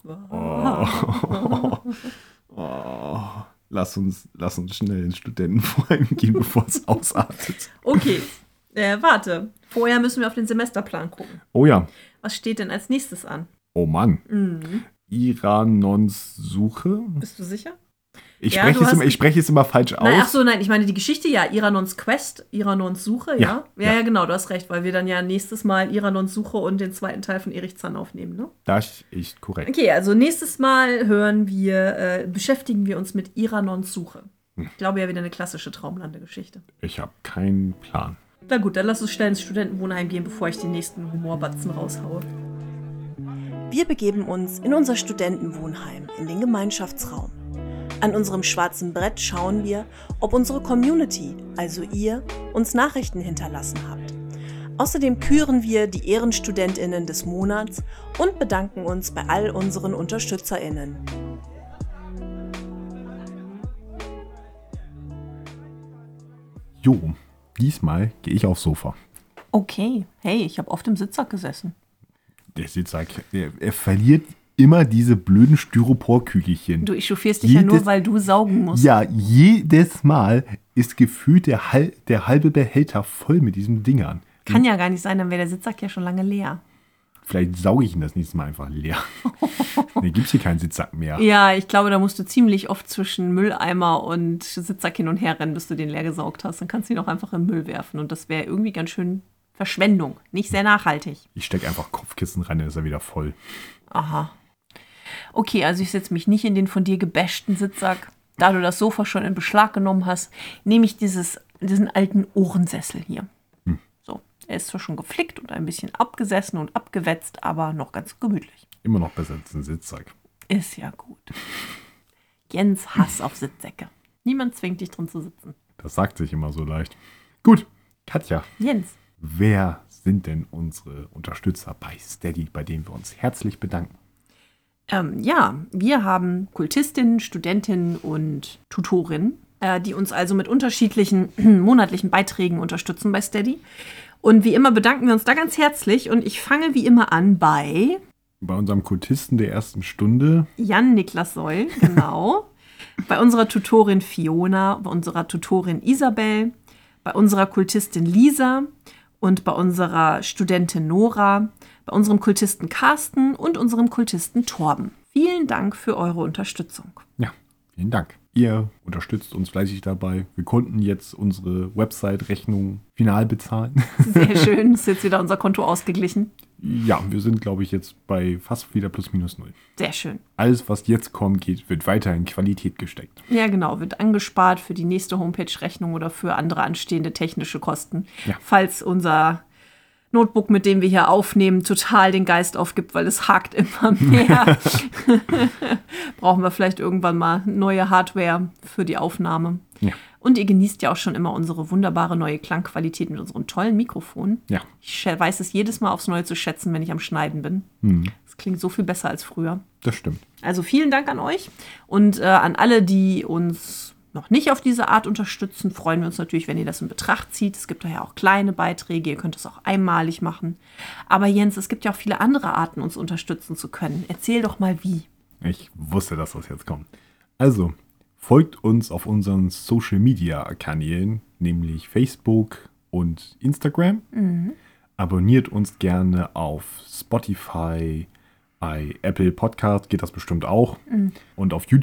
Speaker 3: Lass uns schnell ins Studentenheim gehen, bevor es ausartet.
Speaker 4: Okay, warte. Vorher müssen wir auf den Semesterplan gucken.
Speaker 3: Oh ja.
Speaker 4: Was steht denn als nächstes an?
Speaker 3: Oh Mann. Iranons Suche.
Speaker 4: Bist du sicher?
Speaker 3: Ich spreche es immer falsch aus.
Speaker 4: Nein, ich meine die Geschichte, ja, Iranons Quest, Iranons Suche, ja. Ja, genau, du hast recht, weil wir dann ja nächstes Mal Iranons Suche und den zweiten Teil von Erich Zann aufnehmen, ne?
Speaker 3: Das ist korrekt.
Speaker 4: Okay, also nächstes Mal beschäftigen wir uns mit Iranons Suche. Ich glaube ja wieder eine klassische Traumlandegeschichte.
Speaker 3: Ich habe keinen Plan.
Speaker 4: Na gut, dann lass uns schnell ins Studentenwohnheim gehen, bevor ich den nächsten Humorbatzen raushaue.
Speaker 2: Wir begeben uns in unser Studentenwohnheim, in den Gemeinschaftsraum. An unserem schwarzen Brett schauen wir, ob unsere Community, also ihr, uns Nachrichten hinterlassen habt. Außerdem küren wir die EhrenstudentInnen des Monats und bedanken uns bei all unseren UnterstützerInnen.
Speaker 3: Jo, diesmal gehe ich aufs Sofa.
Speaker 4: Okay, hey, ich habe oft im Sitzsack gesessen.
Speaker 3: Der Sitzsack, er verliert immer diese blöden Styroporkügelchen.
Speaker 4: Du echauffierst dich ja nur, weil du saugen musst.
Speaker 3: Ja, jedes Mal ist gefühlt der halbe Behälter voll mit diesen Dingern.
Speaker 4: Kann ja gar nicht sein, dann wäre der Sitzsack ja schon lange leer.
Speaker 3: Vielleicht sauge ich ihn das nächste Mal einfach leer. Dann gibt es hier keinen Sitzsack mehr.
Speaker 4: Ja, ich glaube, da musst du ziemlich oft zwischen Mülleimer und Sitzsack hin und her rennen, bis du den leer gesaugt hast. Dann kannst du ihn auch einfach in den Müll werfen. Und das wäre irgendwie ganz schön Verschwendung. Nicht sehr nachhaltig.
Speaker 3: Ich stecke einfach Kopfkissen rein, dann ist er wieder voll.
Speaker 4: Aha. Okay, also ich setze mich nicht in den von dir gebashten Sitzsack. Da du das Sofa schon in Beschlag genommen hast, nehme ich diesen alten Ohrensessel hier. So, er ist zwar schon geflickt und ein bisschen abgesessen und abgewetzt, aber noch ganz gemütlich.
Speaker 3: Immer noch besser als ein Sitzsack.
Speaker 4: Ist ja gut. Jens Hass auf Sitzsäcke. Niemand zwingt dich drin zu sitzen.
Speaker 3: Das sagt sich immer so leicht. Gut, Katja.
Speaker 4: Jens.
Speaker 3: Wer sind denn unsere Unterstützer bei Steady, bei denen wir uns herzlich bedanken?
Speaker 4: Ja, wir haben Kultistinnen, Studentinnen und Tutorinnen, die uns also mit unterschiedlichen monatlichen Beiträgen unterstützen bei Steady. Und wie immer bedanken wir uns da ganz herzlich. Und ich fange wie immer an bei
Speaker 3: unserem Kultisten der ersten Stunde.
Speaker 4: Jan Niklas Seul, genau. Bei unserer Tutorin Fiona, bei unserer Tutorin Isabel, bei unserer Kultistin Lisa und bei unserer Studentin Nora, bei unserem Kultisten Carsten und unserem Kultisten Torben. Vielen Dank für eure Unterstützung.
Speaker 3: Ja, vielen Dank. Ihr unterstützt uns fleißig dabei. Wir konnten jetzt unsere Website-Rechnung final bezahlen.
Speaker 4: Sehr schön, ist jetzt wieder unser Konto ausgeglichen.
Speaker 3: Ja, wir sind, glaube ich, jetzt bei fast wieder plus minus null.
Speaker 4: Sehr schön.
Speaker 3: Alles, was jetzt kommt, wird weiter in Qualität gesteckt.
Speaker 4: Ja, genau, wird angespart für die nächste Homepage-Rechnung oder für andere anstehende technische Kosten. Ja. Falls unser Notebook, mit dem wir hier aufnehmen, total den Geist aufgibt, weil es hakt immer mehr. Brauchen wir vielleicht irgendwann mal neue Hardware für die Aufnahme. Ja. Und ihr genießt ja auch schon immer unsere wunderbare neue Klangqualität mit unserem tollen Mikrofon. Ja. Ich weiß es jedes Mal aufs Neue zu schätzen, wenn ich am Schneiden bin. Es klingt so viel besser als früher.
Speaker 3: Das stimmt.
Speaker 4: Also vielen Dank an euch und an alle, die uns noch nicht auf diese Art unterstützen, freuen wir uns natürlich, wenn ihr das in Betracht zieht. Es gibt daher auch kleine Beiträge, ihr könnt es auch einmalig machen. Aber Jens, es gibt ja auch viele andere Arten, uns unterstützen zu können. Erzähl doch mal wie.
Speaker 3: Ich wusste, dass das jetzt kommt. Also, folgt uns auf unseren Social-Media-Kanälen, nämlich Facebook und Instagram. Abonniert uns gerne auf Spotify, bei Apple Podcast geht das bestimmt auch. Und auf YouTube.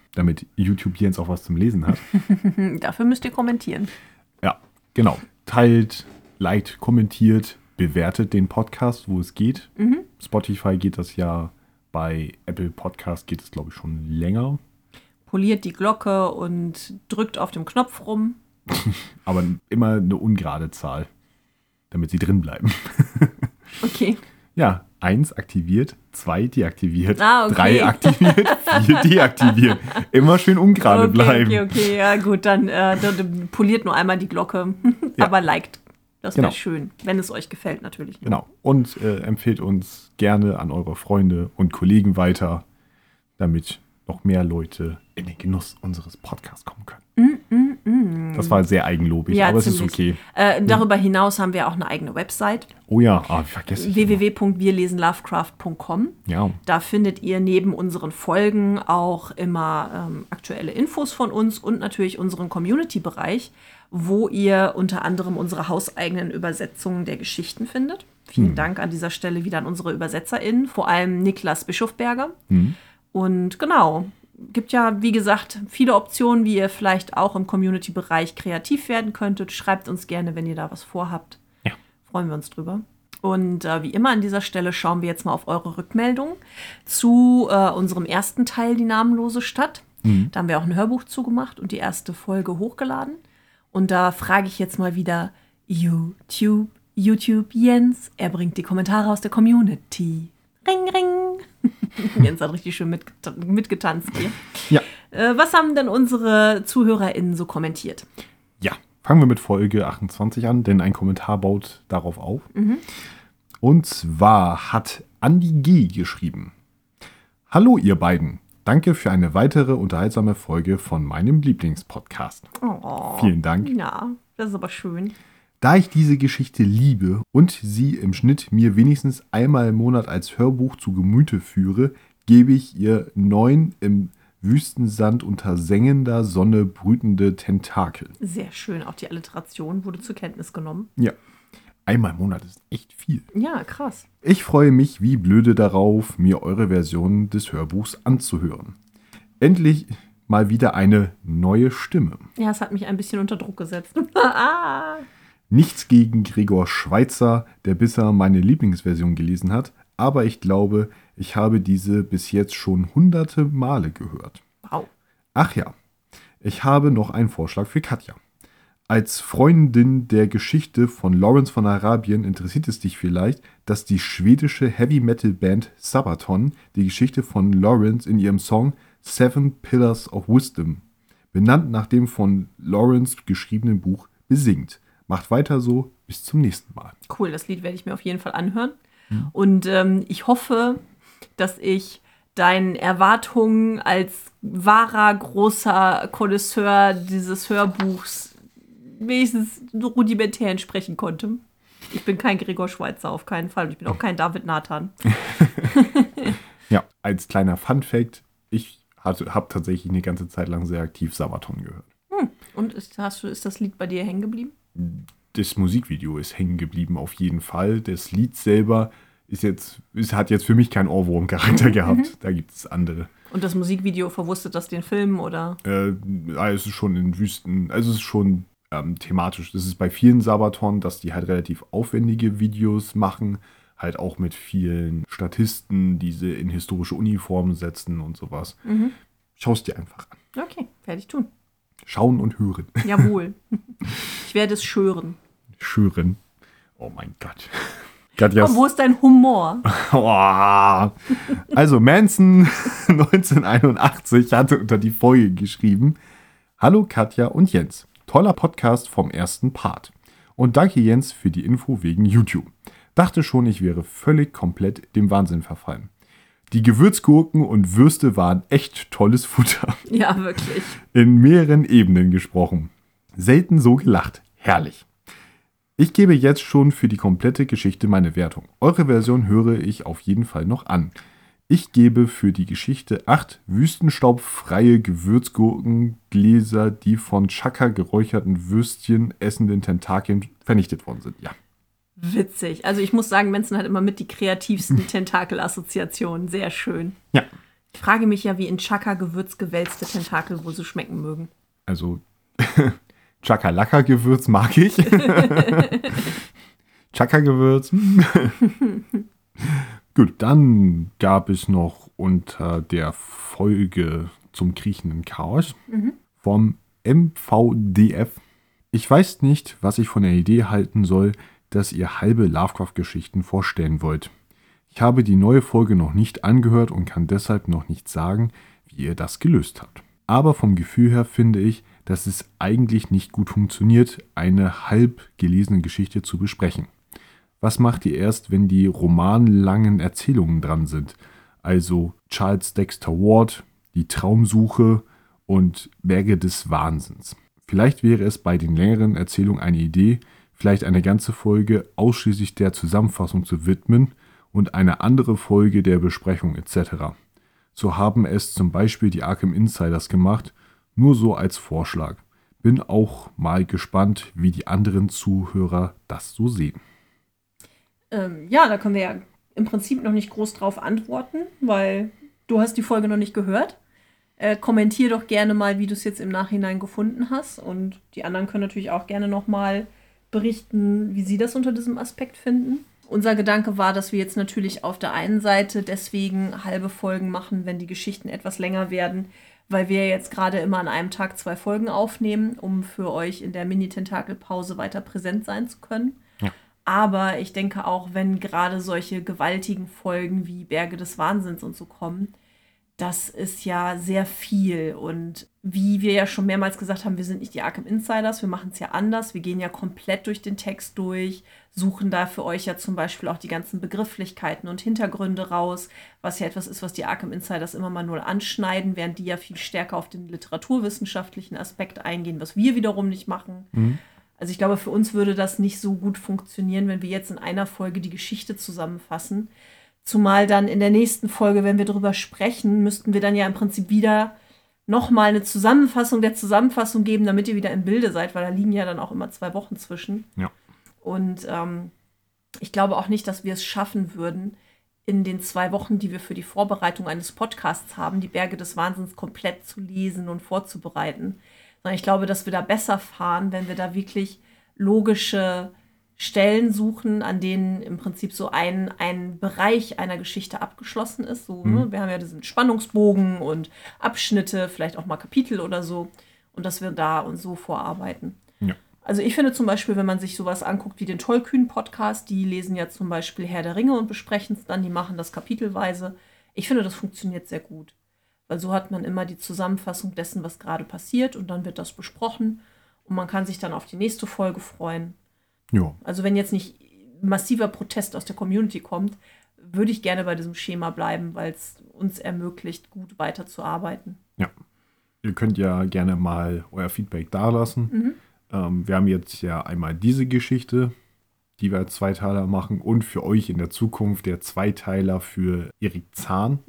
Speaker 3: damit YouTube Jens auch was zum Lesen hat.
Speaker 4: Dafür müsst ihr kommentieren.
Speaker 3: Ja, genau. Teilt, liked, kommentiert, bewertet den Podcast, wo es geht. Spotify geht das ja, bei Apple Podcast geht es, glaube ich, schon länger.
Speaker 4: Poliert die Glocke und drückt auf dem Knopf rum.
Speaker 3: Aber immer eine ungerade Zahl, damit sie drin bleiben.
Speaker 4: Okay.
Speaker 3: Ja, 1 aktiviert, 2 deaktiviert,
Speaker 4: Okay.
Speaker 3: 3 aktiviert, 4 deaktiviert. Immer schön ungerade bleiben.
Speaker 4: Okay, ja gut, dann poliert nur einmal die Glocke,
Speaker 3: Ja.
Speaker 4: aber liked. Das wäre
Speaker 3: Genau.
Speaker 4: schön, wenn es euch gefällt natürlich.
Speaker 3: Genau. Und empfehlt uns gerne an eure Freunde und Kollegen weiter, damit noch mehr Leute in den Genuss unseres Podcasts kommen können. Das war sehr eigenlobig,
Speaker 4: Ja,
Speaker 3: aber es ist
Speaker 4: ziemlich.
Speaker 3: okay.
Speaker 4: Darüber hinaus haben wir auch eine eigene Website,
Speaker 3: Oh ja, ich vergesse ich immer.
Speaker 4: www.wirlesenlovecraft.com.
Speaker 3: Ja,
Speaker 4: Da findet ihr neben unseren Folgen auch immer aktuelle Infos von uns und natürlich unseren Community-Bereich, wo ihr unter anderem unsere hauseigenen Übersetzungen der Geschichten findet. Vielen Dank an dieser Stelle wieder an unsere ÜbersetzerInnen, vor allem Niklas Bischofberger. Und genau, gibt ja, wie gesagt, viele Optionen, wie ihr vielleicht auch im Community-Bereich kreativ werden könntet. Schreibt uns gerne, wenn ihr da was vorhabt.
Speaker 3: Ja.
Speaker 4: Freuen wir uns drüber. Und wie immer an dieser Stelle schauen wir jetzt mal auf eure Rückmeldung zu unserem ersten Teil, die namenlose Stadt. Da haben wir auch ein Hörbuch zugemacht und die erste Folge hochgeladen. Und da frage ich jetzt mal wieder YouTube Jens. Er bringt die Kommentare aus der Community. Ring, ring. Jens hat richtig schön mitgetanzt hier.
Speaker 3: ja,
Speaker 4: Was haben denn unsere ZuhörerInnen so kommentiert?
Speaker 3: ja. Fangen wir mit Folge 28 an, denn ein Kommentar baut darauf auf. Und zwar hat Andi G. geschrieben: Hallo ihr beiden, danke für eine weitere unterhaltsame Folge von meinem Lieblingspodcast.
Speaker 4: Oh,
Speaker 3: Vielen Dank.
Speaker 4: ja, das ist aber schön.
Speaker 3: Da ich diese Geschichte liebe und sie im Schnitt mir wenigstens einmal im Monat als Hörbuch zu Gemüte führe, gebe ich ihr 9 im Wüstensand unter sengender Sonne brütende Tentakel.
Speaker 4: Sehr schön. Auch die Alliteration wurde zur Kenntnis genommen.
Speaker 3: Ja, einmal im Monat ist echt viel.
Speaker 4: Ja, krass.
Speaker 3: Ich freue mich wie blöde darauf, mir eure Version des Hörbuchs anzuhören. Endlich mal wieder eine neue Stimme.
Speaker 4: Ja, es hat mich ein bisschen unter Druck gesetzt. Ah.
Speaker 3: Nichts gegen Gregor Schweitzer, der bisher meine Lieblingsversion gelesen hat, aber ich glaube, ich habe diese bis jetzt schon hunderte Male gehört.
Speaker 4: Wow.
Speaker 3: Ach ja, ich habe noch einen Vorschlag für Katja. Als Freundin der Geschichte von Lawrence von Arabien interessiert es dich vielleicht, dass die schwedische Heavy-Metal-Band Sabaton die Geschichte von Lawrence in ihrem Song Seven Pillars of Wisdom, benannt nach dem von Lawrence geschriebenen Buch, besingt. Macht weiter so, bis zum nächsten Mal.
Speaker 4: Cool, das Lied werde ich mir auf jeden Fall anhören. Und ich hoffe, dass ich deinen Erwartungen als wahrer, großer Connoisseur dieses Hörbuchs wenigstens rudimentär entsprechen konnte. Ich bin kein Gregor Schweitzer, auf keinen Fall. Und ich bin auch kein David Nathan.
Speaker 3: Ja, als kleiner Fun-Fact, ich habe tatsächlich eine ganze Zeit lang sehr aktiv Sabaton gehört.
Speaker 4: Und ist das Lied bei dir hängen geblieben?
Speaker 3: Das Musikvideo ist hängen geblieben, auf jeden Fall. Das Lied selber hat jetzt für mich keinen Ohrwurm-Charakter gehabt. Da gibt es andere.
Speaker 4: Und das Musikvideo verwurstet das den Film, oder?
Speaker 3: Es ist schon in Wüsten, also es ist schon thematisch. Das ist bei vielen Sabaton, dass die halt relativ aufwendige Videos machen, halt auch mit vielen Statisten, die sie in historische Uniformen setzen und sowas. Schau es dir einfach an.
Speaker 4: Okay, werde ich tun.
Speaker 3: Schauen und hören.
Speaker 4: Jawohl. Ich werde es schwören.
Speaker 3: Schüren. Oh mein Gott. Katjas.
Speaker 4: Oh, wo ist dein Humor?
Speaker 3: Oh. Also Manson 1981 hatte unter die Folge geschrieben: Hallo Katja und Jens. Toller Podcast vom ersten Part. Und danke Jens für die Info wegen YouTube. Dachte schon, ich wäre völlig komplett dem Wahnsinn verfallen. Die Gewürzgurken und Würste waren echt tolles Futter.
Speaker 4: Ja, wirklich.
Speaker 3: In mehreren Ebenen gesprochen. Selten so gelacht. Herrlich. Ich gebe jetzt schon für die komplette Geschichte meine Wertung. Eure Version höre ich auf jeden Fall noch an. Ich gebe für die Geschichte 8 wüstenstaubfreie Gewürzgurkengläser, die von Chaka geräucherten Würstchen essenden Tentakeln vernichtet worden sind. Ja.
Speaker 4: Witzig. Also ich muss sagen, Manson hat immer mit die kreativsten Tentakel-Assoziationen. Sehr schön.
Speaker 3: Ja.
Speaker 4: Ich frage mich ja, wie in Chaka-Gewürz gewälzte Tentakel wohl so schmecken mögen.
Speaker 3: Also Chakalaka-Gewürz mag ich. Chaka-Gewürz. Gut, dann gab es noch unter der Folge zum kriechenden Chaos vom MVDF. Ich weiß nicht, was ich von der Idee halten soll, dass ihr halbe Lovecraft-Geschichten vorstellen wollt. Ich habe die neue Folge noch nicht angehört und kann deshalb noch nicht sagen, wie ihr das gelöst habt. Aber vom Gefühl her finde ich, dass es eigentlich nicht gut funktioniert, eine halb gelesene Geschichte zu besprechen. Was macht ihr erst, wenn die romanlangen Erzählungen dran sind? Also Charles Dexter Ward, die Traumsuche und Berge des Wahnsinns. Vielleicht wäre es bei den längeren Erzählungen eine Idee, vielleicht eine ganze Folge ausschließlich der Zusammenfassung zu widmen und eine andere Folge der Besprechung etc. So haben es zum Beispiel die Arkham Insiders gemacht, nur so als Vorschlag. Bin auch mal gespannt, wie die anderen Zuhörer das so sehen.
Speaker 4: Ja, da können wir ja im Prinzip noch nicht groß drauf antworten, weil du hast die Folge noch nicht gehört. Kommentier doch gerne mal, wie du es jetzt im Nachhinein gefunden hast. Und die anderen können natürlich auch gerne noch mal berichten, wie sie das unter diesem Aspekt finden. Unser Gedanke war, dass wir jetzt natürlich auf der einen Seite deswegen halbe Folgen machen, wenn die Geschichten etwas länger werden, weil wir jetzt gerade immer an einem Tag 2 Folgen aufnehmen, um für euch in der Mini-Tentakel-Pause weiter präsent sein zu können.
Speaker 3: Ja.
Speaker 4: Aber ich denke auch, wenn gerade solche gewaltigen Folgen wie Berge des Wahnsinns und so kommen, das ist ja sehr viel. Und wie wir ja schon mehrmals gesagt haben, wir sind nicht die Arkham Insiders, wir machen es ja anders. Wir gehen ja komplett durch den Text durch, suchen da für euch ja zum Beispiel auch die ganzen Begrifflichkeiten und Hintergründe raus, was ja etwas ist, was die Arkham Insiders immer mal nur anschneiden, während die ja viel stärker auf den literaturwissenschaftlichen Aspekt eingehen, was wir wiederum nicht machen. Also ich glaube, für uns würde das nicht so gut funktionieren, wenn wir jetzt in einer Folge die Geschichte zusammenfassen. Zumal dann in der nächsten Folge, wenn wir darüber sprechen, müssten wir dann ja im Prinzip wieder nochmal eine Zusammenfassung der Zusammenfassung geben, damit ihr wieder im Bilde seid, weil da liegen ja dann auch immer 2 Wochen zwischen.
Speaker 3: Ja.
Speaker 4: Und ich glaube auch nicht, dass wir es schaffen würden, in den 2 Wochen, die wir für die Vorbereitung eines Podcasts haben, die Berge des Wahnsinns komplett zu lesen und vorzubereiten. Sondern ich glaube, dass wir da besser fahren, wenn wir da wirklich logische Stellen suchen, an denen im Prinzip so ein Bereich einer Geschichte abgeschlossen ist. So, ne? Wir haben ja diesen Spannungsbogen und Abschnitte, vielleicht auch mal Kapitel oder so. Und dass wir da und so vorarbeiten.
Speaker 3: Ja.
Speaker 4: Also ich finde zum Beispiel, wenn man sich sowas anguckt wie den Tollkühn-Podcast, die lesen ja zum Beispiel Herr der Ringe und besprechen es dann, die machen das kapitelweise. Ich finde, das funktioniert sehr gut. Weil so hat man immer die Zusammenfassung dessen, was gerade passiert und dann wird das besprochen und man kann sich dann auf die nächste Folge freuen.
Speaker 3: Ja.
Speaker 4: Also wenn jetzt nicht massiver Protest aus der Community kommt, würde ich gerne bei diesem Schema bleiben, weil es uns ermöglicht, gut weiterzuarbeiten.
Speaker 3: Ja. Ihr könnt ja gerne mal euer Feedback dalassen. Wir haben jetzt ja einmal diese Geschichte, die wir als Zweiteiler machen und für euch in der Zukunft der Zweiteiler für Erik Zahn.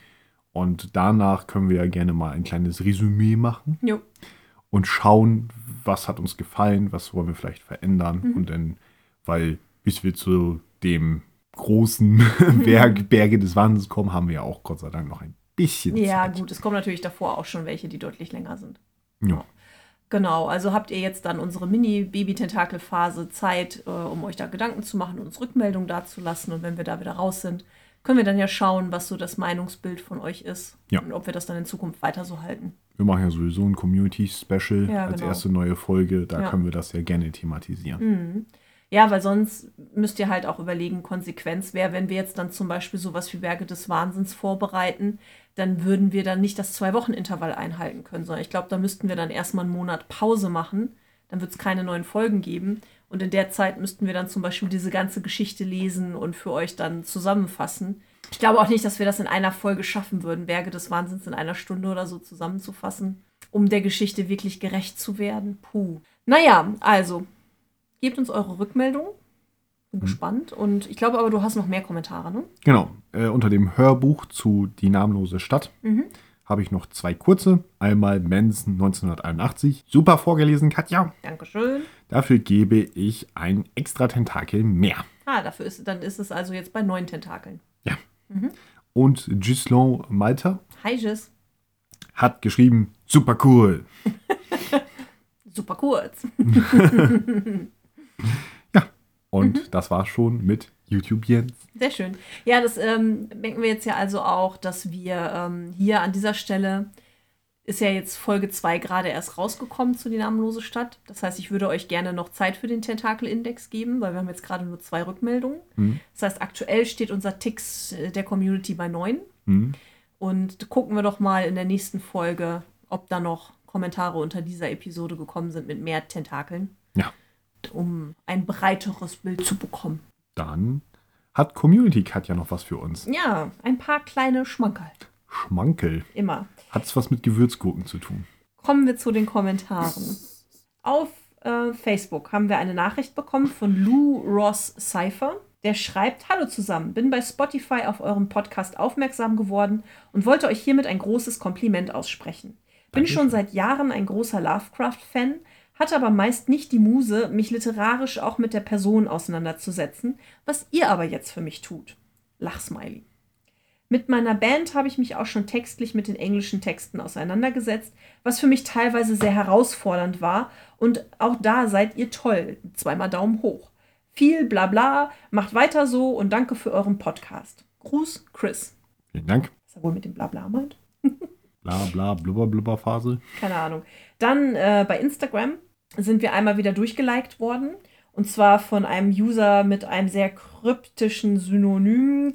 Speaker 3: Und danach können wir ja gerne mal ein kleines Resümee machen.
Speaker 4: Jo.
Speaker 3: Und schauen, was hat uns gefallen, was wollen wir vielleicht verändern. Und dann, weil bis wir zu dem großen Werk Berge des Wahnsinns kommen, haben wir ja auch Gott sei Dank noch ein bisschen Zeit.
Speaker 4: Ja, gut, es kommen natürlich davor auch schon welche, die deutlich länger sind.
Speaker 3: Ja.
Speaker 4: Genau, also habt ihr jetzt dann unsere Mini-Baby-Tentakel-Phase Zeit, um euch da Gedanken zu machen und uns Rückmeldungen dazulassen. Und wenn wir da wieder raus sind, können wir dann ja schauen, was so das Meinungsbild von euch ist.
Speaker 3: Ja.
Speaker 4: Und ob wir das dann in Zukunft weiter so halten.
Speaker 3: Wir machen ja sowieso ein Community-Special
Speaker 4: Ja,
Speaker 3: als
Speaker 4: genau.
Speaker 3: erste neue Folge. Da
Speaker 4: Ja.
Speaker 3: können wir das ja gerne thematisieren.
Speaker 4: Ja, weil sonst müsst ihr halt auch überlegen, Konsequenz wäre, wenn wir jetzt dann zum Beispiel sowas wie Berge des Wahnsinns vorbereiten, dann würden wir dann nicht das 2-Wochen-Intervall einhalten können, sondern ich glaube, da müssten wir dann erstmal einen Monat Pause machen, dann wird es keine neuen Folgen geben und in der Zeit müssten wir dann zum Beispiel diese ganze Geschichte lesen und für euch dann zusammenfassen. Ich glaube auch nicht, dass wir das in einer Folge schaffen würden, Berge des Wahnsinns in einer Stunde oder so zusammenzufassen, um der Geschichte wirklich gerecht zu werden. Puh. Naja, also, gebt uns eure Rückmeldung. Bin gespannt. Und ich glaube aber, du hast noch mehr Kommentare, ne?
Speaker 3: Genau. Unter dem Hörbuch zu Die namenlose Stadt habe ich noch 2 kurze. Einmal Manson 1981. Super vorgelesen, Katja.
Speaker 4: Dankeschön.
Speaker 3: Dafür gebe ich ein extra Tentakel mehr.
Speaker 4: Dann ist es also jetzt bei 9 Tentakeln.
Speaker 3: Ja. Und Ghislain Malta
Speaker 4: Hi, Jis.
Speaker 3: hat geschrieben, super cool.
Speaker 4: Super kurz.
Speaker 3: Und das war schon mit YouTube Jens.
Speaker 4: Sehr schön. Ja, das merken wir jetzt ja also auch, dass wir hier an dieser Stelle ist ja jetzt Folge 2 gerade erst rausgekommen zu Die namenlose Stadt. Das heißt, ich würde euch gerne noch Zeit für den Tentakel-Index geben, weil wir haben jetzt gerade nur 2 Rückmeldungen. Das heißt, aktuell steht unser Ticks der Community bei 9. Und gucken wir doch mal in der nächsten Folge, ob da noch Kommentare unter dieser Episode gekommen sind mit mehr Tentakeln.
Speaker 3: Ja.
Speaker 4: Um ein breiteres Bild zu bekommen.
Speaker 3: Dann hat Community Cut ja noch was für uns.
Speaker 4: Ja, ein paar kleine Schmankerl.
Speaker 3: Schmankel.
Speaker 4: Immer.
Speaker 3: Hat es was mit Gewürzgurken zu tun?
Speaker 4: Kommen wir zu den Kommentaren. Auf Facebook haben wir eine Nachricht bekommen von Lou Ross Cypher. Der schreibt, hallo zusammen, bin bei Spotify auf eurem Podcast aufmerksam geworden und wollte euch hiermit ein großes Kompliment aussprechen. Bin schon seit Jahren ein großer Lovecraft-Fan, hatte aber meist nicht die Muse, mich literarisch auch mit der Person auseinanderzusetzen, was ihr aber jetzt für mich tut. Lachsmiley. Mit meiner Band habe ich mich auch schon textlich mit den englischen Texten auseinandergesetzt, was für mich teilweise sehr herausfordernd war und auch da seid ihr toll. 2-mal Daumen hoch. Viel Blabla, macht weiter so und danke für euren Podcast. Gruß, Chris.
Speaker 3: Vielen Dank.
Speaker 4: Was er wohl mit dem Blabla meint?
Speaker 3: Bla bla blubber blubber Phase.
Speaker 4: Keine Ahnung. Dann bei Instagram sind wir einmal wieder durchgeliked worden. Und zwar von einem User mit einem sehr kryptischen Synonym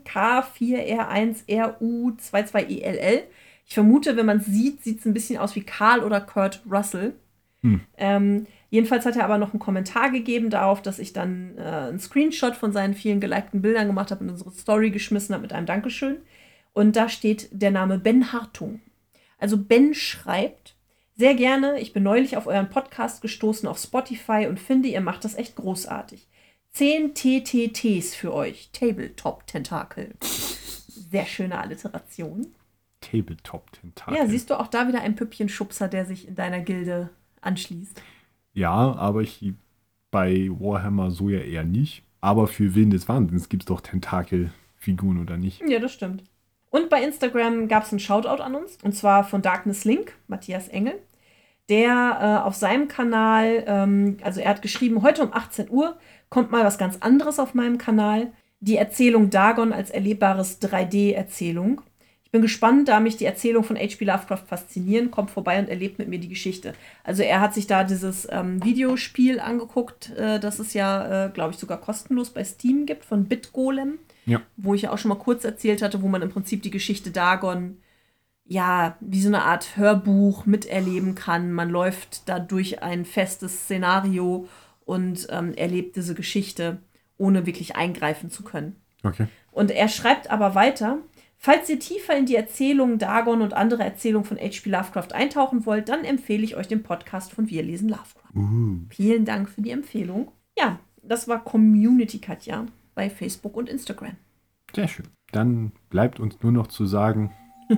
Speaker 4: K4R1RU22ELL. Ich vermute, wenn man es sieht, sieht es ein bisschen aus wie Karl oder Kurt Russell. Jedenfalls hat er aber noch einen Kommentar gegeben darauf, dass ich dann einen Screenshot von seinen vielen gelikten Bildern gemacht habe und unsere Story geschmissen habe mit einem Dankeschön. Und da steht der Name Ben Hartung. Also Ben schreibt, sehr gerne, ich bin neulich auf euren Podcast gestoßen auf Spotify und finde, ihr macht das echt großartig. 10 TTTs für euch. Tabletop-Tentakel. Sehr schöne Alliteration.
Speaker 3: Tabletop-Tentakel.
Speaker 4: Ja, siehst du auch da wieder einen Püppchenschubser, der sich in deiner Gilde anschließt.
Speaker 3: Ja, aber bei Warhammer so ja eher nicht. Aber für Willen des Wahnsinns gibt es doch Tentakelfiguren, oder nicht?
Speaker 4: Ja, das stimmt. Und bei Instagram gab es einen Shoutout an uns. Und zwar von Darkness Link, Matthias Engel. Der auf seinem Kanal, also er hat geschrieben, heute um 18 Uhr kommt mal was ganz anderes auf meinem Kanal. Die Erzählung Dagon als erlebbares 3D-Erzählung. Ich bin gespannt, da mich die Erzählung von H.P. Lovecraft faszinieren. Kommt vorbei und erlebt mit mir die Geschichte. Also er hat sich da dieses Videospiel angeguckt, das es ja, glaube ich, sogar kostenlos bei Steam gibt, von BitGolem. Ja. Wo ich ja auch schon mal kurz erzählt hatte, wo man im Prinzip die Geschichte Dagon ja wie so eine Art Hörbuch miterleben kann. Man läuft da durch ein festes Szenario und erlebt diese Geschichte, ohne wirklich eingreifen zu können.
Speaker 3: Okay.
Speaker 4: Und er schreibt aber weiter, falls ihr tiefer in die Erzählungen Dagon und andere Erzählungen von H.P. Lovecraft eintauchen wollt, dann empfehle ich euch den Podcast von Wir lesen Lovecraft. Vielen Dank für die Empfehlung. Ja, das war Community Katja bei Facebook und Instagram.
Speaker 3: Sehr schön. Dann bleibt uns nur noch zu sagen,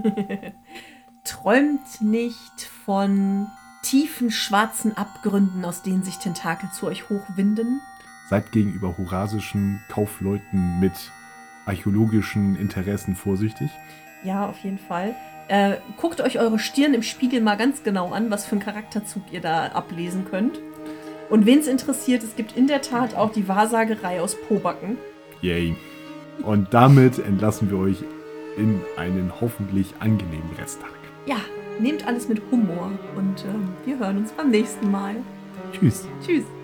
Speaker 4: träumt nicht von tiefen schwarzen Abgründen, aus denen sich Tentakel zu euch hochwinden.
Speaker 3: Seid gegenüber horasischen Kaufleuten mit archäologischen Interessen vorsichtig.
Speaker 4: Ja, auf jeden Fall. Guckt euch eure Stirn im Spiegel mal ganz genau an, was für einen Charakterzug ihr da ablesen könnt. Und wen es interessiert, es gibt in der Tat auch die Wahrsagerei aus Pobacken.
Speaker 3: Yay. Und damit entlassen wir euch in einen hoffentlich angenehmen Resttag.
Speaker 4: Ja, nehmt alles mit Humor und wir hören uns beim nächsten Mal.
Speaker 3: Tschüss.
Speaker 4: Tschüss.